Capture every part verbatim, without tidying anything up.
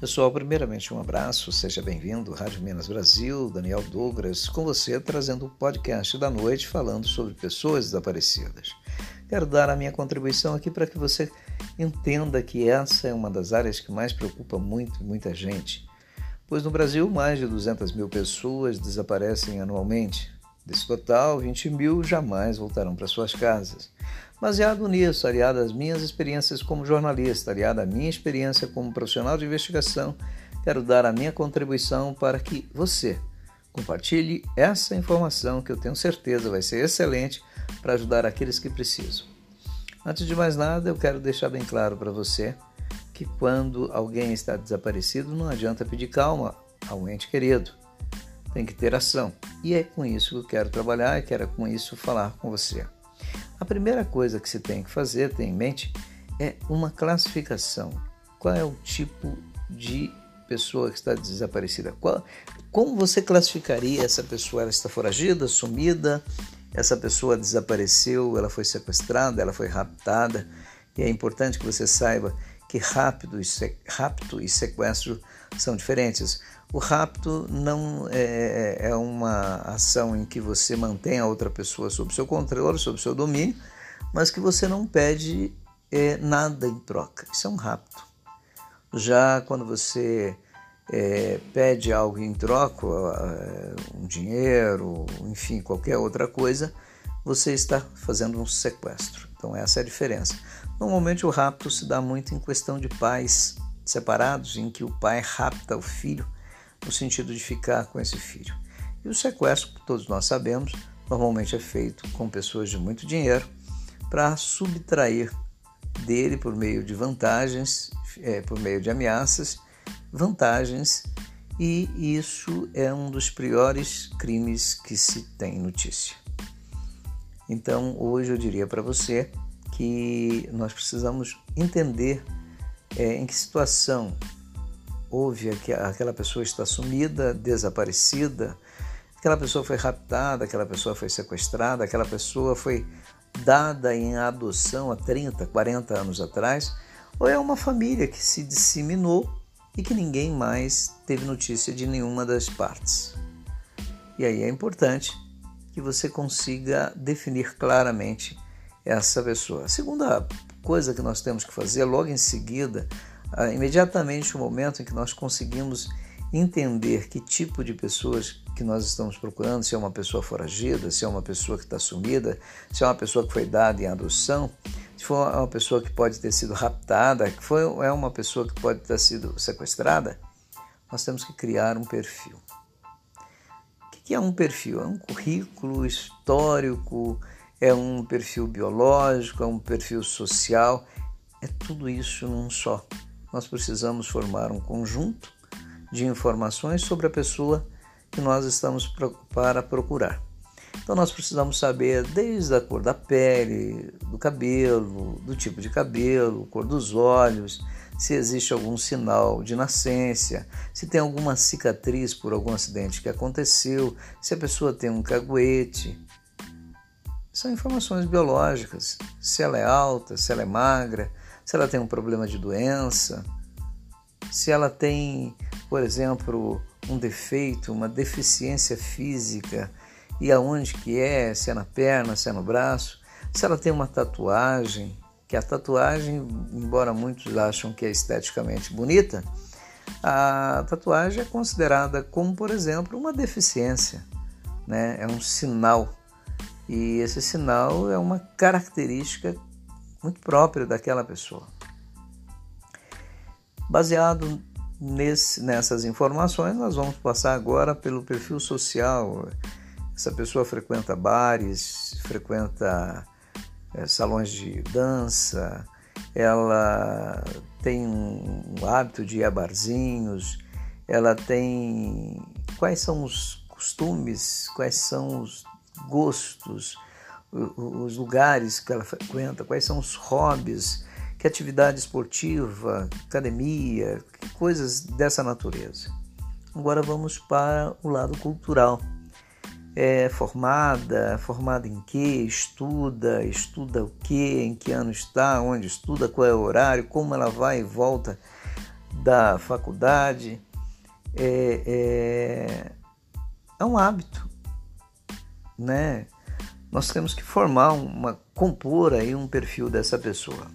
Pessoal, primeiramente um abraço, seja bem-vindo, Rádio Minas Brasil, Daniel Douglas, com você trazendo o podcast da noite falando sobre pessoas desaparecidas. Quero dar a minha contribuição aqui para que você entenda que essa é uma das áreas que mais preocupa muito, muita gente, pois no Brasil mais de duzentas mil pessoas desaparecem anualmente. Desse total, vinte mil jamais voltarão para suas casas. Baseado nisso, aliado às minhas experiências como jornalista, aliado à minha experiência como profissional de investigação, quero dar a minha contribuição para que você compartilhe essa informação que eu tenho certeza vai ser excelente para ajudar aqueles que precisam. Antes de mais nada, eu quero deixar bem claro para você que quando alguém está desaparecido, não adianta pedir calma ao ente querido. Tem que ter ação. E é com isso que eu quero trabalhar e quero com isso falar com você. A primeira coisa que você tem que fazer, ter em mente, é uma classificação. Qual é o tipo de pessoa que está desaparecida? Qual, como você classificaria essa pessoa? Ela está foragida, sumida? Essa pessoa desapareceu, ela foi sequestrada, ela foi raptada? E é importante que você saiba que rapto e, se, rapto e sequestro são diferentes. O rapto não é, é uma ação em que você mantém a outra pessoa sob seu controle, sob seu domínio, mas que você não pede é, nada em troca. Isso é um rapto. Já quando você é, pede algo em troca, um dinheiro, enfim, qualquer outra coisa, você está fazendo um sequestro. Então essa é a diferença. Normalmente o rapto se dá muito em questão de pais separados, em que o pai rapta o filho, no sentido de ficar com esse filho. E o sequestro, que todos nós sabemos, normalmente é feito com pessoas de muito dinheiro para subtrair dele por meio de vantagens, é, por meio de ameaças, vantagens, e isso é um dos piores crimes que se tem notícia. Então, hoje eu diria para você que nós precisamos entender é, em que situação houve aquela pessoa está sumida, desaparecida, aquela pessoa foi raptada, aquela pessoa foi sequestrada, aquela pessoa foi dada em adoção há trinta, quarenta anos atrás, ou é uma família que se disseminou e que ninguém mais teve notícia de nenhuma das partes. E aí é importante que você consiga definir claramente essa pessoa. A segunda coisa que nós temos que fazer logo em seguida, Uh, imediatamente no momento em que nós conseguimos entender que tipo de pessoas que nós estamos procurando, se é uma pessoa foragida, se é uma pessoa que está sumida, se é uma pessoa que foi dada em adoção, se for uma pessoa que pode ter sido raptada, que foi, é uma pessoa que pode ter sido sequestrada, nós temos que criar um perfil. O que é um perfil? É um currículo histórico, é um perfil biológico, é um perfil social, é tudo isso num só. Nós precisamos formar um conjunto de informações sobre a pessoa que nós estamos para procurar. Então nós precisamos saber desde a cor da pele, do cabelo, do tipo de cabelo, cor dos olhos, se existe algum sinal de nascença, se tem alguma cicatriz por algum acidente que aconteceu, se a pessoa tem um caguete. São informações biológicas, se ela é alta, se ela é magra, se ela tem um problema de doença, se ela tem, por exemplo, um defeito, uma deficiência física, e aonde que é, se é na perna, se é no braço, se ela tem uma tatuagem, que a tatuagem, embora muitos acham que é esteticamente bonita, a tatuagem é considerada como, por exemplo, uma deficiência, né? É um sinal, e esse sinal é uma característica muito próprio daquela pessoa. Baseado nesse, nessas informações, nós vamos passar agora pelo perfil social. Essa pessoa frequenta bares, frequenta é, salões de dança, ela tem um, um hábito de ir a barzinhos, ela tem... Quais são os costumes, quais são os gostos, os lugares que ela frequenta, quais são os hobbies, que atividade esportiva, academia, que coisas dessa natureza. Agora vamos para o lado cultural. É formada, formada em quê? Estuda, estuda o quê? Em que ano está? Onde estuda? Qual é o horário? Como ela vai e volta da faculdade, é, é, é um hábito, né? Nós temos que formar uma, compor aí um perfil dessa pessoa.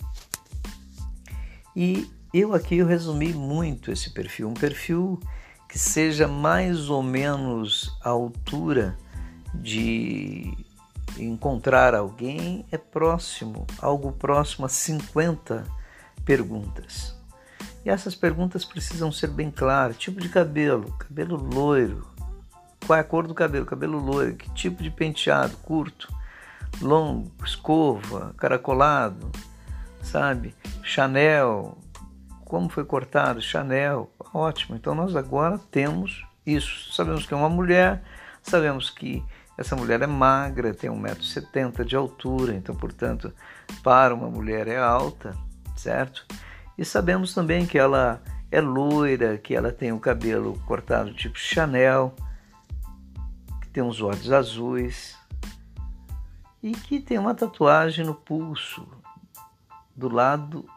E eu aqui eu resumi muito esse perfil, um perfil que seja mais ou menos à altura de encontrar alguém, é próximo, algo próximo a cinquenta perguntas. E essas perguntas precisam ser bem claras. Tipo de cabelo, cabelo loiro. Qual é a cor do cabelo? Cabelo loiro. Que tipo de penteado? Curto, longo, escova, caracolado, sabe? Chanel. Como foi cortado? Chanel. Ótimo. Então nós agora temos isso. Sabemos que é uma mulher, sabemos que essa mulher é magra, tem um metro e setenta de altura, então, portanto, para uma mulher é alta, certo? E sabemos também que ela é loira, que ela tem o cabelo cortado tipo Chanel, que tem os olhos azuis e que tem uma tatuagem no pulso, do lado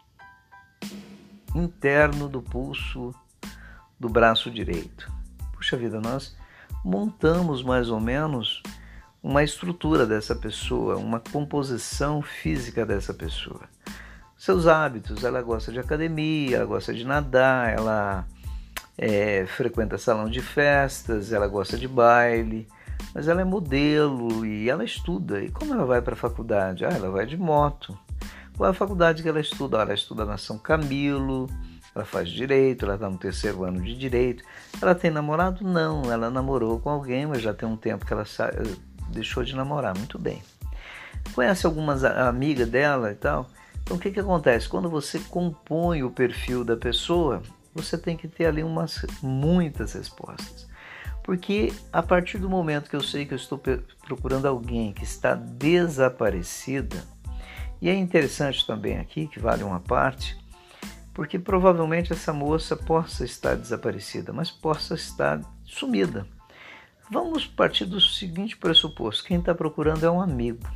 interno do pulso do braço direito. Puxa vida, nós montamos mais ou menos uma estrutura dessa pessoa, uma composição física dessa pessoa. Seus hábitos, ela gosta de academia, ela gosta de nadar, ela é, frequenta salão de festas, ela gosta de baile, mas ela é modelo e ela estuda. E como ela vai para a faculdade? Ah, ela vai de moto. Qual é a faculdade que ela estuda? Ela estuda na São Camilo, ela faz direito, ela está no terceiro ano de direito. Ela tem namorado? Não, ela namorou com alguém, mas já tem um tempo que ela sa... deixou de namorar. Muito bem. Conhece algumas amigas dela e tal? Então, o que, que acontece? Quando você compõe o perfil da pessoa, você tem que ter ali umas, muitas respostas. Porque a partir do momento que eu sei que eu estou procurando alguém que está desaparecida, e é interessante também aqui, que vale uma parte, porque provavelmente essa moça possa estar desaparecida, mas possa estar sumida. Vamos partir do seguinte pressuposto: quem está procurando é um amigo.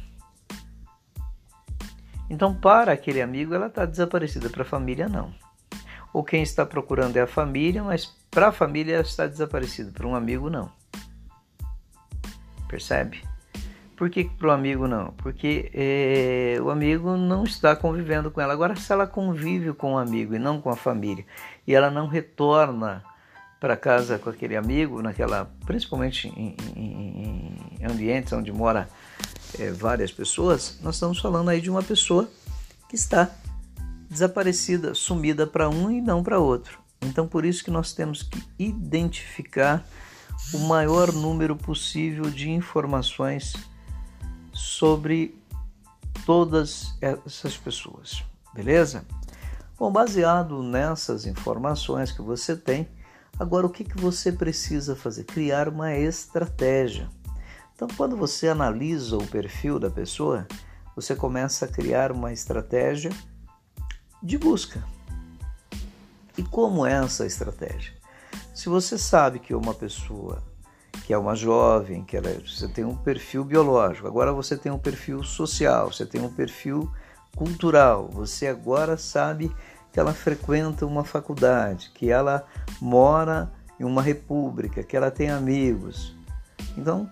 Então, para aquele amigo, ela está desaparecida, para a família não. Ou quem está procurando é a família, mas para a família ela está desaparecida, para um amigo não. Percebe? Por que para o amigo não? Porque é, o amigo não está convivendo com ela. Agora, se ela convive com o amigo e não com a família, e ela não retorna para casa com aquele amigo, naquela, principalmente em, em, em ambientes onde mora É, várias pessoas, nós estamos falando aí de uma pessoa que está desaparecida, sumida para um e não para outro. Então, por isso que nós temos que identificar o maior número possível de informações sobre todas essas pessoas, beleza? Bom, baseado nessas informações que você tem, agora o que, que você precisa fazer? Criar uma estratégia. Então, quando você analisa o perfil da pessoa, você começa a criar uma estratégia de busca. E como é essa estratégia? Se você sabe que uma pessoa, que é uma jovem, que ela, você tem um perfil biológico, agora você tem um perfil social, você tem um perfil cultural, você agora sabe que ela frequenta uma faculdade, que ela mora em uma república, que ela tem amigos. Então,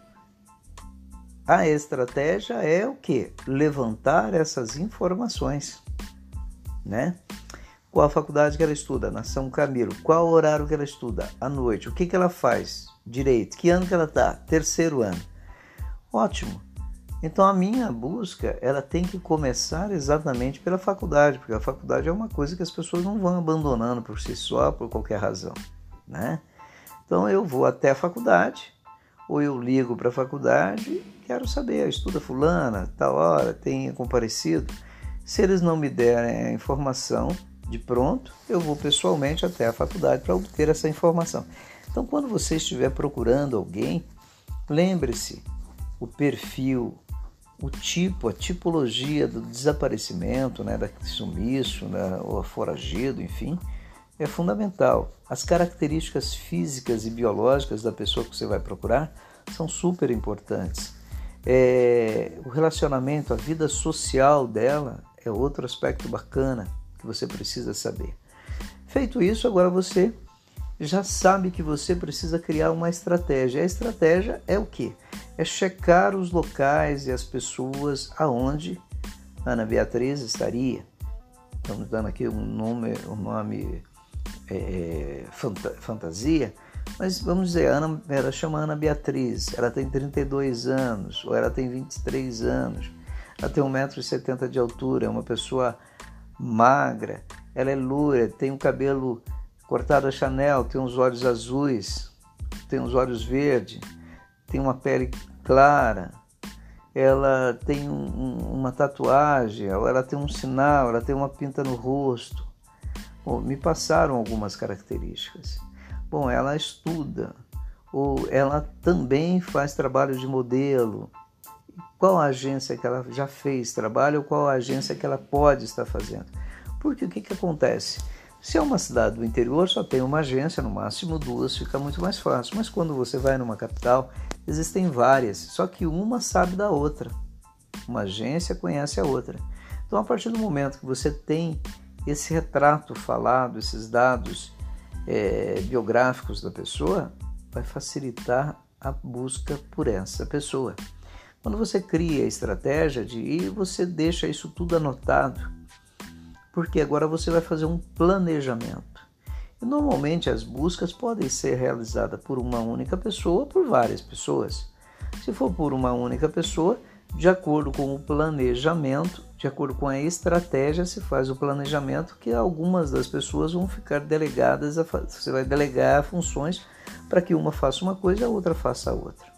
a estratégia é o quê? Levantar essas informações, né? Qual a faculdade que ela estuda? Na São Camilo. Qual o horário que ela estuda? À noite. O que, que ela faz? Direito. Que ano que ela está? Terceiro ano. Ótimo. Então a minha busca, ela tem que começar exatamente pela faculdade, porque a faculdade é uma coisa que as pessoas não vão abandonando por si só, por qualquer razão, né? Então eu vou até a faculdade, ou eu ligo para a faculdade, quero saber, estuda fulana, tal hora, tem comparecido. Se eles não me derem a informação de pronto, eu vou pessoalmente até a faculdade para obter essa informação. Então, quando você estiver procurando alguém, lembre-se, o perfil, o tipo, a tipologia do desaparecimento, né, da sumiço, né, ou foragido, enfim, é fundamental. As características físicas e biológicas da pessoa que você vai procurar são super importantes. É, o relacionamento, a vida social dela é outro aspecto bacana que você precisa saber. Feito isso, agora você já sabe que você precisa criar uma estratégia. A estratégia é o quê? É checar os locais e as pessoas aonde Ana Beatriz estaria. Estamos dando aqui um nome, um nome é, fanta, fantasia, mas vamos dizer, a Ana, ela chama Ana Beatriz, ela tem trinta e dois anos, ou ela tem vinte e três anos, ela tem um metro e setenta de altura, é uma pessoa magra, ela é loira, tem um cabelo cortado a Chanel, tem uns olhos azuis, tem uns olhos verdes, tem uma pele clara, ela tem um, um, uma tatuagem, ela tem um sinal, ela tem uma pinta no rosto. Bom, me passaram algumas características. Bom, ela estuda, ou ela também faz trabalho de modelo. Qual a agência que ela já fez trabalho, ou qual a agência que ela pode estar fazendo? Porque o que, que acontece? Se é uma cidade do interior, só tem uma agência, no máximo duas, fica muito mais fácil. Mas quando você vai numa capital, existem várias, só que uma sabe da outra. Uma agência conhece a outra. Então, a partir do momento que você tem esse retrato falado, esses dados é, biográficos da pessoa, vai facilitar a busca por essa pessoa. Quando você cria a estratégia de ir, você deixa isso tudo anotado, porque agora você vai fazer um planejamento. E normalmente as buscas podem ser realizadas por uma única pessoa ou por várias pessoas. Se for por uma única pessoa, de acordo com o planejamento, de acordo com a estratégia, se faz o planejamento que algumas das pessoas vão ficar delegadas, a, você vai delegar funções para que uma faça uma coisa e a outra faça a outra.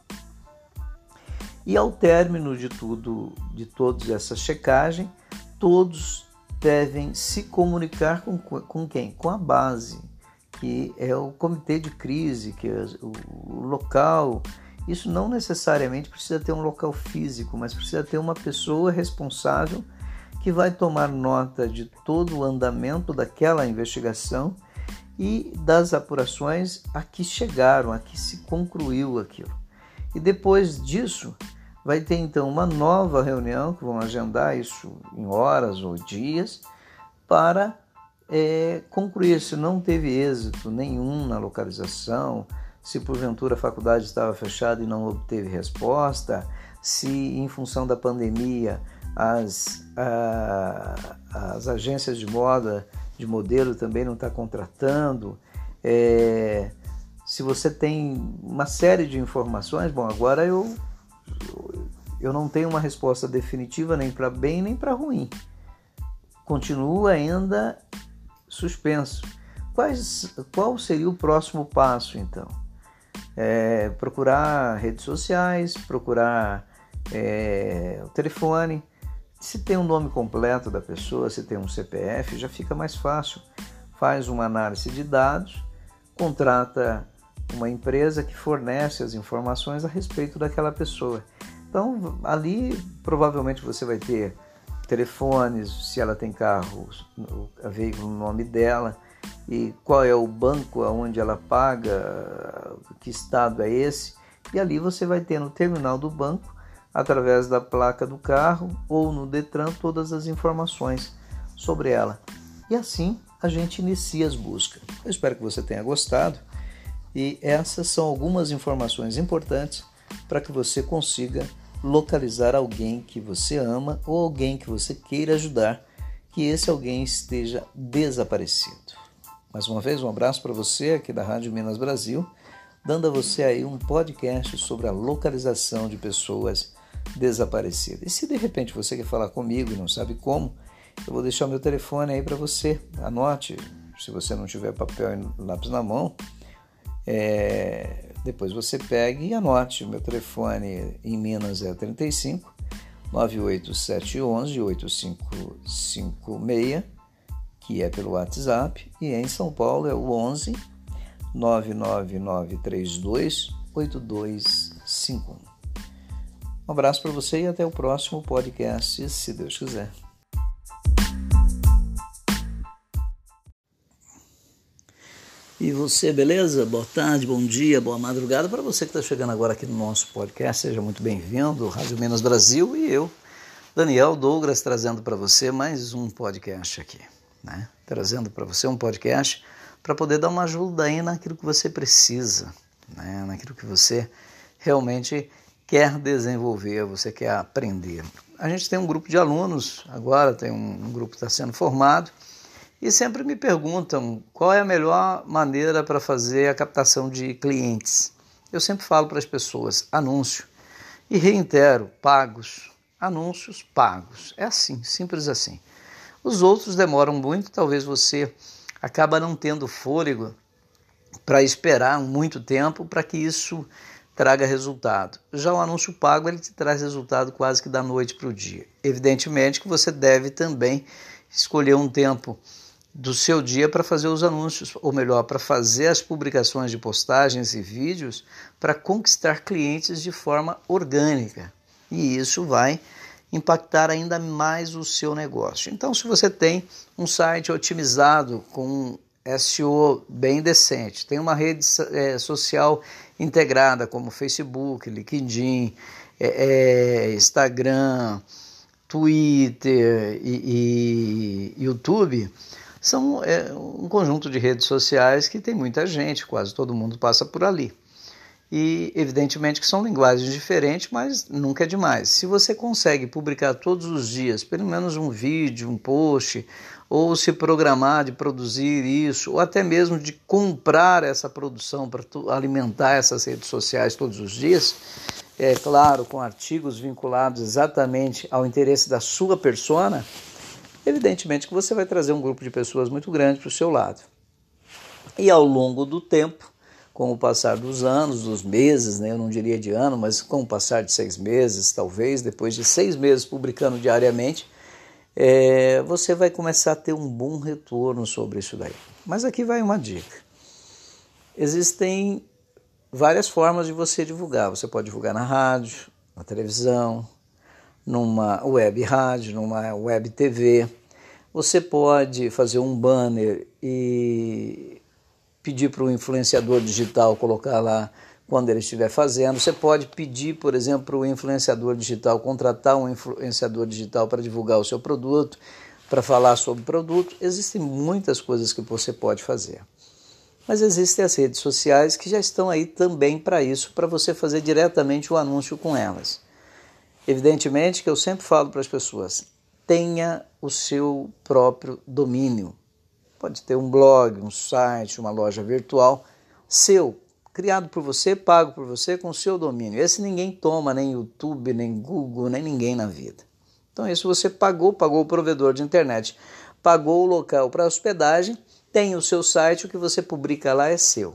E ao término de tudo, de toda essa checagem, todos devem se comunicar com, com quem? Com a base, que é o comitê de crise, que é o, o local. Isso não necessariamente precisa ter um local físico, mas precisa ter uma pessoa responsável que vai tomar nota de todo o andamento daquela investigação e das apurações a que chegaram, a que se concluiu aquilo. E depois disso, vai ter então uma nova reunião, que vão agendar isso em horas ou dias, para é, concluir se não teve êxito nenhum na localização, se porventura a faculdade estava fechada e não obteve resposta, se em função da pandemia as, a, as agências de moda, de modelo também não estão contratando, é, se você tem uma série de informações, bom, agora eu Eu não tenho uma resposta definitiva nem para bem nem para ruim. Continua ainda suspenso. Quais, qual seria o próximo passo, então? É, procurar redes sociais, procurar é, o telefone. Se tem um nome completo da pessoa, se tem um C P F, já fica mais fácil. Faz uma análise de dados, contrata uma empresa que fornece as informações a respeito daquela pessoa. Então, ali provavelmente você vai ter telefones, se ela tem carro, o veículo no nome dela, e qual é o banco onde ela paga, que estado é esse, e ali você vai ter no terminal do banco, através da placa do carro ou no Detran, todas as informações sobre ela. E assim a gente inicia as buscas. Eu espero que você tenha gostado, e essas são algumas informações importantes para que você consiga localizar alguém que você ama ou alguém que você queira ajudar, que esse alguém esteja desaparecido. Mais uma vez, um abraço para você aqui da Rádio Minas Brasil, dando a você aí um podcast sobre a localização de pessoas desaparecidas. E se de repente você quer falar comigo e não sabe como, eu vou deixar o meu telefone aí para você. Anote, se você não tiver papel e lápis na mão, é... depois você pega e anote. O meu telefone em Minas é trinta e cinco, nove oito sete um um, oito cinco cinco seis, que é pelo WhatsApp, e em São Paulo é o onze, nove nove nove três dois, oito dois cinco um. Um abraço para você e até o próximo podcast, se Deus quiser. E você, beleza? Boa tarde, bom dia, boa madrugada. Para você que está chegando agora aqui no nosso podcast, seja muito bem-vindo, Rádio Minas Brasil, e eu, Daniel Douglas, trazendo para você mais um podcast aqui. né? Trazendo para você um podcast para poder dar uma ajuda aí naquilo que você precisa, né? Naquilo que você realmente quer desenvolver, você quer aprender. A gente tem um grupo de alunos, agora tem um, um grupo que está sendo formado, e sempre me perguntam qual é a melhor maneira para fazer a captação de clientes. Eu sempre falo para as pessoas, anúncio, e reitero, pagos, anúncios pagos. É assim, simples assim. Os outros demoram muito, talvez você acaba não tendo fôlego para esperar muito tempo para que isso traga resultado. Já o anúncio pago, ele te traz resultado quase que da noite para o dia. Evidentemente que você deve também escolher um tempo do seu dia para fazer os anúncios, ou melhor, para fazer as publicações de postagens e vídeos para conquistar clientes de forma orgânica. E isso vai impactar ainda mais o seu negócio. Então, se você tem um site otimizado com S E O bem decente, tem uma rede é, social integrada como Facebook, LinkedIn, é, é, Instagram, Twitter e, e YouTube, são é, um conjunto de redes sociais que tem muita gente, quase todo mundo passa por ali. E evidentemente que são linguagens diferentes, mas nunca é demais. Se você consegue publicar todos os dias, pelo menos um vídeo, um post, ou se programar de produzir isso, ou até mesmo de comprar essa produção para alimentar essas redes sociais todos os dias, é claro, com artigos vinculados exatamente ao interesse da sua persona, evidentemente que você vai trazer um grupo de pessoas muito grande para o seu lado. E ao longo do tempo, com o passar dos anos, dos meses, né, eu não diria de ano, mas com o passar de seis meses, talvez, depois de seis meses publicando diariamente, é, você vai começar a ter um bom retorno sobre isso daí. Mas aqui vai uma dica. Existem várias formas de você divulgar. Você pode divulgar na rádio, na televisão, numa web rádio, numa web T V. Você pode fazer um banner e pedir para o influenciador digital colocar lá quando ele estiver fazendo. Você pode pedir, por exemplo, para o influenciador digital, contratar um influenciador digital para divulgar o seu produto, para falar sobre o produto. Existem muitas coisas que você pode fazer. Mas existem as redes sociais que já estão aí também para isso, para você fazer diretamente o anúncio com elas. Evidentemente que eu sempre falo para as pessoas, tenha o seu próprio domínio. Pode ter um blog, um site, uma loja virtual seu, criado por você, pago por você, com o seu domínio. Esse ninguém toma, nem YouTube, nem Google, nem ninguém na vida. Então isso você pagou, pagou o provedor de internet, pagou o local para hospedagem, tem o seu site, o que você publica lá é seu.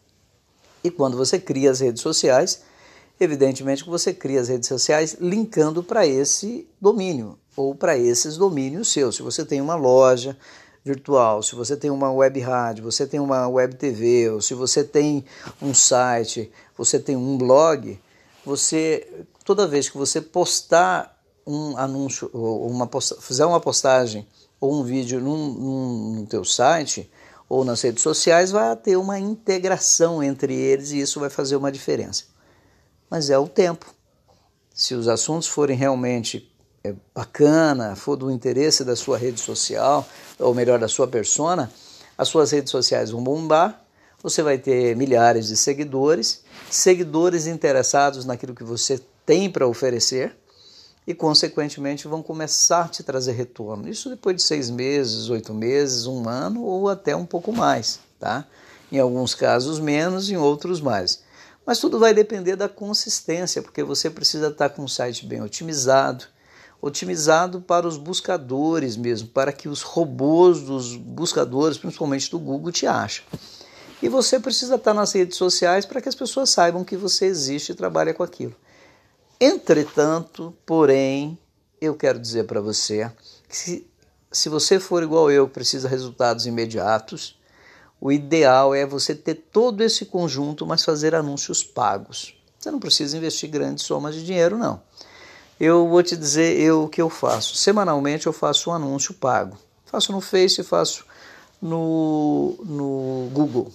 E quando você cria as redes sociais, evidentemente que você cria as redes sociais linkando para esse domínio, ou para esses domínios seus. Se você tem uma loja virtual, se você tem uma web rádio, você tem uma web T V, ou se você tem um site, você tem um blog, você, toda vez que você postar um anúncio, ou uma posta, fizer uma postagem ou um vídeo num, num, no teu site ou nas redes sociais, vai ter uma integração entre eles e isso vai fazer uma diferença. Mas é o tempo. Se os assuntos forem realmente é bacana, for do interesse da sua rede social, ou melhor, da sua persona, as suas redes sociais vão bombar, você vai ter milhares de seguidores, seguidores interessados naquilo que você tem para oferecer e, consequentemente, vão começar a te trazer retorno. Isso depois de seis meses, oito meses, um ano ou até um pouco mais, tá? Em alguns casos menos, em outros mais. Mas tudo vai depender da consistência, porque você precisa estar com um site bem otimizado, otimizado para os buscadores mesmo, para que os robôs dos buscadores, principalmente do Google, te achem. E você precisa estar nas redes sociais para que as pessoas saibam que você existe e trabalha com aquilo. Entretanto, porém, eu quero dizer para você que se, se você for igual eu, precisa de resultados imediatos, o ideal é você ter todo esse conjunto, mas fazer anúncios pagos. Você não precisa investir grandes somas de dinheiro, não. Eu vou te dizer eu, o que eu faço. Semanalmente eu faço um anúncio pago. Faço no Face e faço no, no Google.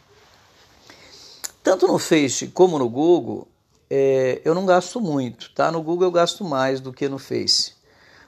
Tanto no Face como no Google, é, eu não gasto muito. Tá? No Google eu gasto mais do que no Face.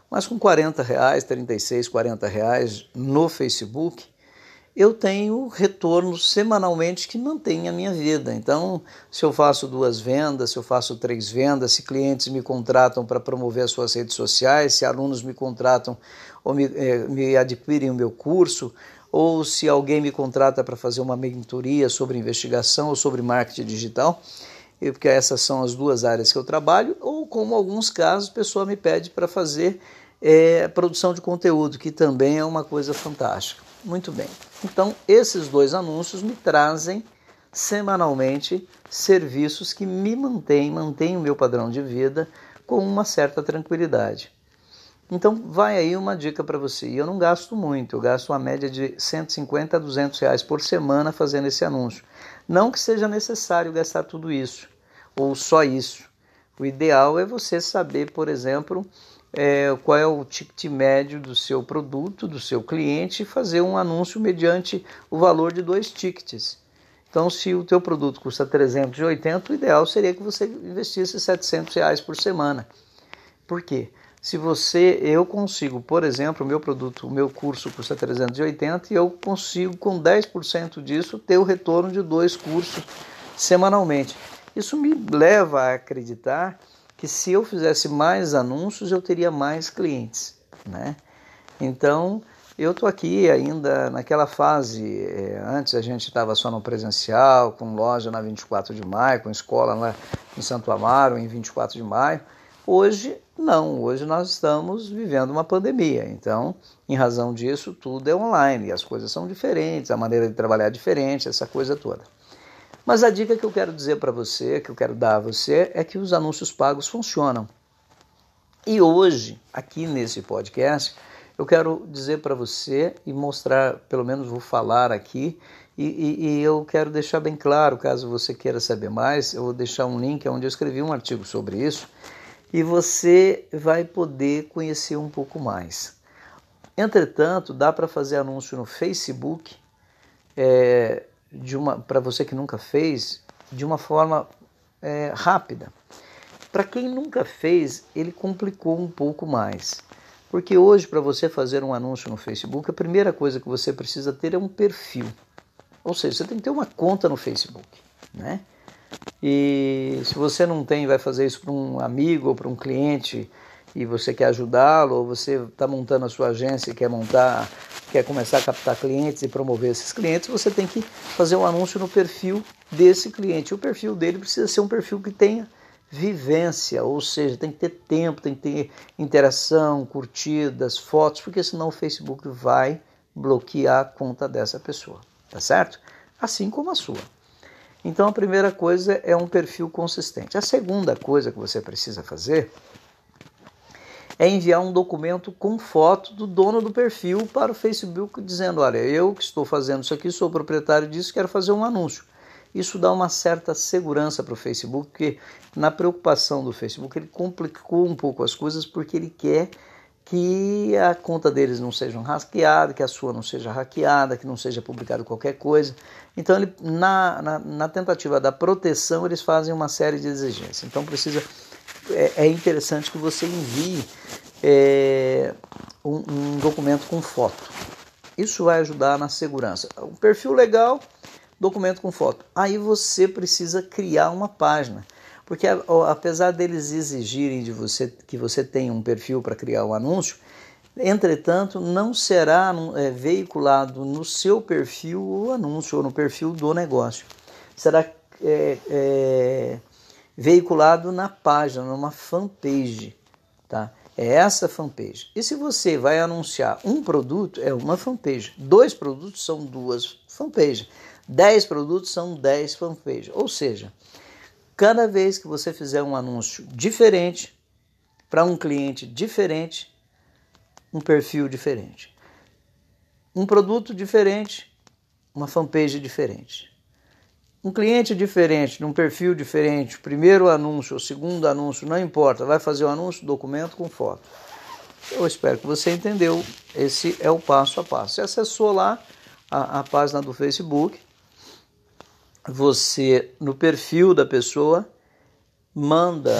Mas com quarenta reais, trinta e seis, quarenta reais no Facebook, eu tenho retornos semanalmente que mantêm a minha vida. Então, se eu faço duas vendas, se eu faço três vendas, se clientes me contratam para promover as suas redes sociais, se alunos me contratam ou me, eh, me adquirem o meu curso, ou se alguém me contrata para fazer uma mentoria sobre investigação ou sobre marketing digital, porque essas são as duas áreas que eu trabalho, ou como em alguns casos a pessoa me pede para fazer é, produção de conteúdo, que também é uma coisa fantástica. Muito bem. Então, esses dois anúncios me trazem semanalmente serviços que me mantêm, mantêm o meu padrão de vida com uma certa tranquilidade. Então, vai aí uma dica para você. E eu não gasto muito, eu gasto uma média de cento e cinquenta a duzentos reais por semana fazendo esse anúncio. Não que seja necessário gastar tudo isso, ou só isso. O ideal é você saber, por exemplo, É, qual é o ticket médio do seu produto, do seu cliente, e fazer um anúncio mediante o valor de dois tickets. Então, se o teu produto custa trezentos e oitenta, o ideal seria que você investisse setecentos reais por semana. Por quê? Se você, eu consigo, por exemplo, o meu produto, o meu curso custa trezentos e oitenta e eu consigo com dez por cento disso ter o retorno de dois cursos semanalmente. Isso me leva a acreditar que se eu fizesse mais anúncios, eu teria mais clientes, né? Então, eu estou aqui ainda naquela fase, é, antes a gente estava só no presencial, com loja na vinte e quatro de maio, com escola lá em Santo Amaro, em vinte e quatro de maio. Hoje, não, hoje nós estamos vivendo uma pandemia, então, em razão disso, tudo é online, as coisas são diferentes, a maneira de trabalhar é diferente, essa coisa toda. Mas a dica que eu quero dizer para você, que eu quero dar a você, é que os anúncios pagos funcionam. E hoje, aqui nesse podcast, eu quero dizer para você e mostrar, pelo menos vou falar aqui, e, e, e eu quero deixar bem claro, caso você queira saber mais, eu vou deixar um link onde eu escrevi um artigo sobre isso, e você vai poder conhecer um pouco mais. Entretanto, dá para fazer anúncio no Facebook, é, de uma, para você que nunca fez, de uma forma é, rápida. Para quem nunca fez, ele complicou um pouco mais. Porque hoje, para você fazer um anúncio no Facebook, a primeira coisa que você precisa ter é um perfil. Ou seja, você tem que ter uma conta no Facebook, né? E se você não tem, vai fazer isso para um amigo ou para um cliente e você quer ajudá-lo, ou você está montando a sua agência e quer montar, quer começar a captar clientes e promover esses clientes, você tem que fazer um anúncio no perfil desse cliente. O perfil dele precisa ser um perfil que tenha vivência, ou seja, tem que ter tempo, tem que ter interação, curtidas, fotos, porque senão o Facebook vai bloquear a conta dessa pessoa, tá certo? Assim como a sua. Então a primeira coisa é um perfil consistente. A segunda coisa que você precisa fazer é enviar um documento com foto do dono do perfil para o Facebook dizendo, olha, eu que estou fazendo isso aqui, sou proprietário disso, quero fazer um anúncio. Isso dá uma certa segurança para o Facebook, porque na preocupação do Facebook ele complicou um pouco as coisas porque ele quer que a conta deles não seja hackeada, que a sua não seja hackeada, que não seja publicado qualquer coisa. Então, ele, na, na, na tentativa da proteção, eles fazem uma série de exigências. Então, precisa, é, é interessante que você envie é, um, um documento com foto. Isso vai ajudar na segurança. Um perfil legal, documento com foto. Aí você precisa criar uma página. Porque apesar deles exigirem de você que você tenha um perfil para criar o anúncio, entretanto, não será é, veiculado no seu perfil o anúncio ou no perfil do negócio. Será é, é, veiculado na página, numa fanpage. Tá? É essa fanpage. E se você vai anunciar um produto, é uma fanpage. Dois produtos são duas fanpages. Dez produtos são dez fanpages. Ou seja, cada vez que você fizer um anúncio diferente, para um cliente diferente, um perfil diferente. Um produto diferente, uma fanpage diferente. Um cliente diferente, num perfil diferente, o primeiro anúncio, o segundo anúncio, não importa, vai fazer o anúncio, documento com foto. Eu espero que você entendeu, esse é o passo a passo. Você acessou lá a, a página do Facebook, você, no perfil da pessoa, manda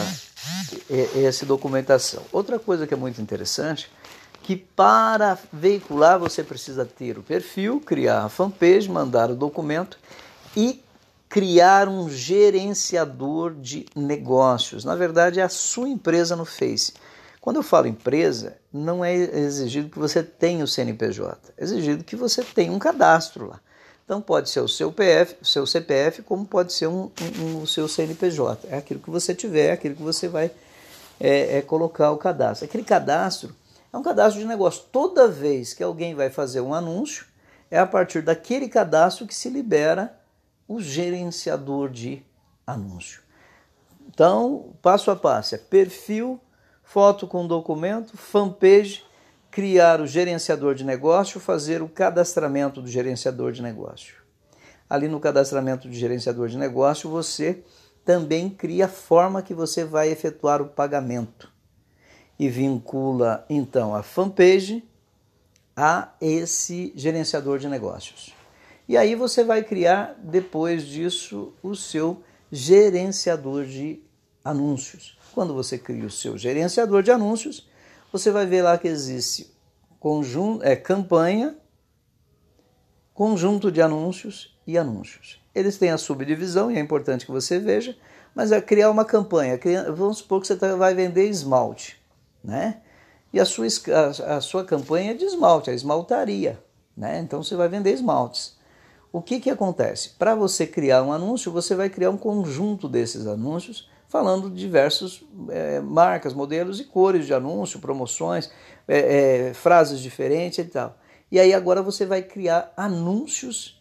essa documentação. Outra coisa que é muito interessante, que para veicular você precisa ter o perfil, criar a fanpage, mandar o documento e criar um gerenciador de negócios. Na verdade, é a sua empresa no Face. Quando eu falo empresa, não é exigido que você tenha o C N P J, é exigido que você tenha um cadastro lá. Então pode ser o seu P F, o seu C P F, como pode ser um, um, um, o seu C N P J. É aquilo que você tiver, é aquilo que você vai é, é colocar o cadastro. Aquele cadastro é um cadastro de negócio. Toda vez que alguém vai fazer um anúncio, é a partir daquele cadastro que se libera o gerenciador de anúncio. Então, passo a passo, é perfil, foto com documento, fanpage, criar o gerenciador de negócio, fazer o cadastramento do gerenciador de negócio. Ali no cadastramento do gerenciador de negócio, você também cria a forma que você vai efetuar o pagamento e vincula, então, a fanpage a esse gerenciador de negócios. E aí você vai criar, depois disso, o seu gerenciador de anúncios. Quando você cria o seu gerenciador de anúncios, você vai ver lá que existe conjunto, é, campanha, conjunto de anúncios e anúncios. Eles têm a subdivisão, e é importante que você veja, mas é criar uma campanha. Vamos supor que você vai vender esmalte, né? E a sua, a, a sua campanha é de esmalte, a esmaltaria, né? Então você vai vender esmaltes. O que, que acontece? Para você criar um anúncio, você vai criar um conjunto desses anúncios, falando de diversas é, marcas, modelos e cores de anúncio, promoções, é, é, frases diferentes e tal. E aí agora você vai criar anúncios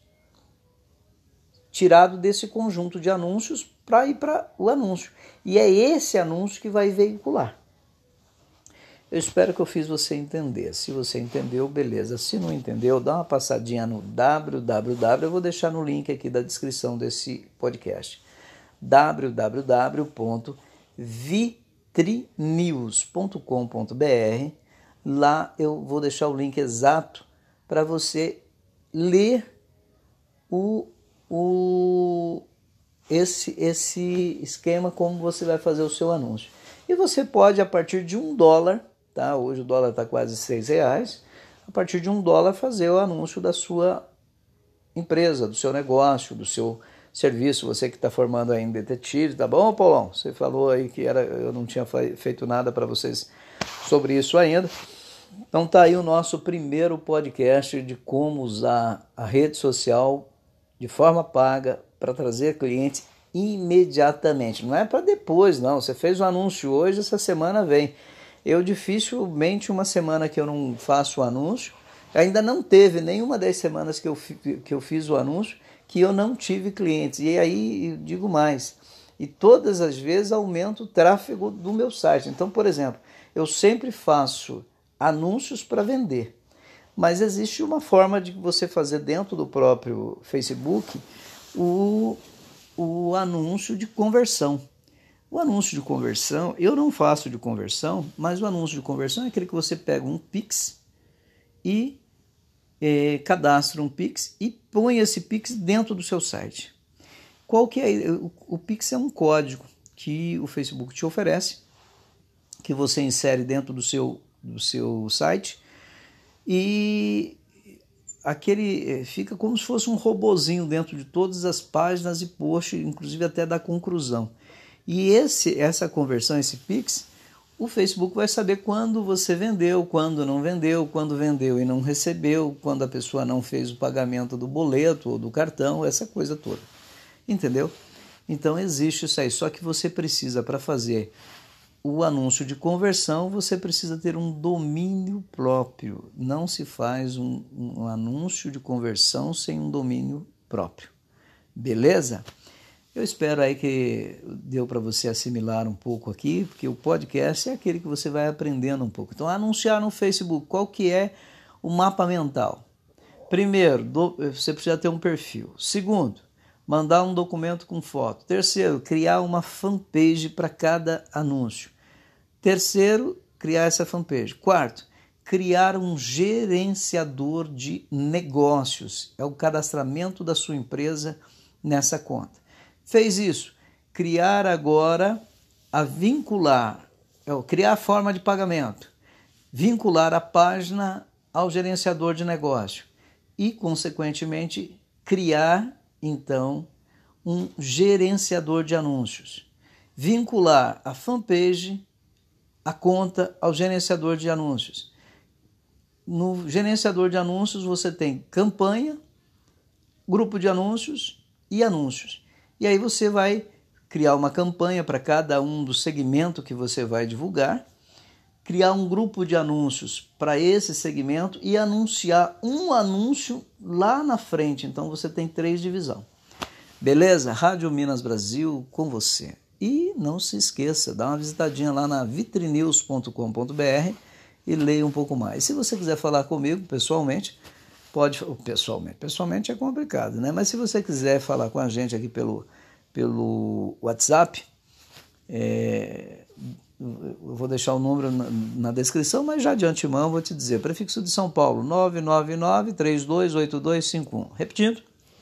tirado desse conjunto de anúncios para ir para o anúncio. E é esse anúncio que vai veicular. Eu espero que eu fiz você entender. Se você entendeu, beleza. Se não entendeu, dá uma passadinha no w w w. Eu vou deixar no link aqui da descrição desse podcast. w w w ponto vitrinews ponto com ponto b r. Lá eu vou deixar o link exato para você ler o, o, esse, esse esquema, como você vai fazer o seu anúncio. E você pode, a partir de um dólar, tá? Hoje o dólar está quase seis reais, a partir de um dólar fazer o anúncio da sua empresa, do seu negócio, do seu serviço. Você que está formando aí em detetive, tá bom, Paulão? Você falou aí que era, eu não tinha feito nada para vocês sobre isso ainda. Então tá aí o nosso primeiro podcast de como usar a rede social de forma paga para trazer clientes imediatamente. Não é para depois, não. Você fez um anúncio hoje, essa semana vem. Eu dificilmente, uma semana que eu não faço o anúncio, ainda não teve nenhuma das semanas que eu, que eu fiz o anúncio que eu não tive clientes. E aí eu digo mais, e todas as vezes aumento o tráfego do meu site. Então, por exemplo, eu sempre faço anúncios para vender, mas existe uma forma de você fazer dentro do próprio Facebook o, o anúncio de conversão. O anúncio de conversão, eu não faço de conversão, mas o anúncio de conversão é aquele que você pega um Pix e é, cadastra um Pix e põe esse Pix dentro do seu site. Qual que é? O, o Pix é um código que o Facebook te oferece, que você insere dentro do seu, do seu site e aquele fica como se fosse um robozinho dentro de todas as páginas e posts, inclusive até da conclusão. E esse, essa conversão, esse Pix, o Facebook vai saber quando você vendeu, quando não vendeu, quando vendeu e não recebeu, quando a pessoa não fez o pagamento do boleto ou do cartão, essa coisa toda. Entendeu? Então existe isso aí, só que você precisa, para fazer o anúncio de conversão, você precisa ter um domínio próprio. Não se faz um, um anúncio de conversão sem um domínio próprio. Beleza? Eu espero aí que deu para você assimilar um pouco aqui, porque o podcast é aquele que você vai aprendendo um pouco. Então, anunciar no Facebook, qual que é o mapa mental? Primeiro, do, você precisa ter um perfil. Segundo, mandar um documento com foto. Terceiro, criar uma fanpage para cada anúncio. Terceiro, criar essa fanpage. Quarto, criar um gerenciador de negócios. É o cadastramento da sua empresa nessa conta. Fez isso, criar agora a vincular, criar a forma de pagamento, vincular a página ao gerenciador de negócio e, consequentemente, criar, então, um gerenciador de anúncios. Vincular a fanpage, a conta ao gerenciador de anúncios. No gerenciador de anúncios você tem campanha, grupo de anúncios e anúncios. E aí você vai criar uma campanha para cada um do segmento que você vai divulgar, criar um grupo de anúncios para esse segmento e anunciar um anúncio lá na frente. Então você tem três divisões. Beleza? Rádio Minas Brasil com você. E não se esqueça, dá uma visitadinha lá na vitrinews ponto com ponto br e leia um pouco mais. Se você quiser falar comigo pessoalmente, pode... Pessoalmente, pessoalmente é complicado, né? Mas se você quiser falar com a gente aqui pelo, pelo WhatsApp, é... eu vou deixar o número na, na descrição, mas já de antemão vou te dizer, prefixo de São Paulo, nove nove nove, três dois oito dois cinco um. Repetindo,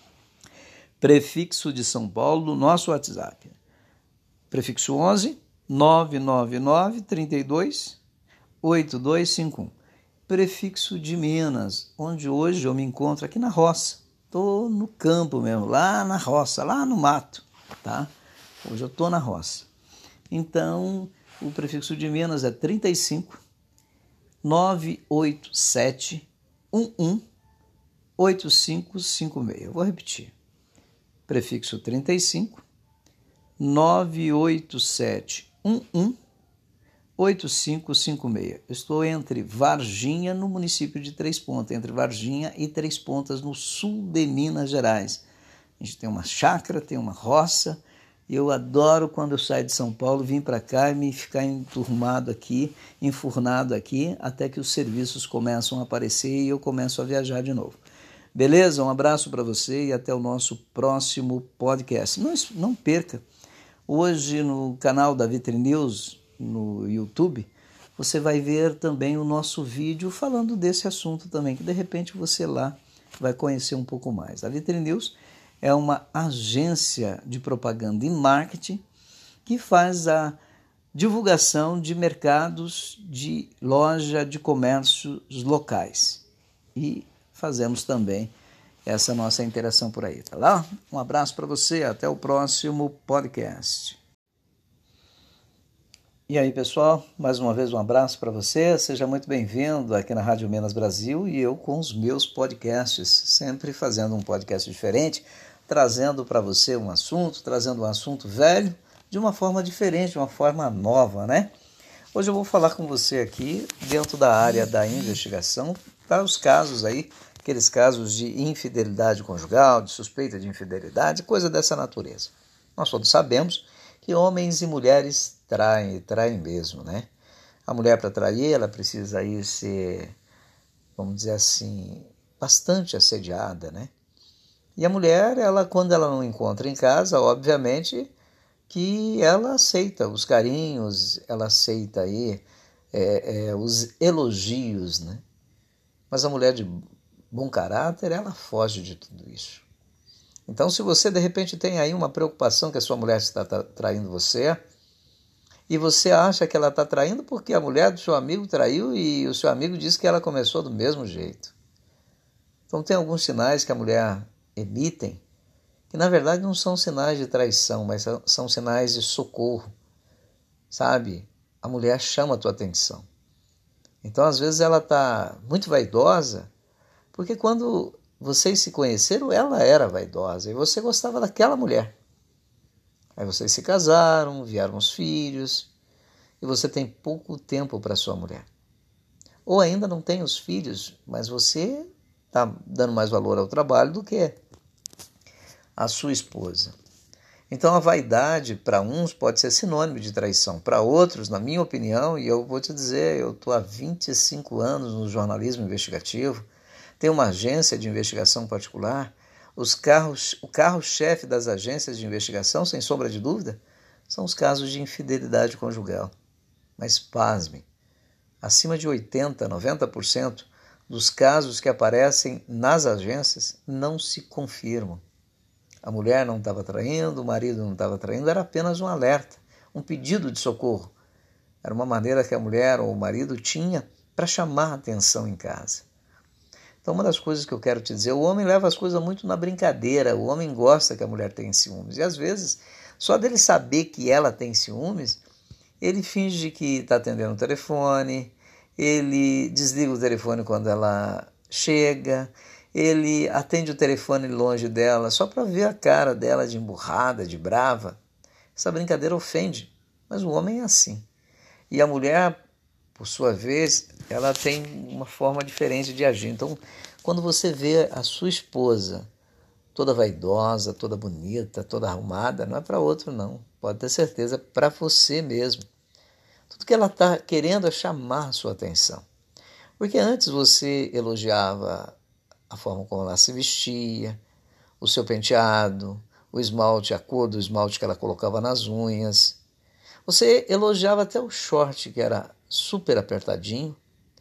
prefixo de São Paulo, nosso WhatsApp. Prefixo onze, nove nove nove, três dois oito dois cinco um. Prefixo de Minas, onde hoje eu me encontro aqui na roça. Estou no campo mesmo, lá na roça, lá no mato, tá? Hoje eu estou na roça. Então, o prefixo de Minas é trinta e cinco, nove oito sete, um um, oito cinco cinco seis. Eu vou repetir. Prefixo trinta e cinco, nove oito sete, um um, oito cinco cinco seis. Eu estou entre Varginha, no município de Três Pontas, entre Varginha e Três Pontas, no sul de Minas Gerais. A gente tem uma chácara, tem uma roça. Eu adoro quando eu saio de São Paulo, vim para cá e me ficar enturmado aqui, enfurnado aqui, até que os serviços começam a aparecer e eu começo a viajar de novo. Beleza? Um abraço para você e até o nosso próximo podcast. Não, não perca, hoje no canal da Vitrinews, no YouTube, você vai ver também o nosso vídeo falando desse assunto também, que de repente você lá vai conhecer um pouco mais. A Vitrinews é uma agência de propaganda e marketing que faz a divulgação de mercados de loja de comércios locais. E fazemos também essa nossa interação por aí, tá lá? Um abraço para você, até o próximo podcast. E aí, pessoal, mais uma vez um abraço para você, seja muito bem-vindo aqui na Rádio Minas Brasil e eu com os meus podcasts, sempre fazendo um podcast diferente, trazendo para você um assunto, trazendo um assunto velho de uma forma diferente, de uma forma nova, né? Hoje eu vou falar com você aqui dentro da área da investigação para os casos aí, aqueles casos de infidelidade conjugal, de suspeita de infidelidade, coisa dessa natureza. Nós todos sabemos que homens e mulheres traem, traem mesmo, né? A mulher, para trair, ela precisa aí ser, vamos dizer assim, bastante assediada, né? E a mulher, ela, quando ela não encontra em casa, obviamente que ela aceita os carinhos, ela aceita aí é, é, os elogios, né? Mas a mulher de bom caráter, ela foge de tudo isso. Então, se você de repente tem aí uma preocupação que a sua mulher está traindo você, e você acha que ela está traindo porque a mulher do seu amigo traiu e o seu amigo disse que ela começou do mesmo jeito. Então, tem alguns sinais que a mulher emitem que, na verdade, não são sinais de traição, mas são, são sinais de socorro. Sabe? A mulher chama a tua atenção. Então, às vezes, ela está muito vaidosa, porque quando vocês se conheceram, ela era vaidosa e você gostava daquela mulher. Aí vocês se casaram, vieram os filhos e você tem pouco tempo para sua mulher. Ou ainda não tem os filhos, mas você está dando mais valor ao trabalho do que a sua esposa. Então a vaidade para uns pode ser sinônimo de traição, para outros, na minha opinião, e eu vou te dizer, eu estou há vinte e cinco anos no jornalismo investigativo, tenho uma agência de investigação particular, os carros, o carro-chefe das agências de investigação, sem sombra de dúvida, são os casos de infidelidade conjugal. Mas pasmem, acima de oitenta por cento, noventa por cento dos casos que aparecem nas agências não se confirmam. A mulher não estava traindo, o marido não estava traindo, era apenas um alerta, um pedido de socorro. Era uma maneira que a mulher ou o marido tinha para chamar a atenção em casa. Então, uma das coisas que eu quero te dizer, o homem leva as coisas muito na brincadeira, o homem gosta que a mulher tenha ciúmes. E às vezes, só dele saber que ela tem ciúmes, ele finge que está atendendo o telefone, ele desliga o telefone quando ela chega, ele atende o telefone longe dela só para ver a cara dela de emburrada, de brava. Essa brincadeira ofende, mas o homem é assim. E a mulher, por sua vez, ela tem uma forma diferente de agir. Então, quando você vê a sua esposa toda vaidosa, toda bonita, toda arrumada, não é para outro não, pode ter certeza, para você mesmo. Tudo que ela está querendo é chamar a sua atenção. Porque antes você elogiava a forma como ela se vestia, o seu penteado, o esmalte, a cor do esmalte que ela colocava nas unhas. Você elogiava até o short, que era super apertadinho,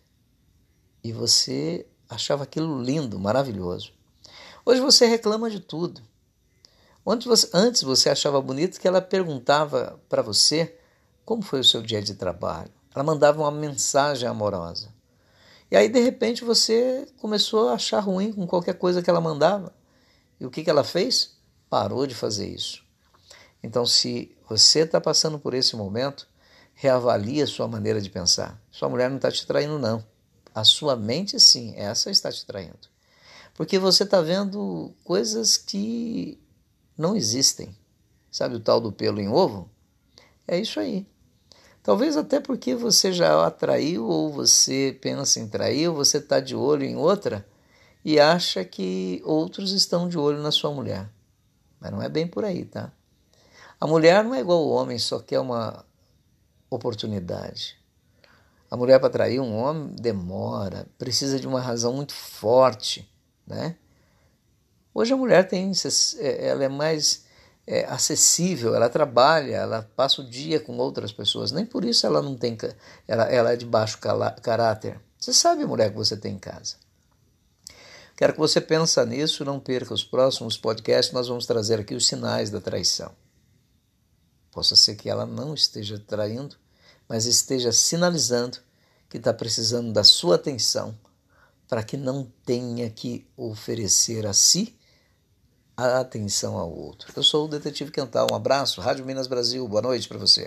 e você achava aquilo lindo, maravilhoso. Hoje você reclama de tudo. Antes você, antes você achava bonito que ela perguntava para você como foi o seu dia de trabalho. Ela mandava uma mensagem amorosa. E aí, de repente, você começou a achar ruim com qualquer coisa que ela mandava. E o que, que ela fez? Parou de fazer isso. Então, se você está passando por esse momento, reavalie a sua maneira de pensar. Sua mulher não está te traindo, não. A sua mente, sim, essa está te traindo. Porque você está vendo coisas que não existem. Sabe o tal do pelo em ovo? É isso aí. Talvez até porque você já a traiu, ou você pensa em trair, ou você está de olho em outra e acha que outros estão de olho na sua mulher. Mas não é bem por aí, tá? A mulher não é igual ao homem, só quer uma oportunidade. A mulher para trair um homem demora, precisa de uma razão muito forte, né? Hoje a mulher tem, ela é mais é, acessível, ela trabalha, ela passa o dia com outras pessoas, nem por isso ela não tem, ela, ela é de baixo caráter. Você sabe a mulher que você tem em casa. Quero que você pense nisso, não perca os próximos podcasts, nós vamos trazer aqui os sinais da traição. Possa ser que ela não esteja traindo, mas esteja sinalizando que está precisando da sua atenção para que não tenha que oferecer a si a atenção ao outro. Eu sou o Detetive Quental, um abraço, Rádio Minas Brasil, boa noite para você.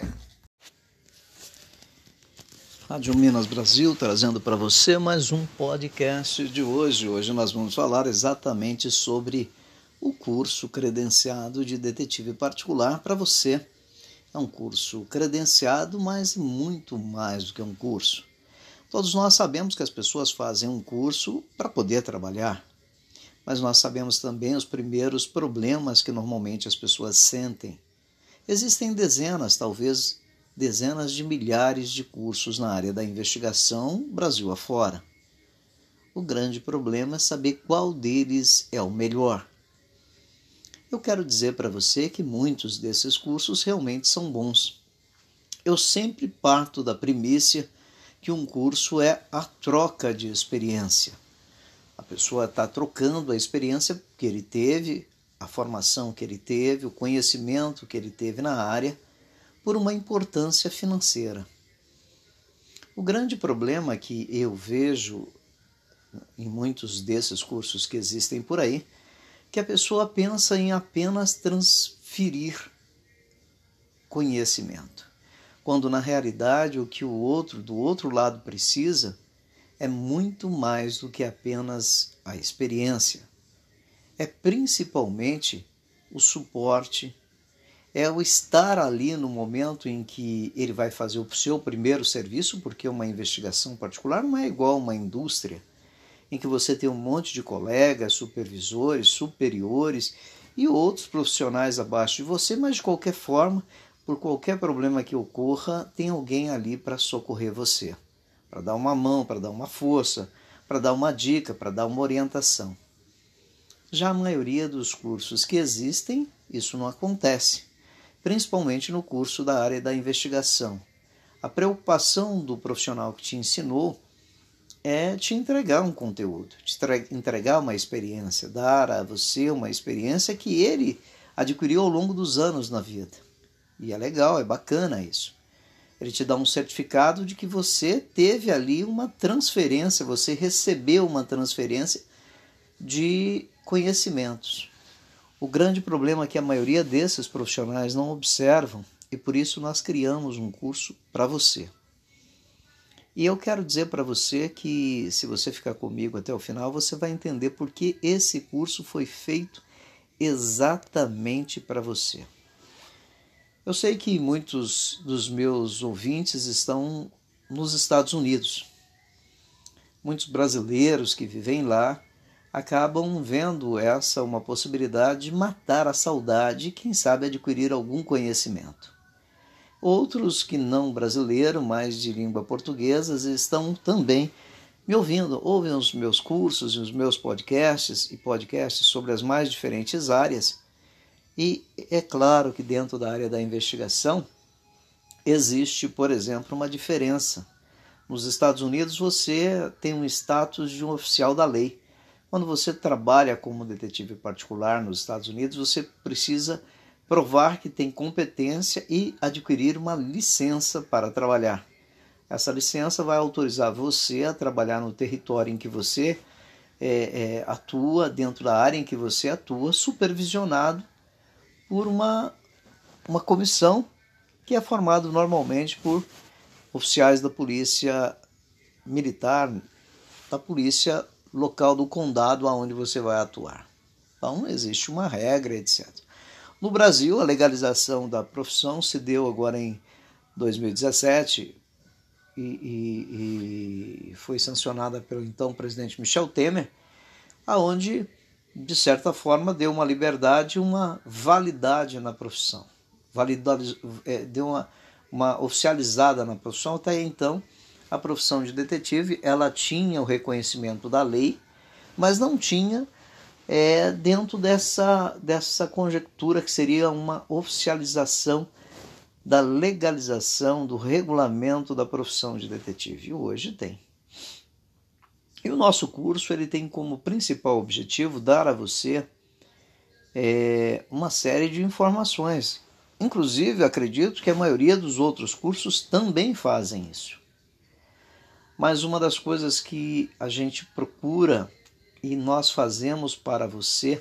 Rádio Minas Brasil trazendo para você mais um podcast de hoje. Hoje nós vamos falar exatamente sobre o curso credenciado de detetive particular para você. É um curso credenciado, mas muito mais do que um curso. Todos nós sabemos que as pessoas fazem um curso para poder trabalhar, mas nós sabemos também os primeiros problemas que normalmente as pessoas sentem. Existem dezenas, talvez dezenas de milhares de cursos na área da investigação, Brasil afora. O grande problema é saber qual deles é o melhor. Eu quero dizer para você que muitos desses cursos realmente são bons. Eu sempre parto da premissa que um curso é a troca de experiência. A pessoa está trocando a experiência que ele teve, a formação que ele teve, o conhecimento que ele teve na área, por uma importância financeira. O grande problema que eu vejo em muitos desses cursos que existem por aí, que a pessoa pensa em apenas transferir conhecimento, quando na realidade o que o outro do outro lado precisa é muito mais do que apenas a experiência. É principalmente o suporte, é o estar ali no momento em que ele vai fazer o seu primeiro serviço, porque uma investigação particular não é igual a uma indústria, em que você tem um monte de colegas, supervisores, superiores e outros profissionais abaixo de você, mas de qualquer forma, por qualquer problema que ocorra, tem alguém ali para socorrer você, para dar uma mão, para dar uma força, para dar uma dica, para dar uma orientação. Já a maioria dos cursos que existem, isso não acontece, principalmente no curso da área da investigação. A preocupação do profissional que te ensinou é te entregar um conteúdo, te entregar uma experiência, dar a você uma experiência que ele adquiriu ao longo dos anos na vida. E é legal, é bacana isso. Ele te dá um certificado de que você teve ali uma transferência, você recebeu uma transferência de conhecimentos. O grande problema é que a maioria desses profissionais não observam e por isso nós criamos um curso para você. E eu quero dizer para você que se você ficar comigo até o final, você vai entender por que esse curso foi feito exatamente para você. Eu sei que muitos dos meus ouvintes estão nos Estados Unidos. Muitos brasileiros que vivem lá acabam vendo essa uma possibilidade de matar a saudade e, quem sabe, adquirir algum conhecimento. Outros que não brasileiros, mas de língua portuguesa, estão também me ouvindo, ouvem os meus cursos e os meus podcasts e podcasts sobre as mais diferentes áreas. E é claro que dentro da área da investigação existe, por exemplo, uma diferença. Nos Estados Unidos você tem um status de um oficial da lei. Quando você trabalha como detetive particular nos Estados Unidos, você precisa provar que tem competência e adquirir uma licença para trabalhar. Essa licença vai autorizar você a trabalhar no território em que você é, é, atua, dentro da área em que você atua, supervisionado por uma, uma comissão que é formada normalmente por oficiais da polícia militar, da polícia local do condado aonde você vai atuar. Então, existe uma regra, etcétera. No Brasil, a legalização da profissão se deu agora em dois mil e dezessete e, e, e foi sancionada pelo então presidente Michel Temer, aonde de certa forma, deu uma liberdade, uma validade na profissão. Validade, é, deu uma, uma oficializada na profissão. Até então, a profissão de detetive, ela tinha o reconhecimento da lei, mas não tinha é, dentro dessa, dessa conjectura que seria uma oficialização da legalização, do regulamento da profissão de detetive. E hoje tem. E o nosso curso ele tem como principal objetivo dar a você é, uma série de informações. Inclusive, acredito que a maioria dos outros cursos também fazem isso. Mas uma das coisas que a gente procura e nós fazemos para você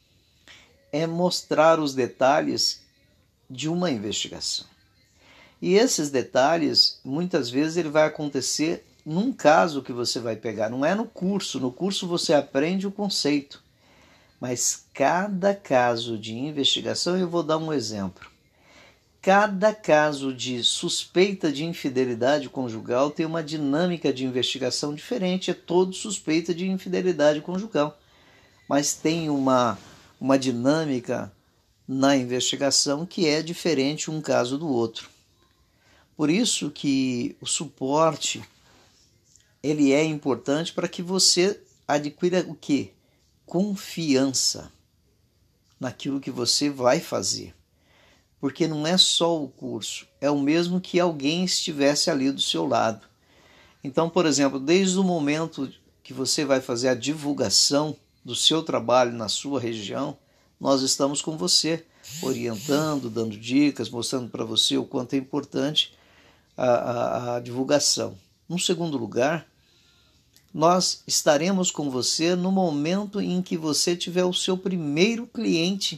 é mostrar os detalhes de uma investigação. E esses detalhes, muitas vezes, ele vai acontecer num caso que você vai pegar, não é no curso. No curso você aprende o conceito. Mas cada caso de investigação, eu vou dar um exemplo. Cada caso de suspeita de infidelidade conjugal tem uma dinâmica de investigação diferente. É todo suspeita de infidelidade conjugal. Mas tem uma, uma dinâmica na investigação que é diferente um caso do outro. Por isso que o suporte ele é importante para que você adquira o quê? Confiança naquilo que você vai fazer. Porque não é só o curso, é o mesmo que alguém estivesse ali do seu lado. Então, por exemplo, desde o momento que você vai fazer a divulgação do seu trabalho na sua região, nós estamos com você, orientando, dando dicas, mostrando para você o quanto é importante a, a, a divulgação. No segundo lugar, nós estaremos com você no momento em que você tiver o seu primeiro cliente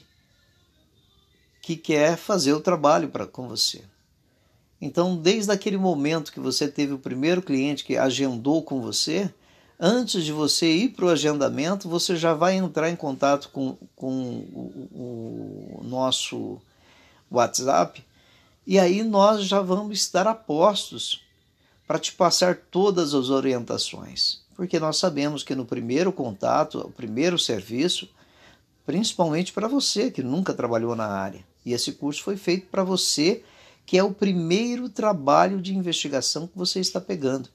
que quer fazer o trabalho pra, com você. Então, desde aquele momento que você teve o primeiro cliente que agendou com você, antes de você ir para o agendamento, você já vai entrar em contato com, com o, o nosso WhatsApp e aí nós já vamos estar a postos para te passar todas as orientações. Porque nós sabemos que no primeiro contato, o primeiro serviço, principalmente para você que nunca trabalhou na área, e esse curso foi feito para você, que é o primeiro trabalho de investigação que você está pegando.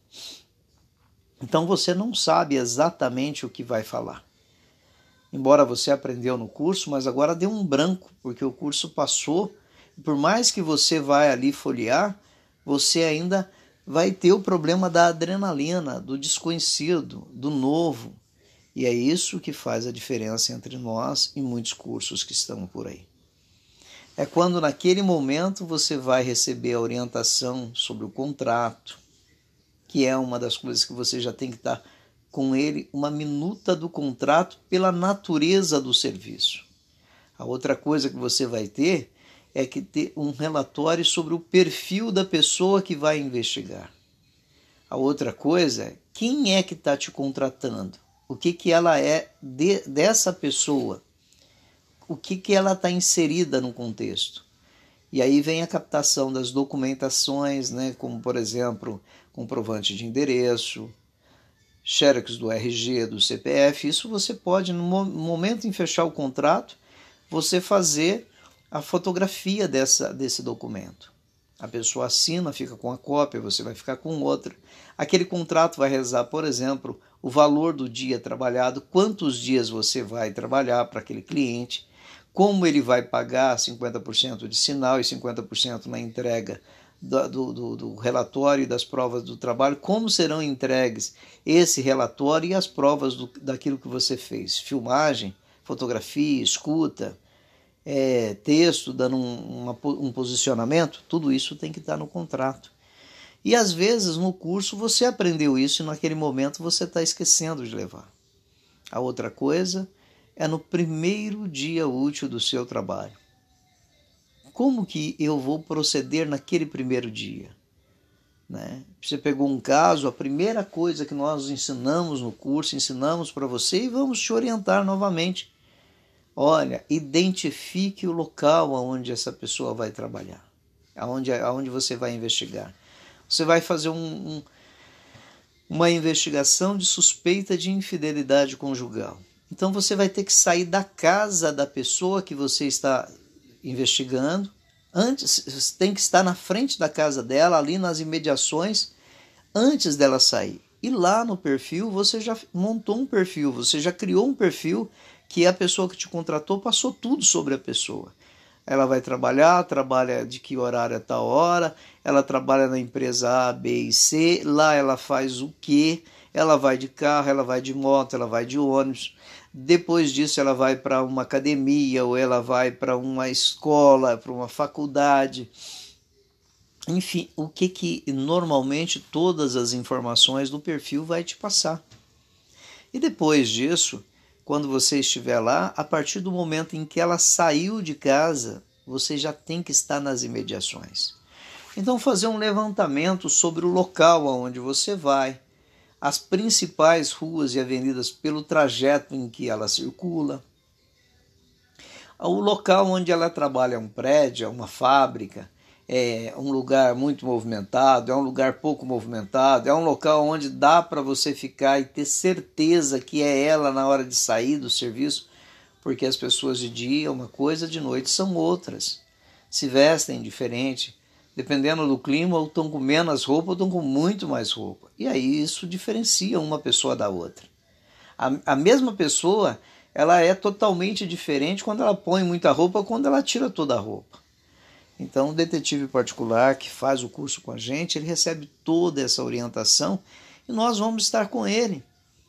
Então você não sabe exatamente o que vai falar. Embora você aprendeu no curso, mas agora deu um branco, porque o curso passou, e por mais que você vai ali folhear, você ainda vai ter o problema da adrenalina, do desconhecido, do novo. E é isso que faz a diferença entre nós e muitos cursos que estão por aí. É quando naquele momento você vai receber a orientação sobre o contrato, que é uma das coisas que você já tem que estar com ele, uma minuta do contrato pela natureza do serviço. A outra coisa que você vai ter é que ter um relatório sobre o perfil da pessoa que vai investigar. A outra coisa é quem é que está te contratando, o que, que ela é de, dessa pessoa, o que, que ela está inserida no contexto. E aí vem a captação das documentações, né, como, por exemplo, comprovante de endereço, xerox do R G, do C P F. Isso você pode, no momento em fechar o contrato, você fazer a fotografia dessa, desse documento. A pessoa assina, fica com a cópia, você vai ficar com outra. Aquele contrato vai rezar, por exemplo, o valor do dia trabalhado, quantos dias você vai trabalhar para aquele cliente, como ele vai pagar cinquenta por cento de sinal e cinquenta por cento na entrega do, do, do relatório e das provas do trabalho, como serão entregues esse relatório e as provas do, daquilo que você fez, filmagem, fotografia, escuta, é, texto, dando um, uma, um posicionamento, tudo isso tem que estar no contrato. E às vezes no curso você aprendeu isso e naquele momento você está esquecendo de levar. A outra coisa é no primeiro dia útil do seu trabalho. Como que eu vou proceder naquele primeiro dia? Né? Você pegou um caso, a primeira coisa que nós ensinamos no curso, ensinamos para você e vamos te orientar novamente. Olha, identifique o local onde essa pessoa vai trabalhar, aonde, aonde você vai investigar. Você vai fazer um, um, uma investigação de suspeita de infidelidade conjugal. Então você vai ter que sair da casa da pessoa que você está investigando. Antes, você tem que estar na frente da casa dela, ali nas imediações, antes dela sair. E lá no perfil, você já montou um perfil, você já criou um perfil que a pessoa que te contratou passou tudo sobre a pessoa. Ela vai trabalhar, trabalha de que horário a tal hora, ela trabalha na empresa A, B e C, lá ela faz o quê? Ela vai de carro, ela vai de moto, ela vai de ônibus. Depois disso ela vai para uma academia ou ela vai para uma escola, para uma faculdade. Enfim, o que que normalmente todas as informações do perfil vai te passar. E depois disso, quando você estiver lá, a partir do momento em que ela saiu de casa, você já tem que estar nas imediações. Então fazer um levantamento sobre o local aonde você vai, as principais ruas e avenidas pelo trajeto em que ela circula, o local onde ela trabalha é um prédio, é uma fábrica, é um lugar muito movimentado, é um lugar pouco movimentado, é um local onde dá para você ficar e ter certeza que é ela na hora de sair do serviço, porque as pessoas de dia uma coisa, de noite são outras, se vestem diferente. Dependendo do clima, ou estão com menos roupa ou estão com muito mais roupa. E aí isso diferencia uma pessoa da outra. A, a mesma pessoa, ela é totalmente diferente quando ela põe muita roupa ou quando ela tira toda a roupa. Então o detetive particular que faz o curso com a gente, ele recebe toda essa orientação e nós vamos estar com ele,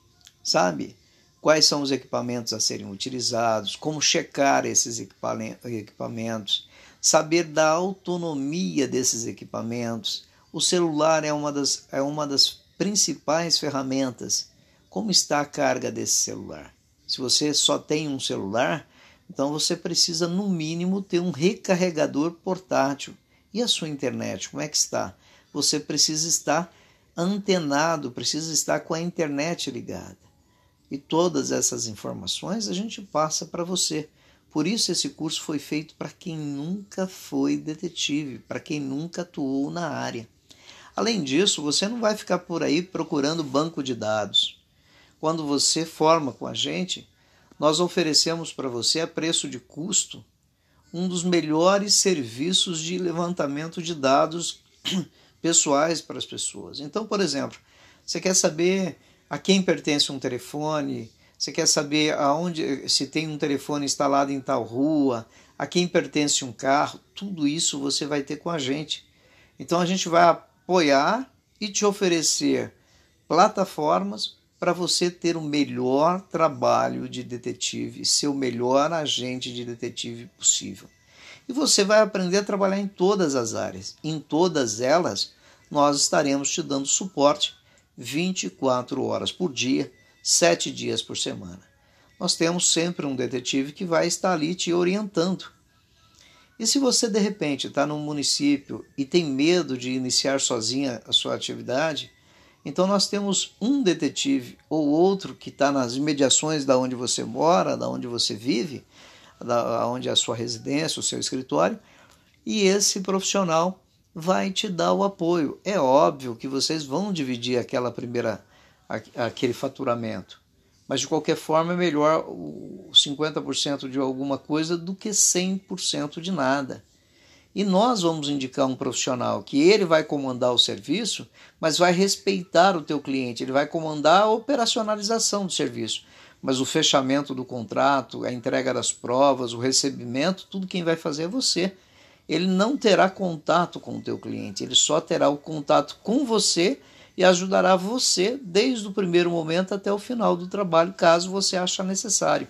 sabe? Quais são os equipamentos a serem utilizados, como checar esses equipamentos, saber da autonomia desses equipamentos. O celular é uma das, é uma das principais ferramentas. Como está a carga desse celular? Se você só tem um celular, então você precisa, no mínimo, ter um recarregador portátil. E a sua internet, como é que está? Você precisa estar antenado, precisa estar com a internet ligada. E todas essas informações a gente passa para você. Por isso esse curso foi feito para quem nunca foi detetive, para quem nunca atuou na área. Além disso, você não vai ficar por aí procurando banco de dados. Quando você forma com a gente, nós oferecemos para você a preço de custo um dos melhores serviços de levantamento de dados pessoais para as pessoas. Então, por exemplo, você quer saber a quem pertence um telefone, você quer saber aonde, se tem um telefone instalado em tal rua, a quem pertence um carro, tudo isso você vai ter com a gente. Então a gente vai apoiar e te oferecer plataformas para você ter o melhor trabalho de detetive, ser o melhor agente de detetive possível. E você vai aprender a trabalhar em todas as áreas. Em todas elas, nós estaremos te dando suporte vinte e quatro horas por dia, sete dias por semana. Nós temos sempre um detetive que vai estar ali te orientando. E se você, de repente, está num município e tem medo de iniciar sozinha a sua atividade, então nós temos um detetive ou outro que está nas imediações da onde você mora, da onde você vive, da onde é a sua residência, o seu escritório, e esse profissional vai te dar o apoio. É óbvio que vocês vão dividir aquela primeira, aquele faturamento, mas de qualquer forma é melhor cinquenta por cento de alguma coisa do que cem por cento de nada. E nós vamos indicar um profissional que ele vai comandar o serviço, mas vai respeitar o teu cliente, ele vai comandar a operacionalização do serviço. Mas o fechamento do contrato, a entrega das provas, o recebimento, tudo quem vai fazer é você. Ele não terá contato com o teu cliente, ele só terá o contato com você e ajudará você desde o primeiro momento até o final do trabalho, caso você ache necessário.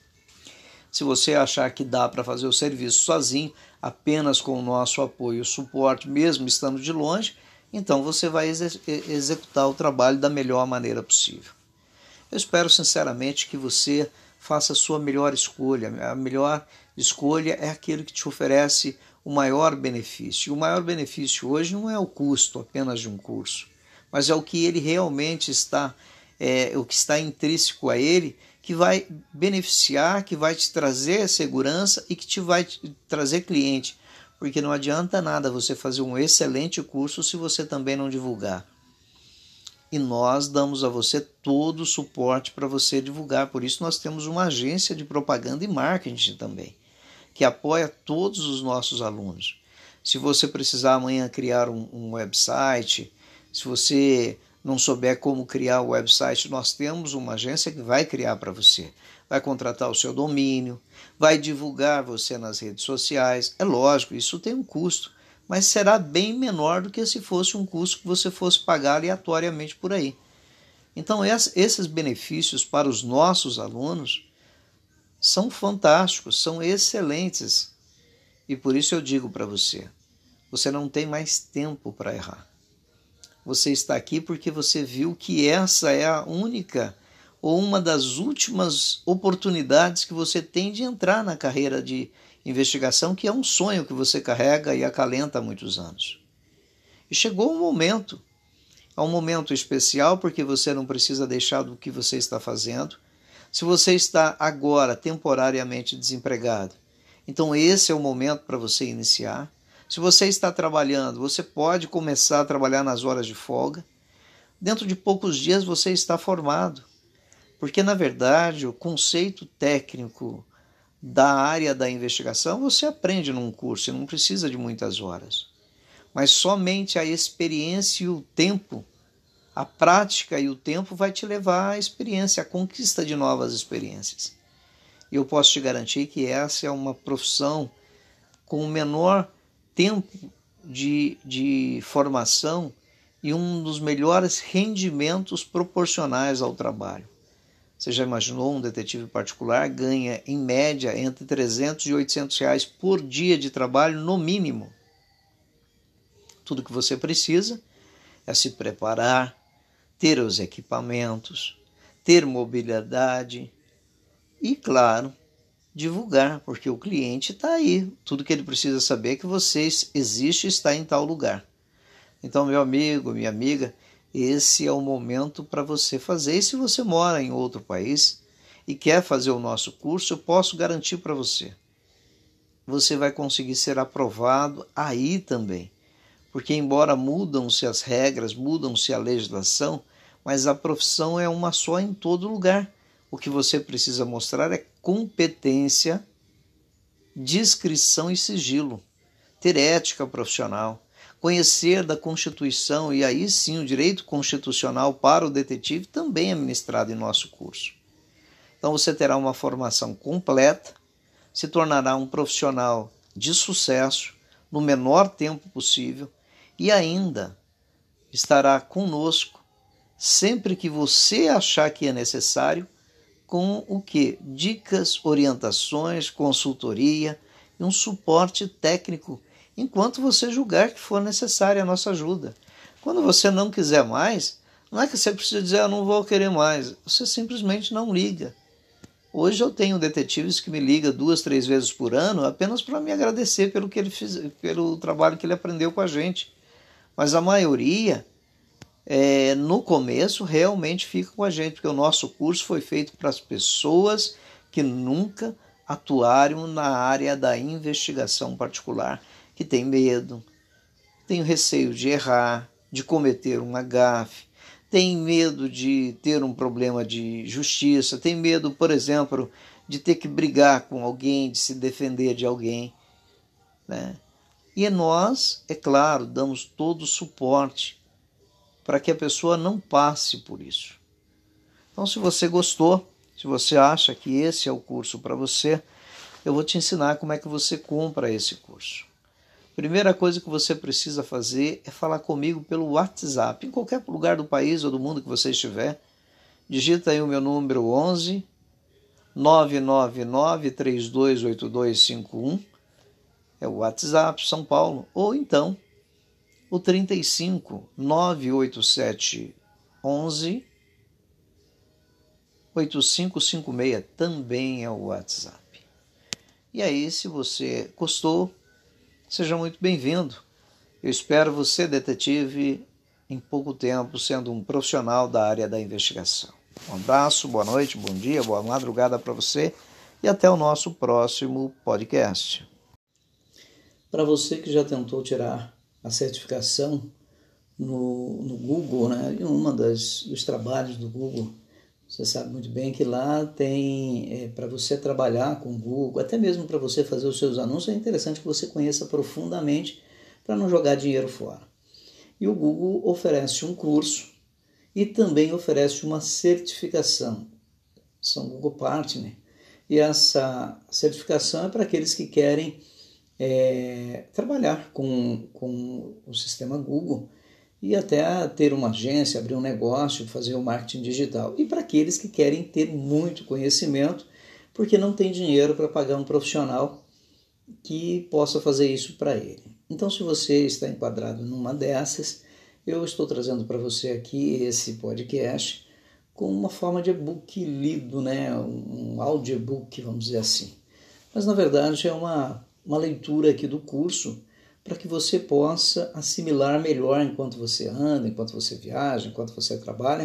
Se você achar que dá para fazer o serviço sozinho, apenas com o nosso apoio e suporte, mesmo estando de longe, então você vai ex- executar o trabalho da melhor maneira possível. Eu espero sinceramente que você faça a sua melhor escolha. A melhor escolha é aquele que te oferece o maior benefício. E o maior benefício hoje não é o custo apenas de um curso, mas é o que ele realmente está, é, o que está intrínseco a ele, que vai beneficiar, que vai te trazer segurança e que te vai te trazer cliente. Porque não adianta nada você fazer um excelente curso se você também não divulgar. E nós damos a você todo o suporte para você divulgar. Por isso nós temos uma agência de propaganda e marketing também, que apoia todos os nossos alunos. Se você precisar amanhã criar um, um website, se você não souber como criar o website, nós temos uma agência que vai criar para você. Vai contratar o seu domínio, vai divulgar você nas redes sociais. É lógico, isso tem um custo, mas será bem menor do que se fosse um custo que você fosse pagar aleatoriamente por aí. Então, esses benefícios para os nossos alunos são fantásticos, são excelentes. E por isso eu digo para você, você não tem mais tempo para errar. Você está aqui porque você viu que essa é a única ou uma das últimas oportunidades que você tem de entrar na carreira de investigação, que é um sonho que você carrega e acalenta há muitos anos. E chegou um momento, é um momento especial porque você não precisa deixar do que você está fazendo. Se você está agora temporariamente desempregado, então esse é o momento para você iniciar. Se você está trabalhando, você pode começar a trabalhar nas horas de folga. Dentro de poucos dias você está formado. Porque, na verdade, o conceito técnico da área da investigação você aprende num curso e não precisa de muitas horas. Mas somente a experiência e o tempo, a prática e o tempo vai te levar à experiência, à conquista de novas experiências. E eu posso te garantir que essa é uma profissão com o menor tempo de, de formação e um dos melhores rendimentos proporcionais ao trabalho. Você já imaginou um detetive particular ganha, em média, entre trezentos e oitocentos reais por dia de trabalho, no mínimo? Tudo que você precisa é se preparar, ter os equipamentos, ter mobilidade e, claro, divulgar, porque o cliente está aí. Tudo que ele precisa saber é que você existe e está em tal lugar. Então, meu amigo, minha amiga, esse é o momento para você fazer. E se você mora em outro país e quer fazer o nosso curso, eu posso garantir para você. Você vai conseguir ser aprovado aí também. Porque embora mudam-se as regras, mudam-se a legislação, mas a profissão é uma só em todo lugar. O que você precisa mostrar é competência, discrição e sigilo, ter ética profissional, conhecer da Constituição, e aí sim o direito constitucional para o detetive também é ministrado em nosso curso. Então você terá uma formação completa, se tornará um profissional de sucesso no menor tempo possível e ainda estará conosco sempre que você achar que é necessário, com o que? Dicas, orientações, consultoria, e um suporte técnico enquanto você julgar que for necessária a nossa ajuda. Quando você não quiser mais, não é que você precisa dizer, eu não vou querer mais. Você simplesmente não liga. Hoje eu tenho detetives que me ligam duas, três vezes por ano apenas para me agradecer pelo, que ele fez, pelo trabalho que ele aprendeu com a gente. Mas a maioria, é, no começo, realmente fica com a gente, porque o nosso curso foi feito para as pessoas que nunca atuaram na área da investigação particular, que tem medo, tem receio de errar, de cometer uma gafe, tem medo de ter um problema de justiça, tem medo, por exemplo, de ter que brigar com alguém, de se defender de alguém, né? E nós, é claro, damos todo o suporte para que a pessoa não passe por isso. Então, se você gostou, se você acha que esse é o curso para você, eu vou te ensinar como é que você compra esse curso. Primeira coisa que você precisa fazer é falar comigo pelo WhatsApp, em qualquer lugar do país ou do mundo que você estiver. Digita aí o meu número onze, nove nove nove, três dois oito dois cinco um, é o WhatsApp São Paulo, ou então o trinta e cinco, nove oito sete, onze, oito cinco cinco seis, também é o WhatsApp. E aí, se você gostou, seja muito bem-vindo. Eu espero você, detetive, em pouco tempo, sendo um profissional da área da investigação. Um abraço, boa noite, bom dia, boa madrugada para você e até o nosso próximo podcast. Para você que já tentou tirar a certificação no, no Google, né, em uma das, dos trabalhos do Google, você sabe muito bem que lá tem, é, para você trabalhar com o Google, até mesmo para você fazer os seus anúncios, é interessante que você conheça profundamente para não jogar dinheiro fora. E o Google oferece um curso e também oferece uma certificação. São Google Partner. E essa certificação é para aqueles que querem é, trabalhar com, com o sistema Google e até ter uma agência, abrir um negócio, fazer o marketing digital. E para aqueles que querem ter muito conhecimento, porque não tem dinheiro para pagar um profissional que possa fazer isso para ele. Então, se você está enquadrado numa dessas, eu estou trazendo para você aqui esse podcast com uma forma de e-book lido, né? Um audiobook, vamos dizer assim. Mas, na verdade, é uma, uma leitura aqui do curso para que você possa assimilar melhor enquanto você anda, enquanto você viaja, enquanto você trabalha,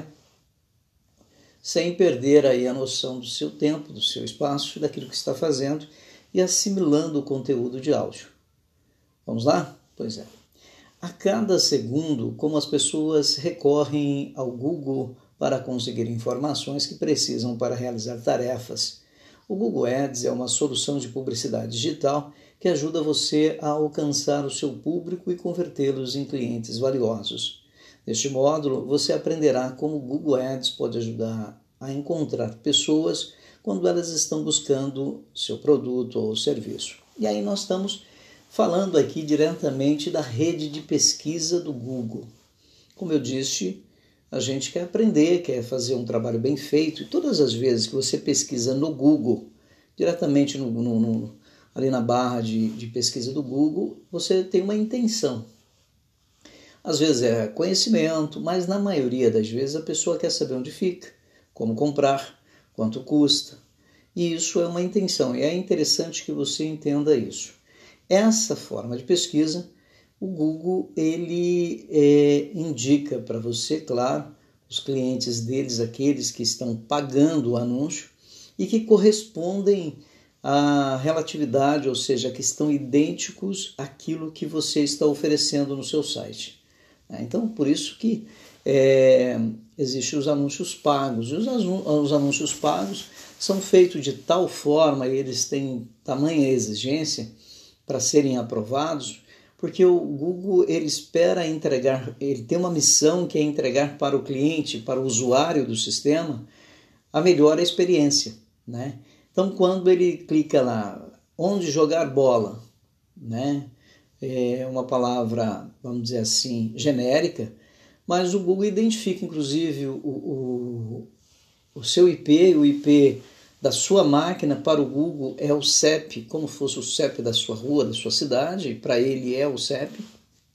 sem perder aí a noção do seu tempo, do seu espaço, daquilo que está fazendo e assimilando o conteúdo de áudio. Vamos lá? Pois é. A cada segundo, como as pessoas recorrem ao Google para conseguir informações que precisam para realizar tarefas. O Google Ads é uma solução de publicidade digital que ajuda você a alcançar o seu público e convertê-los em clientes valiosos. Neste módulo, você aprenderá como o Google Ads pode ajudar a encontrar pessoas quando elas estão buscando seu produto ou serviço. E aí nós estamos falando aqui diretamente da rede de pesquisa do Google. Como eu disse, a gente quer aprender, quer fazer um trabalho bem feito, e todas as vezes que você pesquisa no Google, diretamente no, no, no, ali na barra de, de pesquisa do Google, você tem uma intenção. Às vezes é conhecimento, mas na maioria das vezes a pessoa quer saber onde fica, como comprar, quanto custa. E isso é uma intenção, e é interessante que você entenda isso. Essa forma de pesquisa, o Google ele é, indica para você, claro, os clientes deles, aqueles que estão pagando o anúncio e que correspondem à relatividade, ou seja, que estão idênticos àquilo que você está oferecendo no seu site. Então, por isso que é, existem os anúncios pagos. E os, os anúncios pagos são feitos de tal forma, e eles têm tamanha exigência para serem aprovados, porque o Google ele espera entregar, ele tem uma missão que é entregar para o cliente, para o usuário do sistema, a melhor experiência, né? Então, quando ele clica lá, onde jogar bola, né? É uma palavra, vamos dizer assim, genérica, mas o Google identifica, inclusive, o, o, o seu I P, o I P da sua máquina para o Google é o C E P, como fosse o C E P da sua rua, da sua cidade, para ele é o C E P.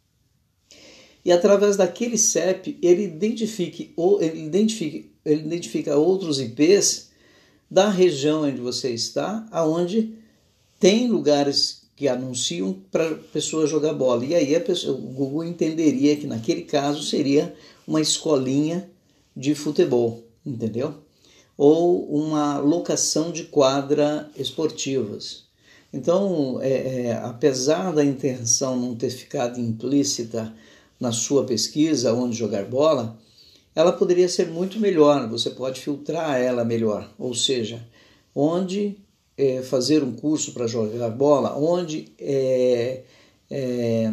E através daquele C E P, ele, identifique, ele, identifique, ele identifica outros I Ps da região onde você está, aonde tem lugares que anunciam para pessoas jogar bola. E aí a pessoa, o Google entenderia que naquele caso seria uma escolinha de futebol, entendeu? Ou uma locação de quadra esportivas. Então, é, é, apesar da intenção não ter ficado implícita na sua pesquisa onde jogar bola, ela poderia ser muito melhor, você pode filtrar ela melhor, ou seja, onde é, fazer um curso para jogar bola, onde, é, é,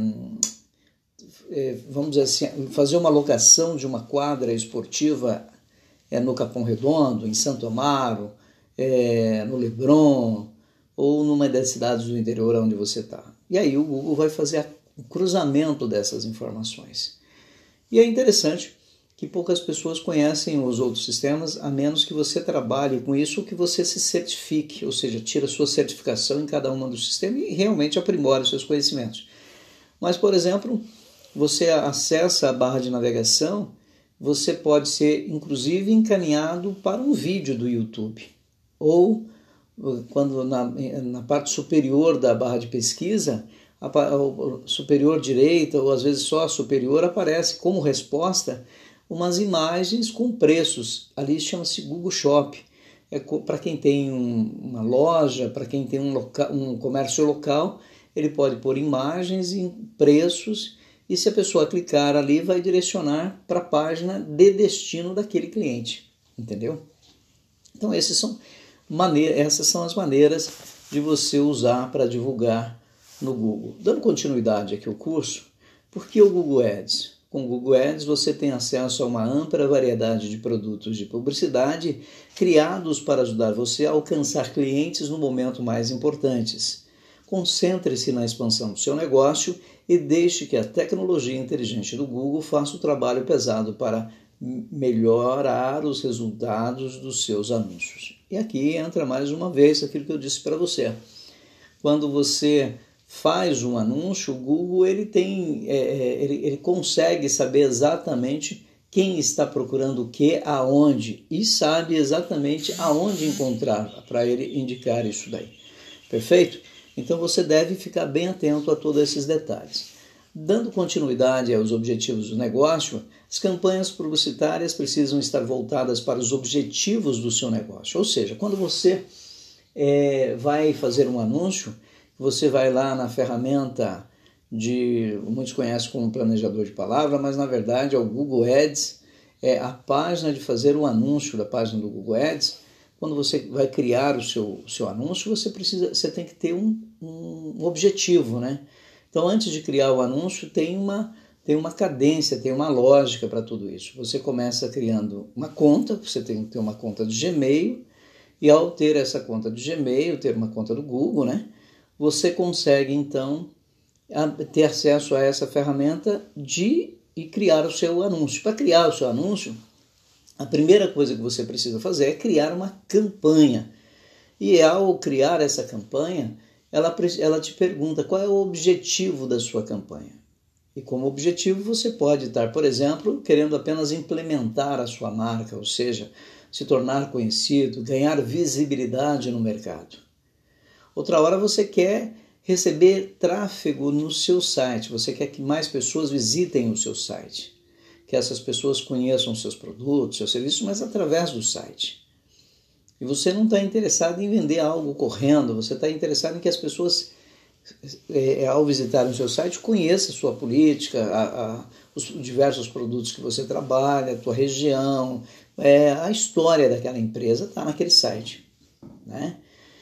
é, vamos dizer assim, fazer uma locação de uma quadra esportiva é, no Capão Redondo, em Santo Amaro, é, no Leblon, ou numa das cidades do interior onde você está. E aí o Google vai fazer o cruzamento dessas informações. E é interessante que poucas pessoas conhecem os outros sistemas, a menos que você trabalhe com isso ou que você se certifique, ou seja, tira sua certificação em cada um dos sistemas e realmente aprimore os seus conhecimentos. Mas, por exemplo, você acessa a barra de navegação, você pode ser, inclusive, encaminhado para um vídeo do YouTube. Ou, quando na, na parte superior da barra de pesquisa, a, a superior direita, ou às vezes só a superior, aparece como resposta umas imagens com preços. Ali chama-se Google Shop. É para quem tem um, uma loja, para quem tem um, loca, um comércio local, ele pode pôr imagens e preços, e se a pessoa clicar ali, vai direcionar para a página de destino daquele cliente, entendeu? Então esses são maneira, essas são as maneiras de você usar para divulgar no Google. Dando continuidade aqui ao curso, por que o Google Ads? Com o Google Ads você tem acesso a uma ampla variedade de produtos de publicidade criados para ajudar você a alcançar clientes no momento mais importantes. Concentre-se na expansão do seu negócio e deixe que a tecnologia inteligente do Google faça o trabalho pesado para melhorar os resultados dos seus anúncios. E aqui entra mais uma vez aquilo que eu disse para você. Quando você faz um anúncio, o Google ele tem, é, ele, ele consegue saber exatamente quem está procurando o que, aonde, e sabe exatamente aonde encontrar para ele indicar isso daí. Perfeito? Então você deve ficar bem atento a todos esses detalhes. Dando continuidade aos objetivos do negócio, as campanhas publicitárias precisam estar voltadas para os objetivos do seu negócio. Ou seja, quando você é, vai fazer um anúncio, você vai lá na ferramenta de, muitos conhecem como planejador de palavra, mas na verdade é o Google Ads, é a página de fazer o anúncio da página do Google Ads. Quando você vai criar o seu, seu anúncio, você, precisa, você tem que ter um, um objetivo, né? Então, antes de criar o anúncio, tem uma, tem uma cadência, tem uma lógica para tudo isso. Você começa criando uma conta, você tem que ter uma conta de Gmail, e ao ter essa conta de Gmail, ter uma conta do Google, né? Você consegue, então, ter acesso a essa ferramenta de, e criar o seu anúncio. Para criar o seu anúncio, a primeira coisa que você precisa fazer é criar uma campanha. E ao criar essa campanha, ela, ela te pergunta qual é o objetivo da sua campanha. E como objetivo você pode estar, por exemplo, querendo apenas implementar a sua marca, ou seja, se tornar conhecido, ganhar visibilidade no mercado. Outra hora você quer receber tráfego no seu site, você quer que mais pessoas visitem o seu site, que essas pessoas conheçam seus produtos, seus serviços, mas através do site. E você não está interessado em vender algo correndo, você está interessado em que as pessoas, é, ao visitarem o seu site, conheçam a sua política, a, a, os diversos produtos que você trabalha, a tua região, é, a história daquela empresa está naquele site, né?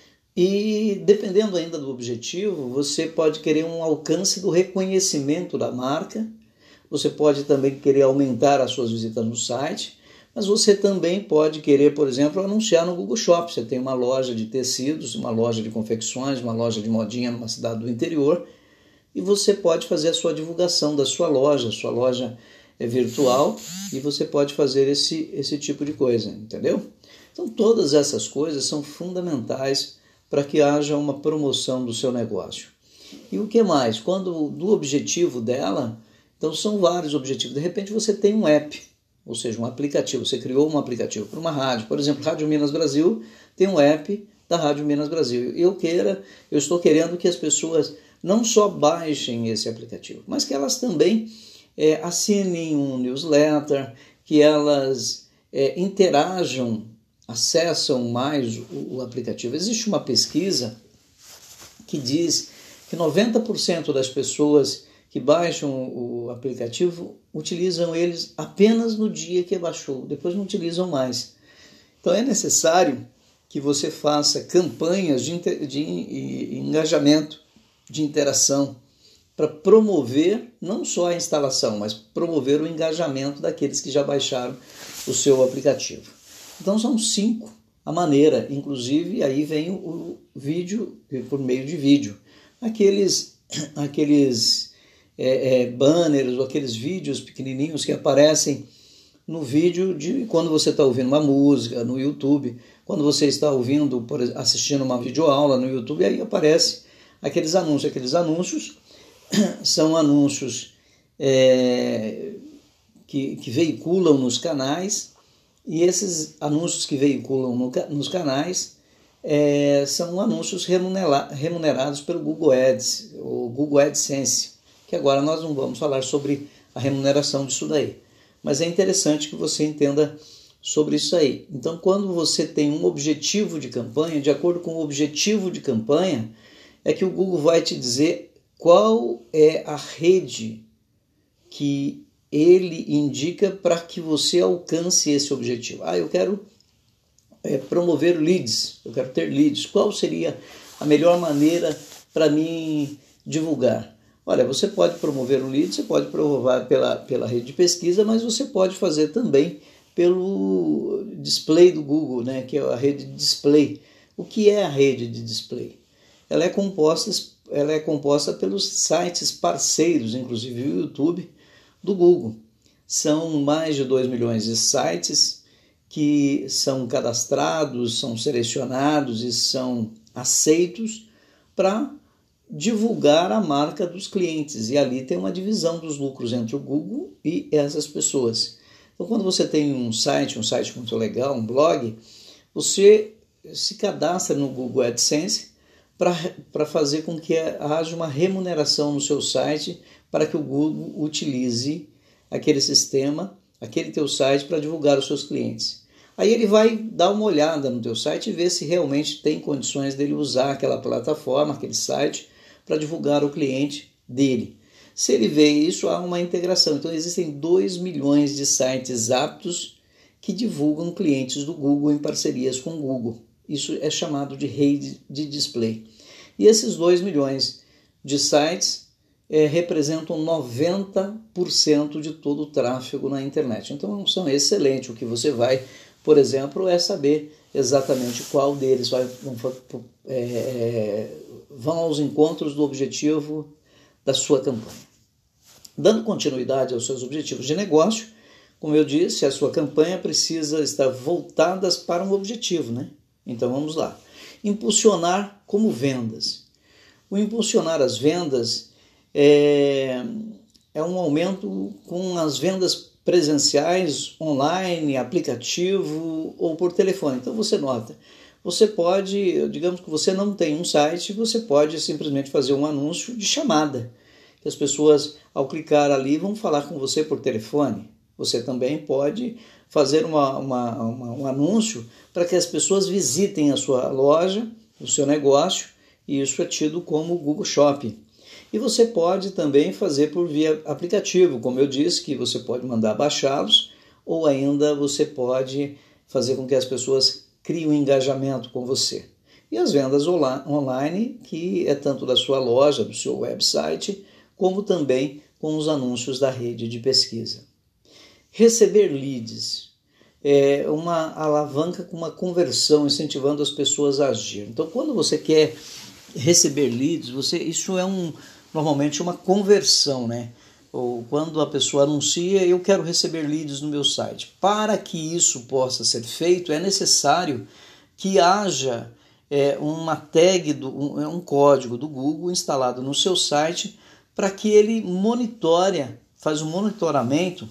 E dependendo ainda do objetivo, você pode querer um alcance do reconhecimento da marca, você pode também querer aumentar as suas visitas no site, mas você também pode querer, por exemplo, anunciar no Google Shop. Você tem uma loja de tecidos, uma loja de confecções, uma loja de modinha numa cidade do interior, e você pode fazer a sua divulgação da sua loja. Sua loja é virtual e você pode fazer esse, esse tipo de coisa, entendeu? Então todas essas coisas são fundamentais para que haja uma promoção do seu negócio. E o que mais? Quando do objetivo dela, então são vários objetivos. De repente você tem um app, ou seja, um aplicativo. Você criou um aplicativo para uma rádio. Por exemplo, Rádio Minas Brasil tem um app da Rádio Minas Brasil. Eu queira, eu estou querendo que as pessoas não só baixem esse aplicativo, mas que elas também é, assinem um newsletter, que elas é, interajam, acessam mais o, o aplicativo. Existe uma pesquisa que diz que noventa por cento das pessoas que baixam o aplicativo utilizam eles apenas no dia que baixou, depois não utilizam mais. Então é necessário que você faça campanhas de, de engajamento, de interação, para promover não só a instalação, mas promover o engajamento daqueles que já baixaram o seu aplicativo. Então são cinco a maneira, inclusive aí vem o vídeo, por meio de vídeo. Aqueles, aqueles é, é, banners ou aqueles vídeos pequenininhos que aparecem no vídeo de quando você está ouvindo uma música no YouTube, quando você está ouvindo, por, assistindo uma videoaula no YouTube, aí aparece aqueles anúncios. Aqueles anúncios são anúncios é, que, que veiculam nos canais, e esses anúncios que veiculam no, nos canais é, são anúncios remunera, remunerados pelo Google Ads, o Google AdSense, que agora nós não vamos falar sobre a remuneração disso daí. Mas é interessante que você entenda sobre isso aí. Então, quando você tem um objetivo de campanha, de acordo com o objetivo de campanha, é que o Google vai te dizer qual é a rede que ele indica para que você alcance esse objetivo. Ah, eu quero é, promover leads, eu quero ter leads. Qual seria a melhor maneira para mim divulgar? Olha, você pode promover o lead, você pode promover pela, pela rede de pesquisa, mas você pode fazer também pelo display do Google, né, que é a rede de display. O que é a rede de display? Ela é composta, ela é composta pelos sites parceiros, inclusive o YouTube, do Google. São mais de dois milhões de sites que são cadastrados, são selecionados e são aceitos para divulgar a marca dos clientes, e ali tem uma divisão dos lucros entre o Google e essas pessoas. Então, quando você tem um site, um site muito legal, um blog, você se cadastra no Google AdSense para fazer com que haja uma remuneração no seu site para que o Google utilize aquele sistema, aquele teu site para divulgar os seus clientes. Aí ele vai dar uma olhada no teu site e ver se realmente tem condições dele usar aquela plataforma, aquele site, para divulgar o cliente dele. Se ele vê isso, há uma integração. Então, existem dois milhões de sites aptos que divulgam clientes do Google em parcerias com o Google. Isso é chamado de rede de display. E esses dois milhões de sites é, representam noventa por cento de todo o tráfego na internet. Então, são excelentes. O que você vai, por exemplo, é saber exatamente qual deles vai, vão, é, vão aos encontros do objetivo da sua campanha. Dando continuidade aos seus objetivos de negócio, como eu disse, a sua campanha precisa estar voltada para um objetivo, né? Então vamos lá. Impulsionar como vendas. O impulsionar as vendas é, é um aumento com as vendas presenciais, online, aplicativo ou por telefone. Então você nota, você pode, digamos que você não tem um site, você pode simplesmente fazer um anúncio de chamada, que as pessoas, ao clicar ali, vão falar com você por telefone. Você também pode fazer uma, uma, uma, um anúncio para que as pessoas visitem a sua loja, o seu negócio, e isso é tido como Google Shopping. E você pode também fazer por via aplicativo, como eu disse, que você pode mandar baixá-los, ou ainda você pode fazer com que as pessoas criem um engajamento com você. E as vendas online, que é tanto da sua loja, do seu website, como também com os anúncios da rede de pesquisa. Receber leads é uma alavanca com uma conversão, incentivando as pessoas a agir. Então, quando você quer receber leads, você, isso é um, normalmente uma conversão, né? ou quando a pessoa anuncia, eu quero receber leads no meu site. Para que isso possa ser feito, é necessário que haja é, uma tag, do, um, um código do Google instalado no seu site para que ele monitore, faz um monitoramento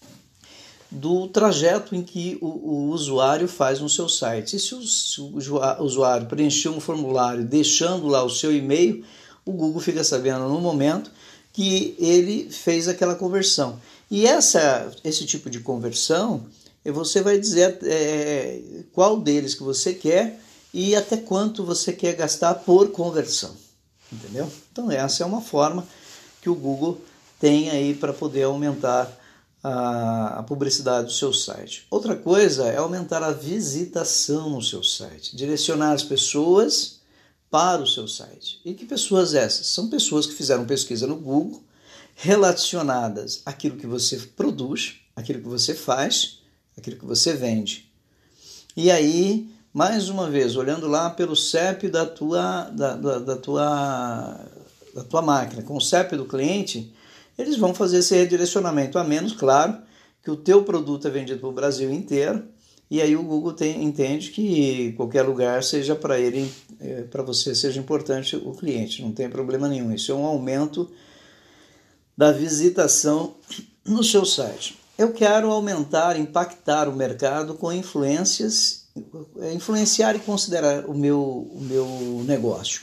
do trajeto em que o, o usuário faz no seu site. E se o, se o usuário preencher um formulário deixando lá o seu e-mail, o Google fica sabendo no momento que ele fez aquela conversão. E essa, esse tipo de conversão, você vai dizer é, qual deles que você quer e até quanto você quer gastar por conversão. Entendeu? Então essa é uma forma que o Google tem aí para poder aumentar a, a publicidade do seu site. Outra coisa é aumentar a visitação no seu site, direcionar as pessoas para o seu site. E que pessoas essas? São pessoas que fizeram pesquisa no Google relacionadas àquilo que você produz, àquilo que você faz, àquilo que você vende. E aí, mais uma vez, olhando lá pelo C E P da tua, da, da, da tua, da tua máquina, com o C E P do cliente, eles vão fazer esse redirecionamento, a menos, claro, que o teu produto é vendido para o Brasil inteiro, e aí o Google tem, entende que qualquer lugar seja para ele, é, para você seja importante o cliente, não tem problema nenhum. Isso é um aumento da visitação no seu site. Eu quero aumentar, impactar o mercado com influências, influenciar e considerar o meu, o meu negócio,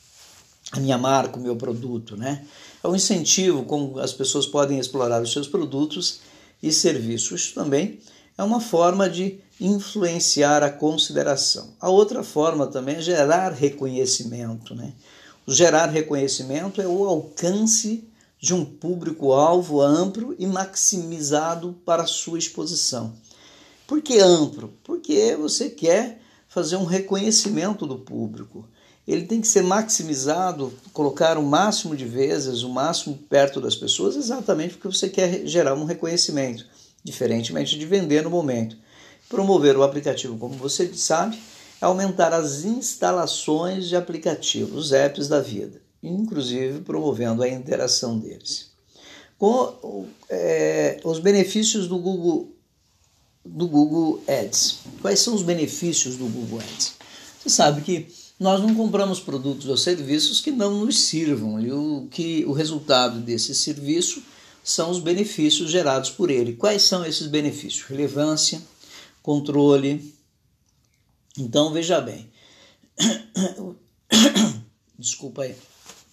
a minha marca, o meu produto, né? É um incentivo como as pessoas podem explorar os seus produtos e serviços. Isso também é uma forma de influenciar a consideração. A outra forma também é gerar reconhecimento, né? O gerar reconhecimento é o alcance de um público-alvo amplo e maximizado para a sua exposição. Por que amplo? Porque você quer fazer um reconhecimento do público. Ele tem que ser maximizado, colocar o máximo de vezes, o máximo perto das pessoas, exatamente porque você quer gerar um reconhecimento, diferentemente de vender no momento. Promover o aplicativo, como você sabe, é aumentar as instalações de aplicativos, os apps da vida, inclusive promovendo a interação deles. Com é, os benefícios do Google, do Google Ads. Quais são os benefícios do Google Ads? Você sabe que nós não compramos produtos ou serviços que não nos sirvam, e o, que, o resultado desse serviço são os benefícios gerados por ele. Quais são esses benefícios? Relevância, controle. Então, veja bem. Desculpa aí.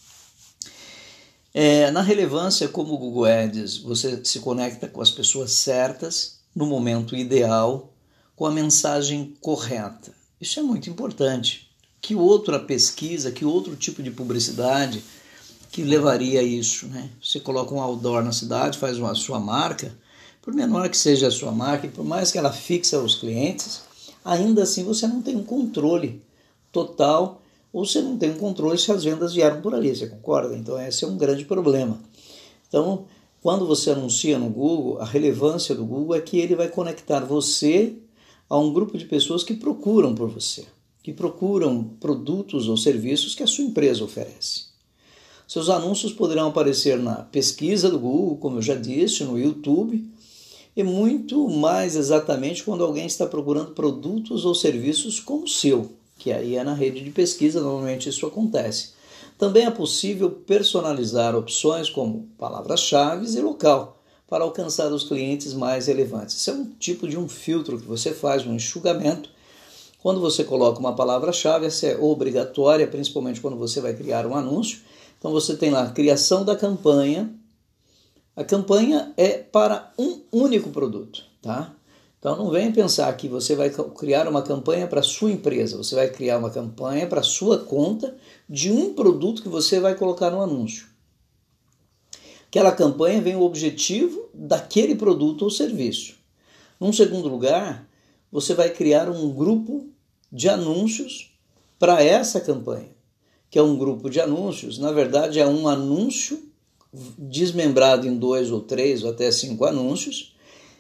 É, na relevância, como o Google Ads, você se conecta com as pessoas certas, no momento ideal, com a mensagem correta. Isso é muito importante. Que outra pesquisa, que outro tipo de publicidade que levaria a isso, né? Você coloca um outdoor na cidade, faz uma sua marca, por menor que seja a sua marca, e por mais que ela fixe os clientes, ainda assim você não tem um controle total, ou você não tem um controle se as vendas vieram por ali, você concorda? Então esse é um grande problema. Então, quando você anuncia no Google, a relevância do Google é que ele vai conectar você a um grupo de pessoas que procuram por você, que procuram produtos ou serviços que a sua empresa oferece. Seus anúncios poderão aparecer na pesquisa do Google, como eu já disse, no YouTube, e muito mais exatamente quando alguém está procurando produtos ou serviços como o seu, que aí é na rede de pesquisa, normalmente isso acontece. Também é possível personalizar opções como palavras-chave e local, para alcançar os clientes mais relevantes. Isso é um tipo de um filtro que você faz, um enxugamento. Quando você coloca uma palavra-chave, essa é obrigatória, principalmente quando você vai criar um anúncio. Então você tem lá a criação da campanha. A campanha é para um único produto, tá? Então não venha pensar que você vai criar uma campanha para a sua empresa. Você vai criar uma campanha para a sua conta de um produto que você vai colocar no anúncio. Aquela campanha vem o objetivo daquele produto ou serviço. Num segundo lugar, você vai criar um grupo de anúncios para essa campanha, que é um grupo de anúncios, na verdade é um anúncio desmembrado em dois ou três ou até cinco anúncios,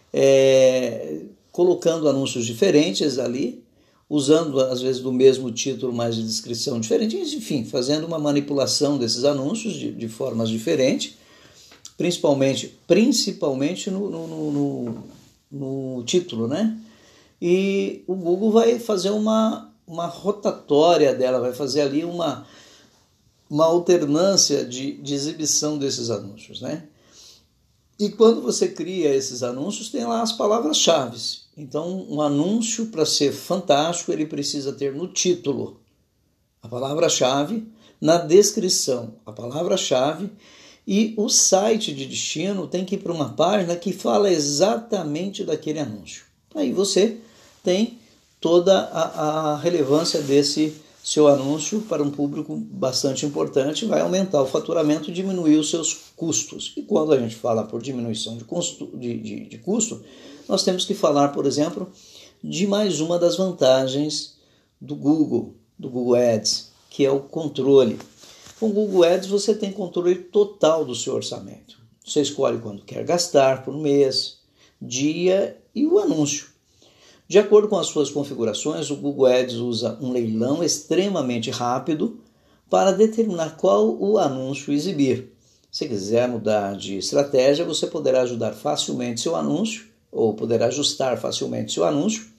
é, colocando anúncios diferentes ali, usando às vezes do mesmo título, mas de descrição diferente, enfim, fazendo uma manipulação desses anúncios de, de formas diferentes, principalmente, principalmente no, no, no, no título, né? E o Google vai fazer uma, uma rotatória dela, vai fazer ali uma, uma alternância de, de exibição desses anúncios, né? E quando você cria esses anúncios, tem lá as palavras-chave. Então, um anúncio, para ser fantástico, ele precisa ter no título a palavra-chave, na descrição a palavra-chave, e o site de destino tem que ir para uma página que fala exatamente daquele anúncio. Aí você tem toda a, a relevância desse seu anúncio para um público bastante importante, vai aumentar o faturamento e diminuir os seus custos. E quando a gente fala por diminuição de custo, de, de, de custo, nós temos que falar, por exemplo, de mais uma das vantagens do Google, do Google Ads, que é o controle. Com o Google Ads você tem controle total do seu orçamento. Você escolhe quando quer gastar por mês, dia e o anúncio. De acordo com as suas configurações, o Google Ads usa um leilão extremamente rápido para determinar qual o anúncio exibir. Se quiser mudar de estratégia, você poderá ajudar facilmente seu anúncio, ou poderá ajustar facilmente seu anúncio,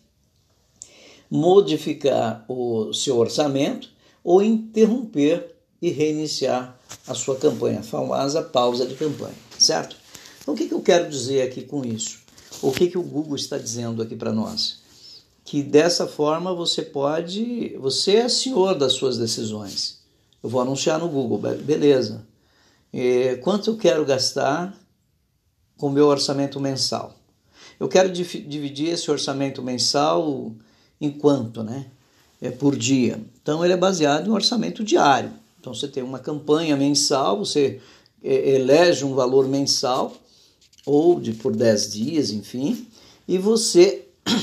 modificar o seu orçamento ou interromper e reiniciar a sua campanha, a famosa pausa de campanha, certo? Então, o que eu quero dizer aqui com isso? O que, que o Google está dizendo aqui para nós? Que dessa forma você pode, você é senhor das suas decisões. Eu vou anunciar no Google, beleza. E quanto eu quero gastar com o meu orçamento mensal? Eu quero dividir esse orçamento mensal em quanto, né? É por dia. Então ele é baseado em um orçamento diário. Então você tem uma campanha mensal, você elege um valor mensal, ou de por dez dias, enfim, e você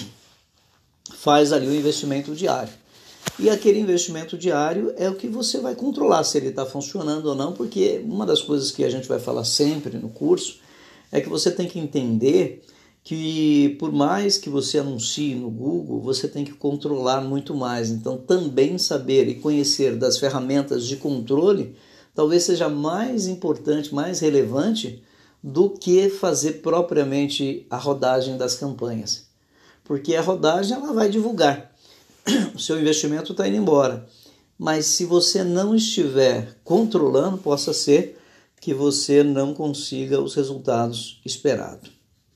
faz ali o investimento diário. E aquele investimento diário é o que você vai controlar se ele está funcionando ou não, porque uma das coisas que a gente vai falar sempre no curso é que você tem que entender que por mais que você anuncie no Google, você tem que controlar muito mais. Então também saber e conhecer das ferramentas de controle talvez seja mais importante, mais relevante do que fazer propriamente a rodagem das campanhas. Porque a rodagem ela vai divulgar, o seu investimento está indo embora. Mas se você não estiver controlando, possa ser que você não consiga os resultados esperados.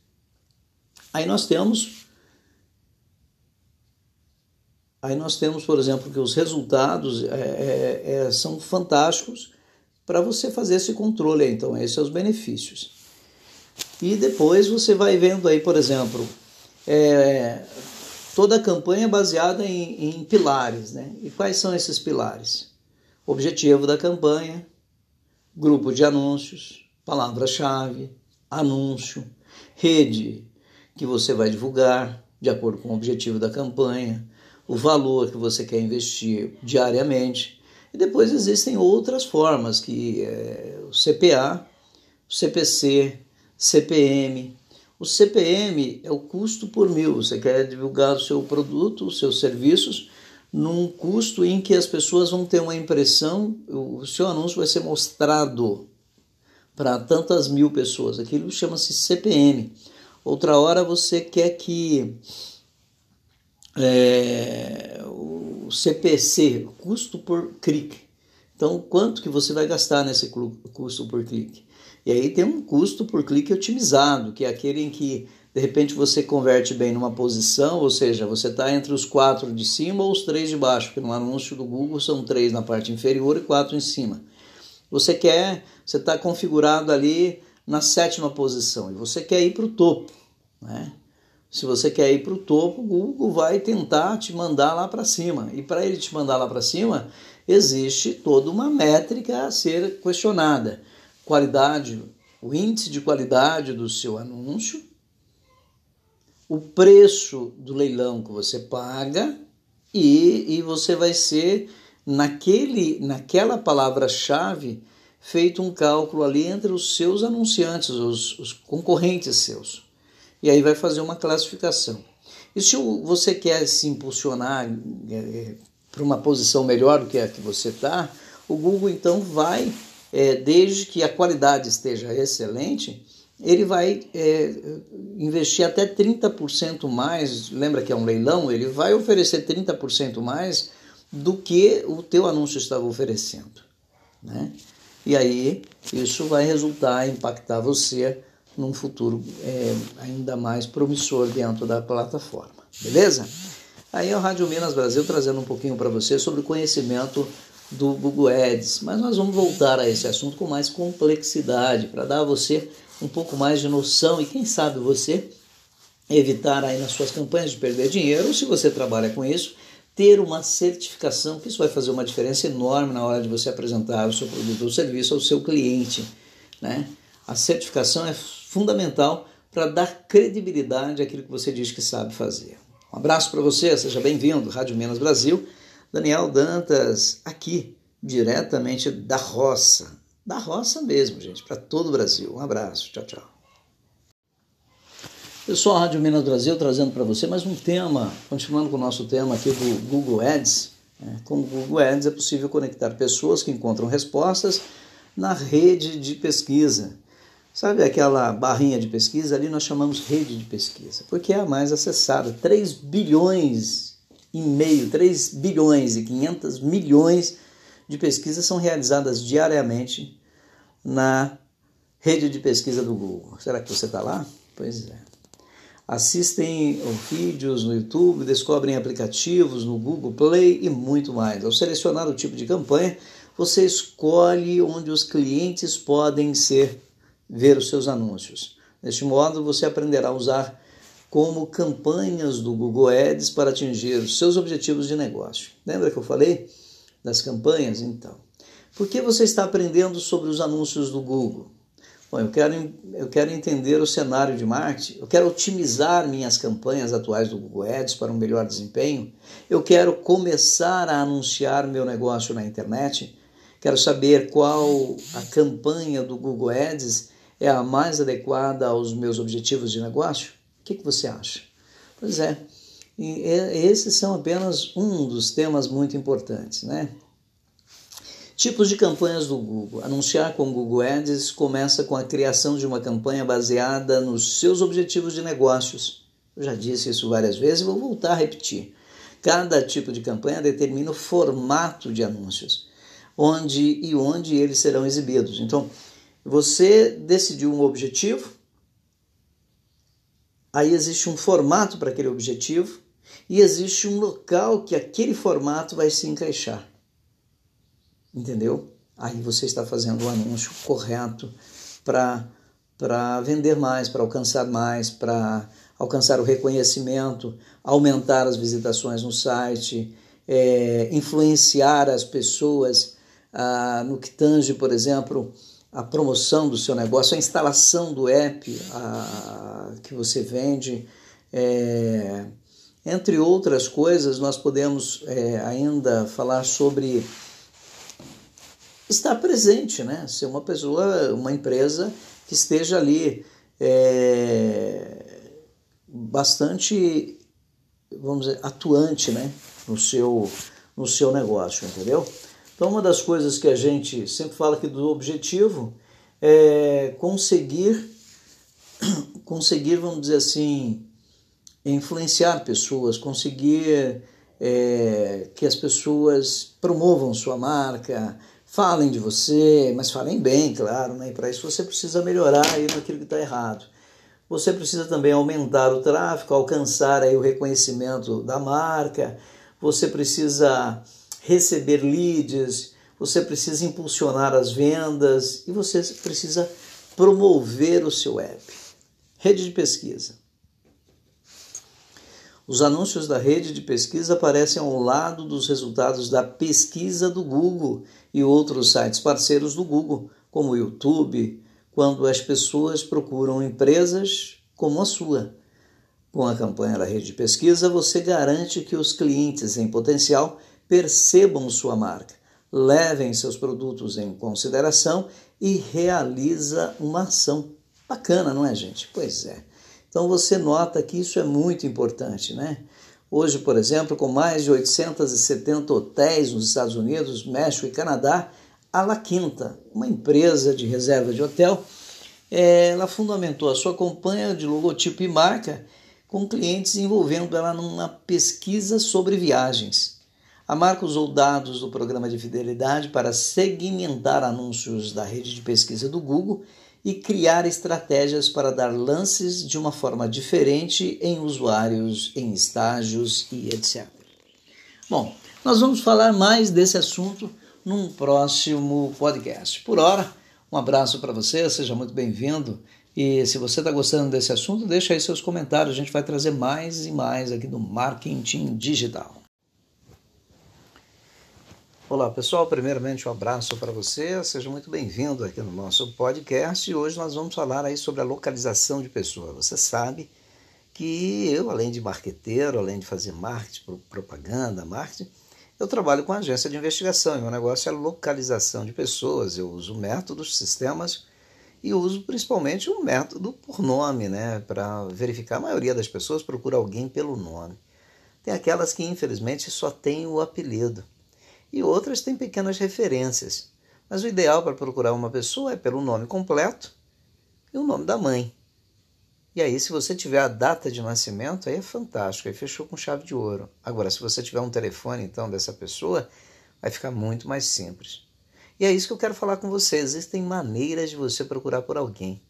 Aí nós temos, aí nós temos, por exemplo, que os resultados é, é, é, são fantásticos para você fazer esse controle. Então, esses são os benefícios. E depois você vai vendo aí, por exemplo, é, toda a campanha é baseada em, em pilares, né? E quais são esses pilares? Objetivo da campanha, grupo de anúncios, palavra-chave, anúncio, rede que você vai divulgar de acordo com o objetivo da campanha, o valor que você quer investir diariamente. E depois existem outras formas, que é o C P A, o C P C, C P M. O C P M é o custo por mil. Você quer divulgar o seu produto, os seus serviços, num custo em que as pessoas vão ter uma impressão, o seu anúncio vai ser mostrado para tantas mil pessoas. Aquilo chama-se C P M. Outra hora você quer que é, o C P C, custo por clique. Então, quanto que você vai gastar nesse custo por clique? E aí tem um custo por clique otimizado, que é aquele em que, de repente, você converte bem numa posição, ou seja, você está entre os quatro de cima ou os três de baixo, porque no anúncio do Google são três na parte inferior e quatro em cima. Você quer, você está configurado ali na sétima posição e você quer ir para o topo, né? Se você quer ir para o topo, o Google vai tentar te mandar lá para cima. E para ele te mandar lá para cima, existe toda uma métrica a ser questionada. Qualidade, o índice de qualidade do seu anúncio, o preço do leilão que você paga e, e você vai ser, naquele, naquela palavra-chave, feito um cálculo ali entre os seus anunciantes, os, os concorrentes seus. E aí vai fazer uma classificação. E se você quer se impulsionar é, para uma posição melhor do que a que você está, o Google então vai é, desde que a qualidade esteja excelente, ele vai é, investir até trinta por cento mais, lembra que é um leilão, ele vai oferecer trinta por cento mais do que o teu anúncio estava oferecendo, né? E aí isso vai resultar, impactar você num futuro é, ainda mais promissor dentro da plataforma, beleza? Aí é o Rádio Minas Brasil trazendo um pouquinho para você sobre o conhecimento do Google Ads, mas nós vamos voltar a esse assunto com mais complexidade, para dar a você um pouco mais de noção e quem sabe você evitar aí nas suas campanhas de perder dinheiro, ou se você trabalha com isso, ter uma certificação, que isso vai fazer uma diferença enorme na hora de você apresentar o seu produto ou serviço ao seu cliente, né? A certificação é fundamental para dar credibilidade àquilo que você diz que sabe fazer. Um abraço para você, seja bem-vindo, Rádio Minas Brasil, Daniel Dantas, aqui, diretamente da roça, da roça mesmo, gente, para todo o Brasil. Um abraço, tchau, tchau. Pessoal, a Rádio Minas Brasil trazendo para você mais um tema, continuando com o nosso tema aqui do Google Ads. Né? Com o Google Ads é possível conectar pessoas que encontram respostas na rede de pesquisa. Sabe aquela barrinha de pesquisa? Ali nós chamamos rede de pesquisa, porque é a mais acessada. três bilhões e meio, três bilhões e quinhentos milhões de pesquisas são realizadas diariamente na rede de pesquisa do Google. Será que você está lá? Pois é. Assistem vídeos no YouTube, descobrem aplicativos no Google Play e muito mais. Ao selecionar o tipo de campanha, você escolhe onde os clientes podem ser ver os seus anúncios. Deste modo, você aprenderá a usar como campanhas do Google Ads para atingir os seus objetivos de negócio. Lembra que eu falei das campanhas? Então, por que você está aprendendo sobre os anúncios do Google? Bom, eu quero, eu quero entender o cenário de marketing, eu quero otimizar minhas campanhas atuais do Google Ads para um melhor desempenho, eu quero começar a anunciar meu negócio na internet, quero saber qual a campanha do Google Ads é a mais adequada aos meus objetivos de negócio? O que, que você acha? Pois é, e esses são apenas um dos temas muito importantes, né? Tipos de campanhas do Google. Anunciar com o Google Ads começa com a criação de uma campanha baseada nos seus objetivos de negócios. Eu já disse isso várias vezes e vou voltar a repetir. Cada tipo de campanha determina o formato de anúncios, onde e onde eles serão exibidos. Então, você decidiu um objetivo, aí existe um formato para aquele objetivo e existe um local que aquele formato vai se encaixar. Entendeu? Aí você está fazendo o anúncio correto para para vender mais, para alcançar mais, para alcançar o reconhecimento, aumentar as visitações no site, é, influenciar as pessoas ah, no que tange, por exemplo, a promoção do seu negócio, a instalação do app a, que você vende, é, entre outras coisas. Nós podemos é, ainda falar sobre estar presente, né? Ser uma pessoa, uma empresa que esteja ali é, bastante, vamos dizer, atuante, né? no, seu, no seu negócio, entendeu? Então, uma das coisas que a gente sempre fala aqui do objetivo é conseguir, conseguir, vamos dizer assim, influenciar pessoas, conseguir é, que as pessoas promovam sua marca, falem de você, mas falem bem, claro, né? E para isso você precisa melhorar aí naquilo que está errado. Você precisa também aumentar o tráfego, alcançar aí o reconhecimento da marca, você precisa receber leads, você precisa impulsionar as vendas e você precisa promover o seu app. Rede de pesquisa. Os anúncios da rede de pesquisa aparecem ao lado dos resultados da pesquisa do Google e outros sites parceiros do Google, como o YouTube, quando as pessoas procuram empresas como a sua. Com a campanha da rede de pesquisa, você garante que os clientes em potencial percebam sua marca, levem seus produtos em consideração e realiza uma ação. Bacana, não é, gente? Pois é. Então você nota que isso é muito importante, né? Hoje, por exemplo, com mais de oitocentos e setenta hotéis nos Estados Unidos, México e Canadá, A La Quinta, uma empresa de reserva de hotel, ela fundamentou a sua campanha de logotipo e marca com clientes envolvendo ela numa pesquisa sobre viagens. A marca usou dados do programa de fidelidade para segmentar anúncios da rede de pesquisa do Google e criar estratégias para dar lances de uma forma diferente em usuários, em estágios e etcétera. Bom, nós vamos falar mais desse assunto num próximo podcast. Por hora, um abraço para você, seja muito bem-vindo. E se você está gostando desse assunto, deixa aí seus comentários. A gente vai trazer mais e mais aqui do Marketing Digital. Olá, pessoal. Primeiramente, um abraço para você. Seja muito bem-vindo aqui no nosso podcast. E hoje nós vamos falar aí sobre a localização de pessoas. Você sabe que eu, além de marqueteiro, além de fazer marketing, propaganda, marketing, eu trabalho com agência de investigação e meu negócio é localização de pessoas. Eu uso métodos, sistemas e uso principalmente o método por nome, né? Para verificar. A maioria das pessoas procura alguém pelo nome. Tem aquelas que infelizmente só têm o apelido e outras têm pequenas referências. Mas o ideal para procurar uma pessoa é pelo nome completo e o nome da mãe. E aí, se você tiver a data de nascimento, aí é fantástico, aí fechou com chave de ouro. Agora, se você tiver um telefone, então, dessa pessoa, vai ficar muito mais simples. E é isso que eu quero falar com você. Existem maneiras de você procurar por alguém.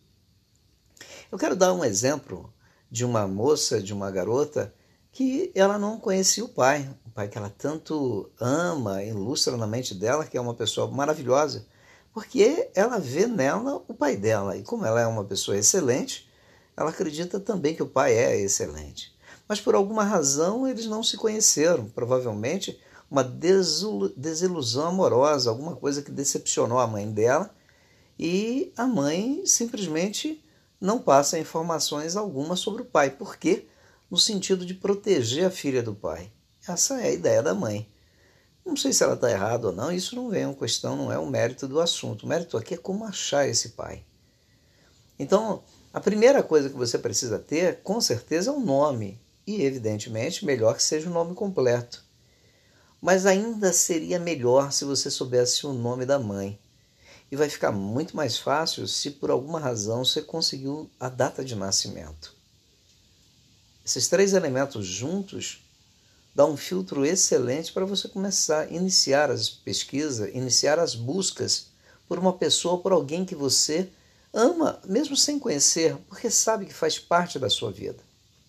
Eu quero dar um exemplo de uma moça, de uma garota, que ela não conhecia o pai. O pai que ela tanto ama, ilustra na mente dela, que é uma pessoa maravilhosa, porque ela vê nela o pai dela. E como ela é uma pessoa excelente, ela acredita também que o pai é excelente. Mas por alguma razão eles não se conheceram. Provavelmente uma desilusão amorosa, alguma coisa que decepcionou a mãe dela. E a mãe simplesmente não passa informações alguma sobre o pai. Por quê? No sentido de proteger a filha do pai. Essa é a ideia da mãe. Não sei se ela está errada ou não. Isso não vem uma questão, não é o mérito do assunto. O mérito aqui é como achar esse pai. Então, a primeira coisa que você precisa ter, com certeza, é um nome. E, evidentemente, melhor que seja o nome completo. Mas ainda seria melhor se você soubesse o nome da mãe. E vai ficar muito mais fácil se, por alguma razão, você conseguiu a data de nascimento. Esses três elementos juntos dão um filtro excelente para você começar a iniciar as pesquisas, iniciar as buscas por uma pessoa, por alguém que você ama, mesmo sem conhecer, porque sabe que faz parte da sua vida.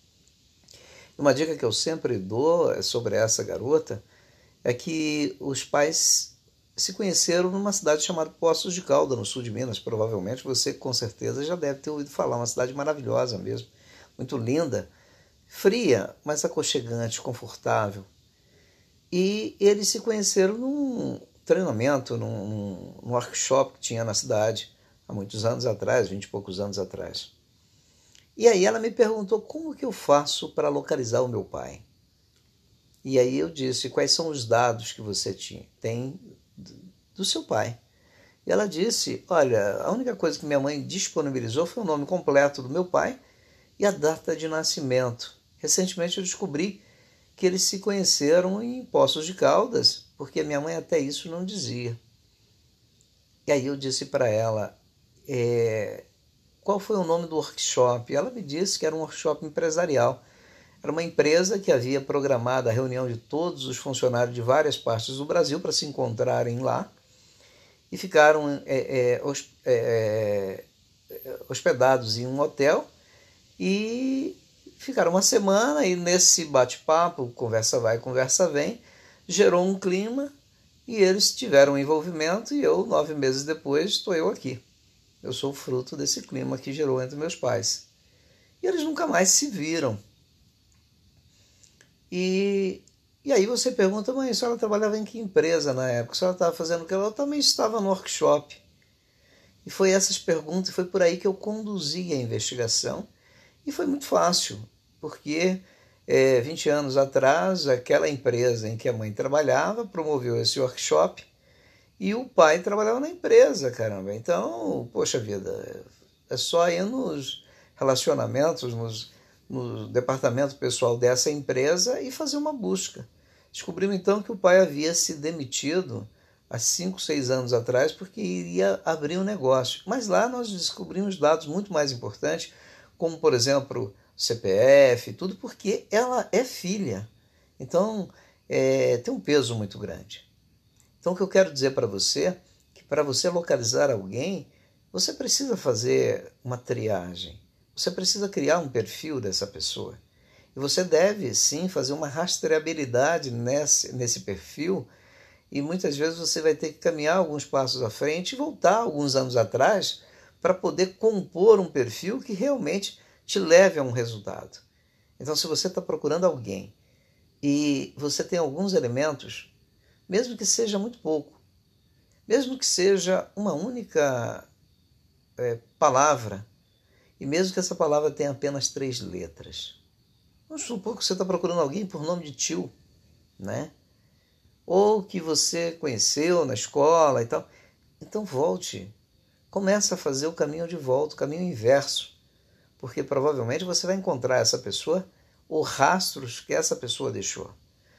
Uma dica que eu sempre dou sobre essa garota é que os pais se conheceram numa cidade chamada Poços de Caldas, no sul de Minas. Provavelmente você, com certeza, já deve ter ouvido falar. Uma cidade maravilhosa mesmo, muito linda, fria, mas aconchegante, confortável. E eles se conheceram num treinamento, num, num workshop que tinha na cidade, há muitos anos atrás, vinte e poucos anos atrás. E aí ela me perguntou como que eu faço para localizar o meu pai. E aí eu disse, quais são os dados que você tinha, tem do seu pai? E ela disse, olha, a única coisa que minha mãe disponibilizou foi o nome completo do meu pai e a data de nascimento. Recentemente eu descobri que eles se conheceram em Poços de Caldas, porque a minha mãe até isso não dizia. E aí eu disse para ela, É, qual foi o nome do workshop? Ela me disse que era um workshop empresarial. Era uma empresa que havia programado a reunião de todos os funcionários de várias partes do Brasil para se encontrarem lá e ficaram é, é, é, hospedados em um hotel e ficaram uma semana e nesse bate-papo, conversa vai, conversa vem, gerou um clima e eles tiveram um envolvimento e eu, nove meses depois, estou eu aqui. Eu sou fruto desse clima que gerou entre meus pais. E eles nunca mais se viram. E, e aí você pergunta, mãe, a senhora trabalhava em que empresa na época? A senhora estava fazendo o que? Eu também estava no workshop. E foi essas perguntas, foi por aí que eu conduzi a investigação. E foi muito fácil, porque é, vinte anos atrás, aquela empresa em que a mãe trabalhava promoveu esse workshop e o pai trabalhava na empresa, caramba. Então, poxa vida, é só ir nos relacionamentos, nos, no departamento pessoal dessa empresa e fazer uma busca. Descobrimos então que o pai havia se demitido há cinco, seis anos atrás, porque iria abrir um negócio. Mas lá nós descobrimos dados muito mais importantes, como, por exemplo, C P F, tudo, porque ela é filha. Então, é, tem um peso muito grande. Então, o que eu quero dizer para você é que para você localizar alguém, você precisa fazer uma triagem. Você precisa criar um perfil dessa pessoa. E você deve, sim, fazer uma rastreabilidade nesse, nesse perfil. E muitas vezes você vai ter que caminhar alguns passos à frente e voltar alguns anos atrás para poder compor um perfil que realmente te leve a um resultado. Então, se você está procurando alguém e você tem alguns elementos, mesmo que seja muito pouco, mesmo que seja uma única é, palavra, e mesmo que essa palavra tenha apenas três letras, vamos supor que você está procurando alguém por nome de tio, né? Ou que você conheceu na escola e tal. Então volte, comece a fazer o caminho de volta, o caminho inverso, porque provavelmente você vai encontrar essa pessoa ou rastros que essa pessoa deixou.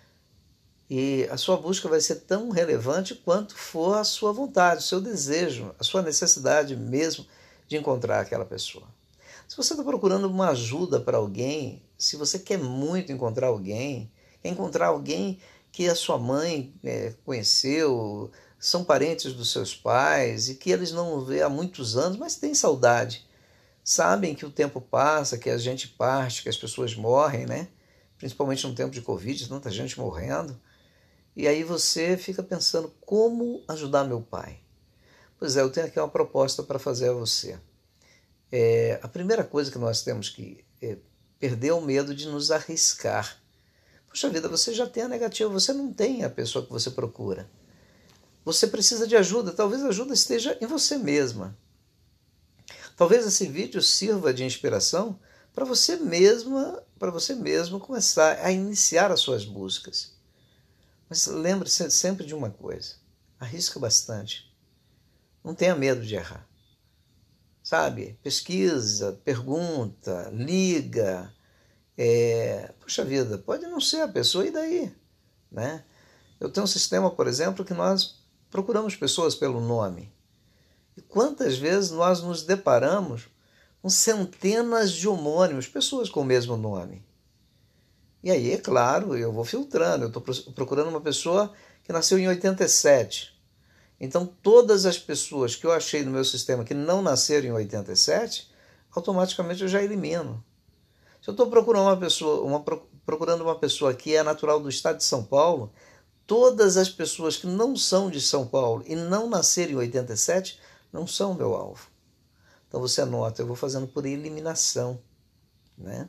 E a sua busca vai ser tão relevante quanto for a sua vontade, o seu desejo, a sua necessidade mesmo de encontrar aquela pessoa. Se você está procurando uma ajuda para alguém, se você quer muito encontrar alguém, quer encontrar alguém que a sua mãe é, conheceu, são parentes dos seus pais e que eles não vê há muitos anos, mas têm saudade. Sabem que o tempo passa, que a gente parte, que as pessoas morrem, né? Principalmente no tempo de Covid, tanta gente morrendo. E aí você fica pensando, como ajudar meu pai? Pois é, eu tenho aqui uma proposta para fazer a você. É, a primeira coisa que nós temos que é perder o medo de nos arriscar. Poxa vida, você já tem a negativa, você não tem a pessoa que você procura. Você precisa de ajuda, talvez a ajuda esteja em você mesma. Talvez esse vídeo sirva de inspiração para você mesma, para você mesmo começar a iniciar as suas buscas. Mas lembre-se sempre de uma coisa, arrisca bastante. Não tenha medo de errar. Sabe? Pesquisa, pergunta, liga. É, puxa vida, pode não ser a pessoa, e daí? Né? Eu tenho um sistema, por exemplo, que nós procuramos pessoas pelo nome. E quantas vezes nós nos deparamos com centenas de homônimos, pessoas com o mesmo nome. E aí, é claro, eu vou filtrando, eu estou procurando uma pessoa que nasceu em oitenta e sete. Então, todas as pessoas que eu achei no meu sistema que não nasceram em oitenta e sete, automaticamente eu já elimino. Se eu estou procurando uma pessoa, uma, procurando uma pessoa que é natural do estado de São Paulo, todas as pessoas que não são de São Paulo e não nasceram em oitenta e sete não são meu alvo. Então você anota, eu vou fazendo por eliminação, né?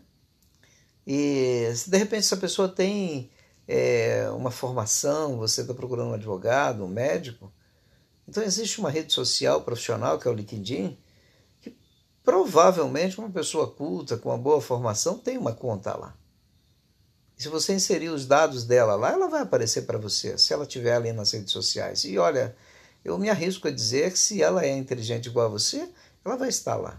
E se de repente essa pessoa tem é, uma formação, você está procurando um advogado, um médico, então existe uma rede social profissional que é o LinkedIn, que provavelmente uma pessoa culta, com uma boa formação, tem uma conta lá. E se você inserir os dados dela lá, ela vai aparecer para você, se ela estiver ali nas redes sociais. E olha, eu me arrisco a dizer que se ela é inteligente igual a você, ela vai estar lá.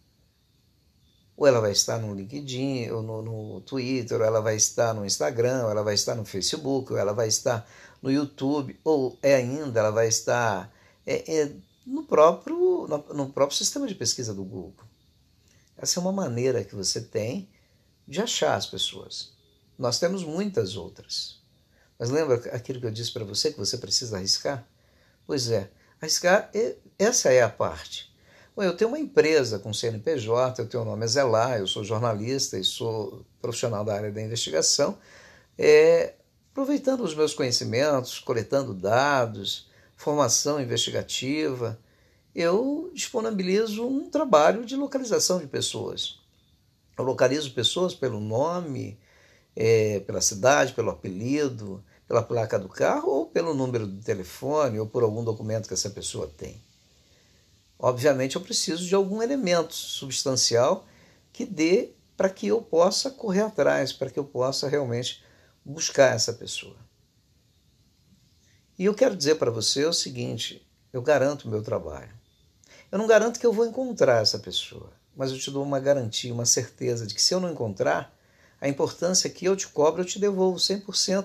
Ou ela vai estar no LinkedIn, ou no, no Twitter, ou ela vai estar no Instagram, ou ela vai estar no Facebook, ou ela vai estar no YouTube, ou é ainda, ela vai estar é, é, no, próprio, no, no próprio sistema de pesquisa do Google. Essa é uma maneira que você tem de achar as pessoas. Nós temos muitas outras. Mas lembra aquilo que eu disse para você, que você precisa arriscar? Pois é, arriscar, essa é a parte. Bom, eu tenho uma empresa com C N P J, eu tenho o nome é Zelar, eu sou jornalista e sou profissional da área da investigação, é, aproveitando os meus conhecimentos, coletando dados, formação investigativa, eu disponibilizo um trabalho de localização de pessoas. Eu localizo pessoas pelo nome, é, pela cidade, pelo apelido, pela placa do carro, ou pelo número do telefone, ou por algum documento que essa pessoa tem. Obviamente eu preciso de algum elemento substancial que dê para que eu possa correr atrás, para que eu possa realmente buscar essa pessoa. E eu quero dizer para você o seguinte, eu garanto o meu trabalho. Eu não garanto que eu vou encontrar essa pessoa, mas eu te dou uma garantia, uma certeza de que se eu não encontrar, a importância que eu te cobro eu te devolvo cem por cento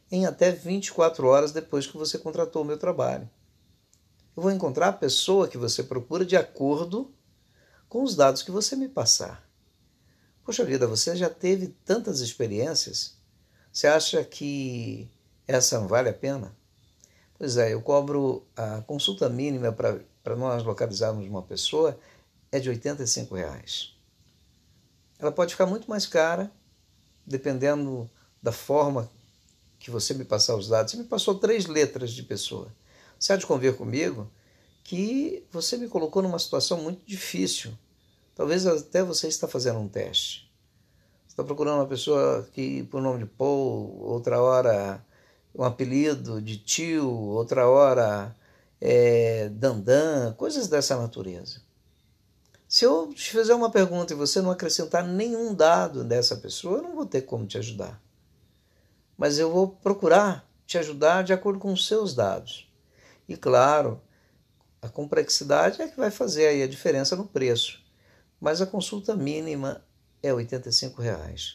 em até vinte e quatro horas depois que você contratou o meu trabalho. Eu vou encontrar a pessoa que você procura de acordo com os dados que você me passar. Poxa vida, você já teve tantas experiências? Você acha que essa não vale a pena? Pois é, eu cobro a consulta mínima para nós localizarmos uma pessoa é de oitenta e cinco reais. Ela pode ficar muito mais cara, dependendo da forma que você me passar os dados. Você me passou três letras de pessoa. Você há de convir comigo que você me colocou numa situação muito difícil. Talvez até você está fazendo um teste. Você está procurando uma pessoa que, por nome de Paul, outra hora um apelido de tio, outra hora é, Dandan, coisas dessa natureza. Se eu te fizer uma pergunta e você não acrescentar nenhum dado dessa pessoa, eu não vou ter como te ajudar. Mas eu vou procurar te ajudar de acordo com os seus dados. E claro, a complexidade é que vai fazer aí a diferença no preço. Mas a consulta mínima é oitenta e cinco reais.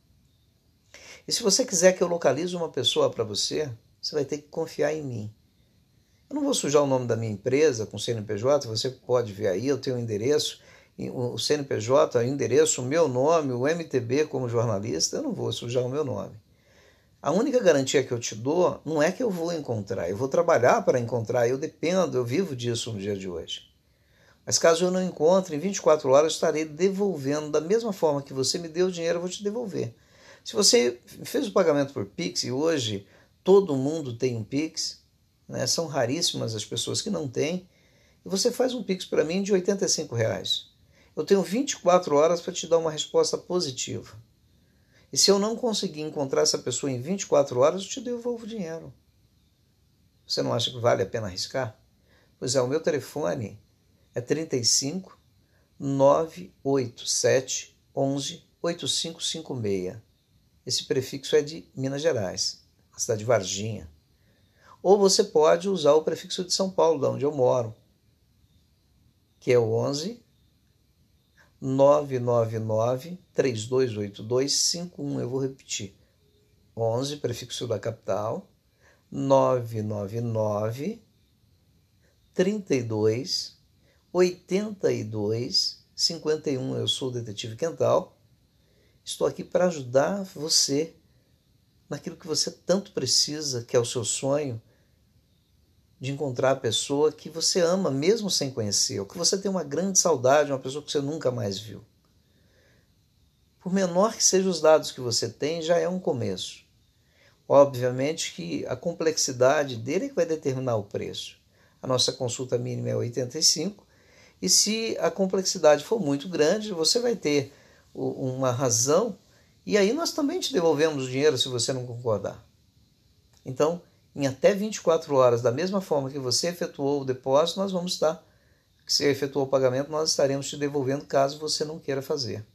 E se você quiser que eu localize uma pessoa para você, você vai ter que confiar em mim. Eu não vou sujar o nome da minha empresa com C N P J, você pode ver aí, eu tenho o endereço, o C N P J, o endereço, o meu nome, o M T B como jornalista, eu não vou sujar o meu nome. A única garantia que eu te dou não é que eu vou encontrar, eu vou trabalhar para encontrar, eu dependo, eu vivo disso no dia de hoje. Mas caso eu não encontre, em vinte e quatro horas eu estarei devolvendo, da mesma forma que você me deu o dinheiro, eu vou te devolver. Se você fez o pagamento por Pix, e hoje todo mundo tem um Pix, né? São raríssimas as pessoas que não têm, e você faz um Pix para mim de oitenta e cinco reais. Eu tenho vinte e quatro horas para te dar uma resposta positiva. E se eu não conseguir encontrar essa pessoa em vinte e quatro horas, eu te devolvo o dinheiro. Você não acha que vale a pena arriscar? Pois é, o meu telefone é trinta e cinco, nove oito sete, onze, oito cinco cinco seis. Esse prefixo é de Minas Gerais, a cidade de Varginha. Ou você pode usar o prefixo de São Paulo, de onde eu moro, que é o onze, nove nove nove, três dois oito dois, cinco um. Eu vou repetir. onze, prefixo da capital, nove nove nove, trinta e dois, oitenta e dois, cinquenta e um. Eu sou o detetive Quental. Estou aqui para ajudar você naquilo que você tanto precisa, que é o seu sonho de encontrar a pessoa que você ama, mesmo sem conhecer, ou que você tem uma grande saudade, uma pessoa que você nunca mais viu. Por menor que sejam os dados que você tem, já é um começo. Obviamente que a complexidade dele é que vai determinar o preço. A nossa consulta mínima é oitenta e cinco, e se a complexidade for muito grande, você vai ter uma razão, e aí nós também te devolvemos o dinheiro se você não concordar. Então, em até vinte e quatro horas, da mesma forma que você efetuou o depósito, nós vamos estar, que você efetuou o pagamento, nós estaremos te devolvendo caso você não queira fazer.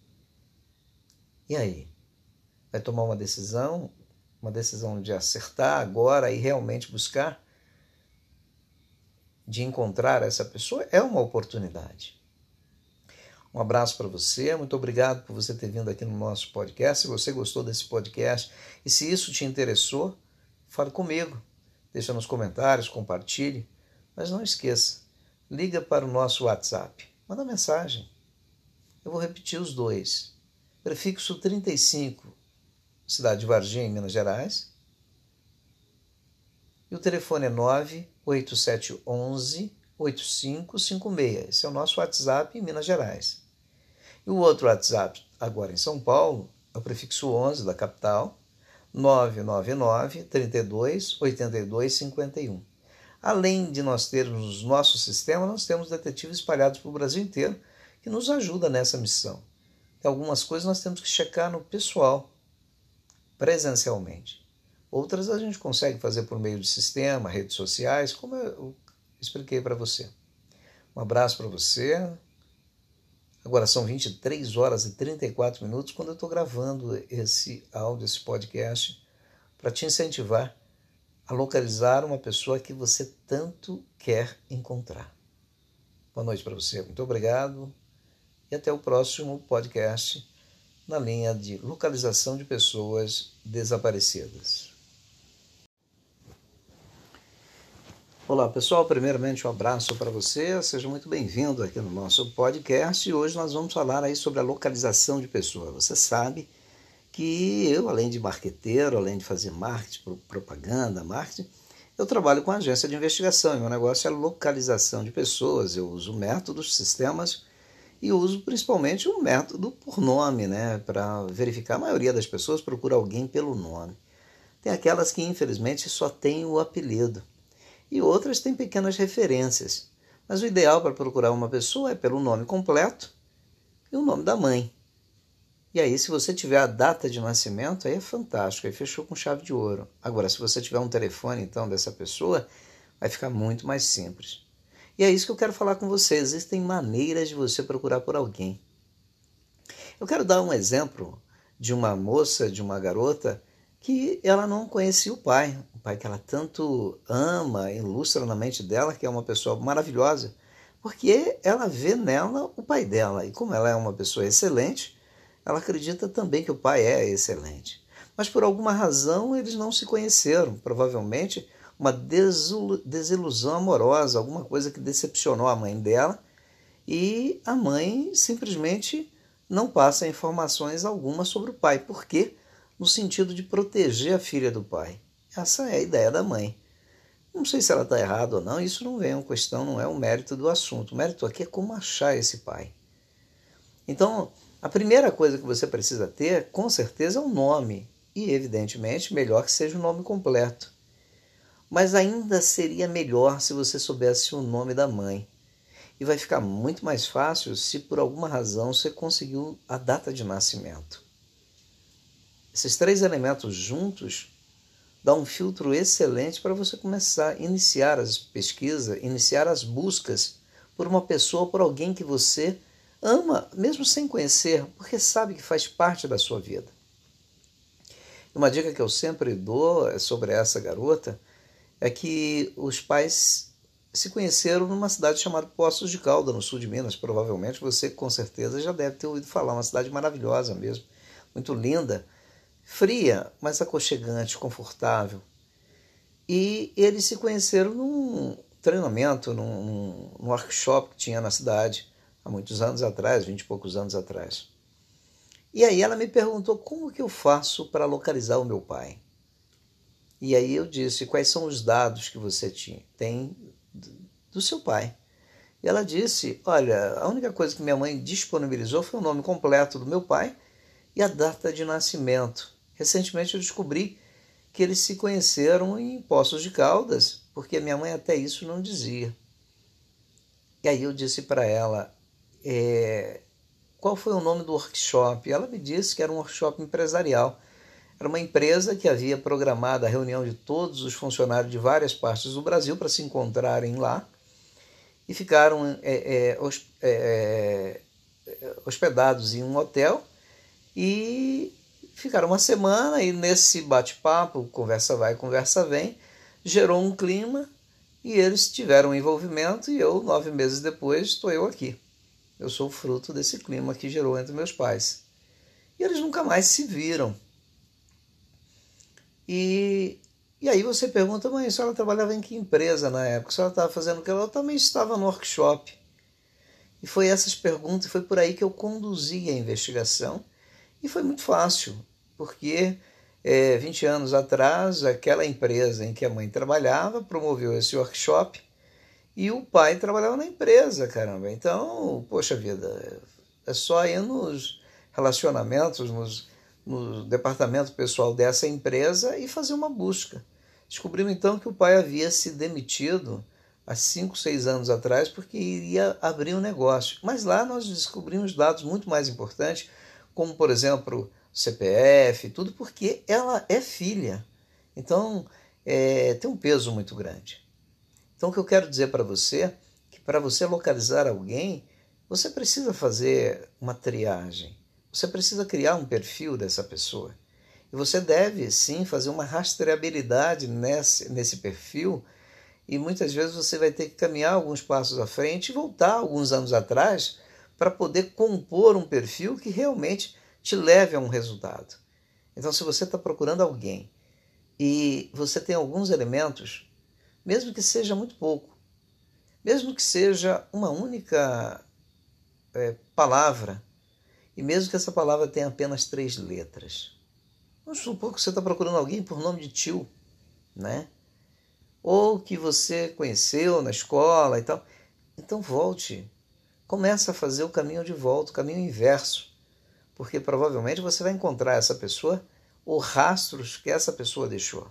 E aí? Vai tomar uma decisão, uma decisão de acertar agora e realmente buscar, de encontrar essa pessoa? É uma oportunidade. Um abraço para você, muito obrigado por você ter vindo aqui no nosso podcast. Se você gostou desse podcast e se isso te interessou, fale comigo, deixa nos comentários, compartilhe, mas não esqueça, liga para o nosso WhatsApp, manda mensagem. Eu vou repetir os dois. Prefixo trinta e cinco, cidade de Varginha, em Minas Gerais, e o telefone é nove oito sete um um, oito cinco cinco seis. Esse é o nosso WhatsApp em Minas Gerais. E o outro WhatsApp, agora em São Paulo, é o prefixo onze da capital, nove nove nove, trinta e dois, oitenta e dois, cinquenta e um. Além de nós termos o nosso sistema, nós temos detetives espalhados pelo Brasil inteiro que nos ajudam nessa missão. Tem algumas coisas nós temos que checar no pessoal, presencialmente. Outras a gente consegue fazer por meio de sistema, redes sociais, como eu expliquei para você. Um abraço para você. Agora são vinte e três horas e trinta e quatro minutos quando eu estou gravando esse áudio, esse podcast, para te incentivar a localizar uma pessoa que você tanto quer encontrar. Boa noite para você. Muito obrigado e até o próximo podcast na linha de localização de pessoas desaparecidas. Olá pessoal, primeiramente um abraço para você, seja muito bem-vindo aqui no nosso podcast e hoje nós vamos falar aí sobre a localização de pessoas. Você sabe que eu, além de marqueteiro, além de fazer marketing, propaganda, marketing, eu trabalho com agência de investigação e meu negócio é localização de pessoas. Eu uso métodos, sistemas e uso principalmente o método por nome, né, para verificar. A maioria das pessoas procura alguém pelo nome. Tem aquelas que infelizmente só têm o apelido e outras têm pequenas referências. Mas o ideal para procurar uma pessoa é pelo nome completo e o nome da mãe. E aí, se você tiver a data de nascimento, aí é fantástico, aí fechou com chave de ouro. Agora, se você tiver um telefone, então, dessa pessoa, vai ficar muito mais simples. E é isso que eu quero falar com você. Existem maneiras de você procurar por alguém. Eu quero dar um exemplo de uma moça, de uma garota, que ela não conhecia o pai. O pai que ela tanto ama, ilustra na mente dela, que é uma pessoa maravilhosa, porque ela vê nela o pai dela. E como ela é uma pessoa excelente, ela acredita também que o pai é excelente. Mas por alguma razão eles não se conheceram. Provavelmente uma desilusão amorosa, alguma coisa que decepcionou a mãe dela. E a mãe simplesmente não passa informações alguma sobre o pai. Por quê? No sentido de proteger a filha do pai. Essa é a ideia da mãe. Não sei se ela está errada ou não. Isso não vem uma questão, não é o mérito do assunto. O mérito aqui é como achar esse pai. Então, a primeira coisa que você precisa ter, com certeza, é um nome. E, evidentemente, melhor que seja o nome completo. Mas ainda seria melhor se você soubesse o nome da mãe. E vai ficar muito mais fácil se, por alguma razão, você conseguiu a data de nascimento. Esses três elementos juntos dão um filtro excelente para você começar a iniciar as pesquisas, iniciar as buscas por uma pessoa, por alguém que você ama, mesmo sem conhecer, porque sabe que faz parte da sua vida. Uma dica que eu sempre dou sobre essa garota é que os pais se conheceram numa cidade chamada Poços de Caldas, no sul de Minas. Provavelmente você, com certeza, já deve ter ouvido falar. Uma cidade maravilhosa mesmo, muito linda, fria, mas aconchegante, confortável. E eles se conheceram num treinamento, num, num workshop que tinha na cidade, há muitos anos atrás, vinte e poucos anos atrás. E aí ela me perguntou como que eu faço para localizar o meu pai. E aí eu disse, quais são os dados que você tinha, tem do seu pai? E ela disse, olha, a única coisa que minha mãe disponibilizou foi o nome completo do meu pai e a data de nascimento. Recentemente eu descobri que eles se conheceram em Poços de Caldas, porque a minha mãe até isso não dizia. E aí eu disse para ela, É, qual foi o nome do workshop? Ela me disse que era um workshop empresarial. Era uma empresa que havia programado a reunião de todos os funcionários de várias partes do Brasil para se encontrarem lá e ficaram é, é, é, hospedados em um hotel e ficaram uma semana e nesse bate-papo, conversa vai, conversa vem, gerou um clima e eles tiveram um envolvimento e eu, nove meses depois, estou eu aqui. Eu sou fruto desse clima que gerou entre meus pais. E eles nunca mais se viram. E, e aí você pergunta, mãe, a senhora trabalhava em que empresa na época? A senhora estava fazendo o que? Eu também estava no workshop. E foi essas perguntas, foi por aí que eu conduzi a investigação. E foi muito fácil, porque é, vinte anos atrás, aquela empresa em que a mãe trabalhava promoveu esse workshop. E o pai trabalhava na empresa, caramba. Então, poxa vida, é só ir nos relacionamentos, nos, no departamento pessoal dessa empresa e fazer uma busca. Descobrimos então que o pai havia se demitido há cinco, seis anos atrás porque iria abrir um negócio. Mas lá nós descobrimos dados muito mais importantes, como, por exemplo, C P F, tudo, porque ela é filha. Então, é, tem um peso muito grande. Então, o que eu quero dizer para você é que para você localizar alguém, você precisa fazer uma triagem. Você precisa criar um perfil dessa pessoa. E você deve, sim, fazer uma rastreabilidade nesse, nesse perfil. E muitas vezes você vai ter que caminhar alguns passos à frente e voltar alguns anos atrás para poder compor um perfil que realmente te leve a um resultado. Então, se você está procurando alguém e você tem alguns elementos, mesmo que seja muito pouco, mesmo que seja uma única é, palavra, e mesmo que essa palavra tenha apenas três letras. Vamos supor que você está procurando alguém por nome de tio, né? Ou que você conheceu na escola e tal. Então volte, comece a fazer o caminho de volta, o caminho inverso, porque provavelmente você vai encontrar essa pessoa ou rastros que essa pessoa deixou.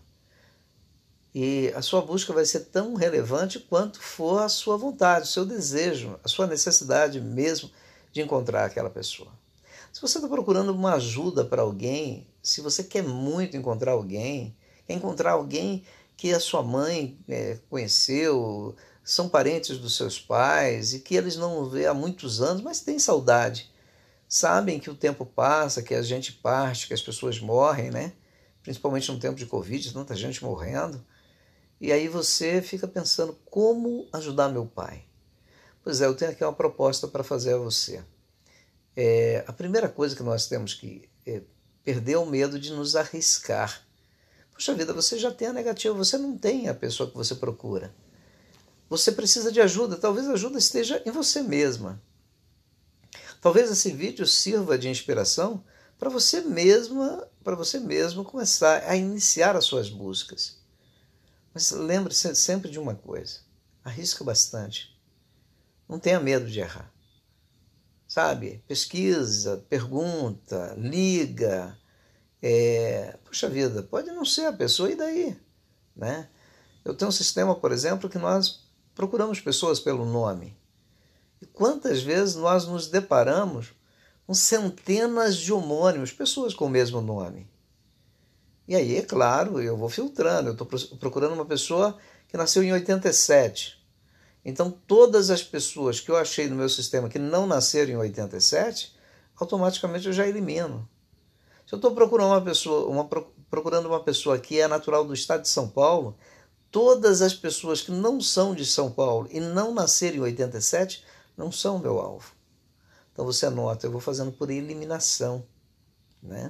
E a sua busca vai ser tão relevante quanto for a sua vontade, o seu desejo, a sua necessidade mesmo de encontrar aquela pessoa. Se você está procurando uma ajuda para alguém, se você quer muito encontrar alguém, quer encontrar alguém que a sua mãe é, conheceu, são parentes dos seus pais e que eles não vê há muitos anos, mas têm saudade. Sabem que o tempo passa, que a gente parte, que as pessoas morrem, né? Principalmente no tempo de Covid, tanta gente morrendo. E aí você fica pensando, como ajudar meu pai? Pois é, eu tenho aqui uma proposta para fazer a você. É, a primeira coisa que nós temos que é perder o medo de nos arriscar. Poxa vida, você já tem a negativa, você não tem a pessoa que você procura. Você precisa de ajuda, talvez a ajuda esteja em você mesma. Talvez esse vídeo sirva de inspiração para você mesma, para você mesmo começar a iniciar as suas buscas. Mas lembre-se sempre de uma coisa, arrisca bastante. Não tenha medo de errar. Sabe? Pesquisa, pergunta, liga. É... Puxa vida, pode não ser a pessoa, e daí? Né? Eu tenho um sistema, por exemplo, que nós procuramos pessoas pelo nome. E quantas vezes nós nos deparamos com centenas de homônimos, pessoas com o mesmo nome. E aí, é claro, eu vou filtrando. Eu estou procurando uma pessoa que nasceu em oitenta e sete. Então, todas as pessoas que eu achei no meu sistema que não nasceram em oitenta e sete, automaticamente eu já elimino. Se eu estou procurando uma pessoa, uma, procurando uma pessoa que é natural do estado de São Paulo, todas as pessoas que não são de São Paulo e não nasceram em oitenta e sete não são meu alvo. Então você anota, eu vou fazendo por eliminação, né?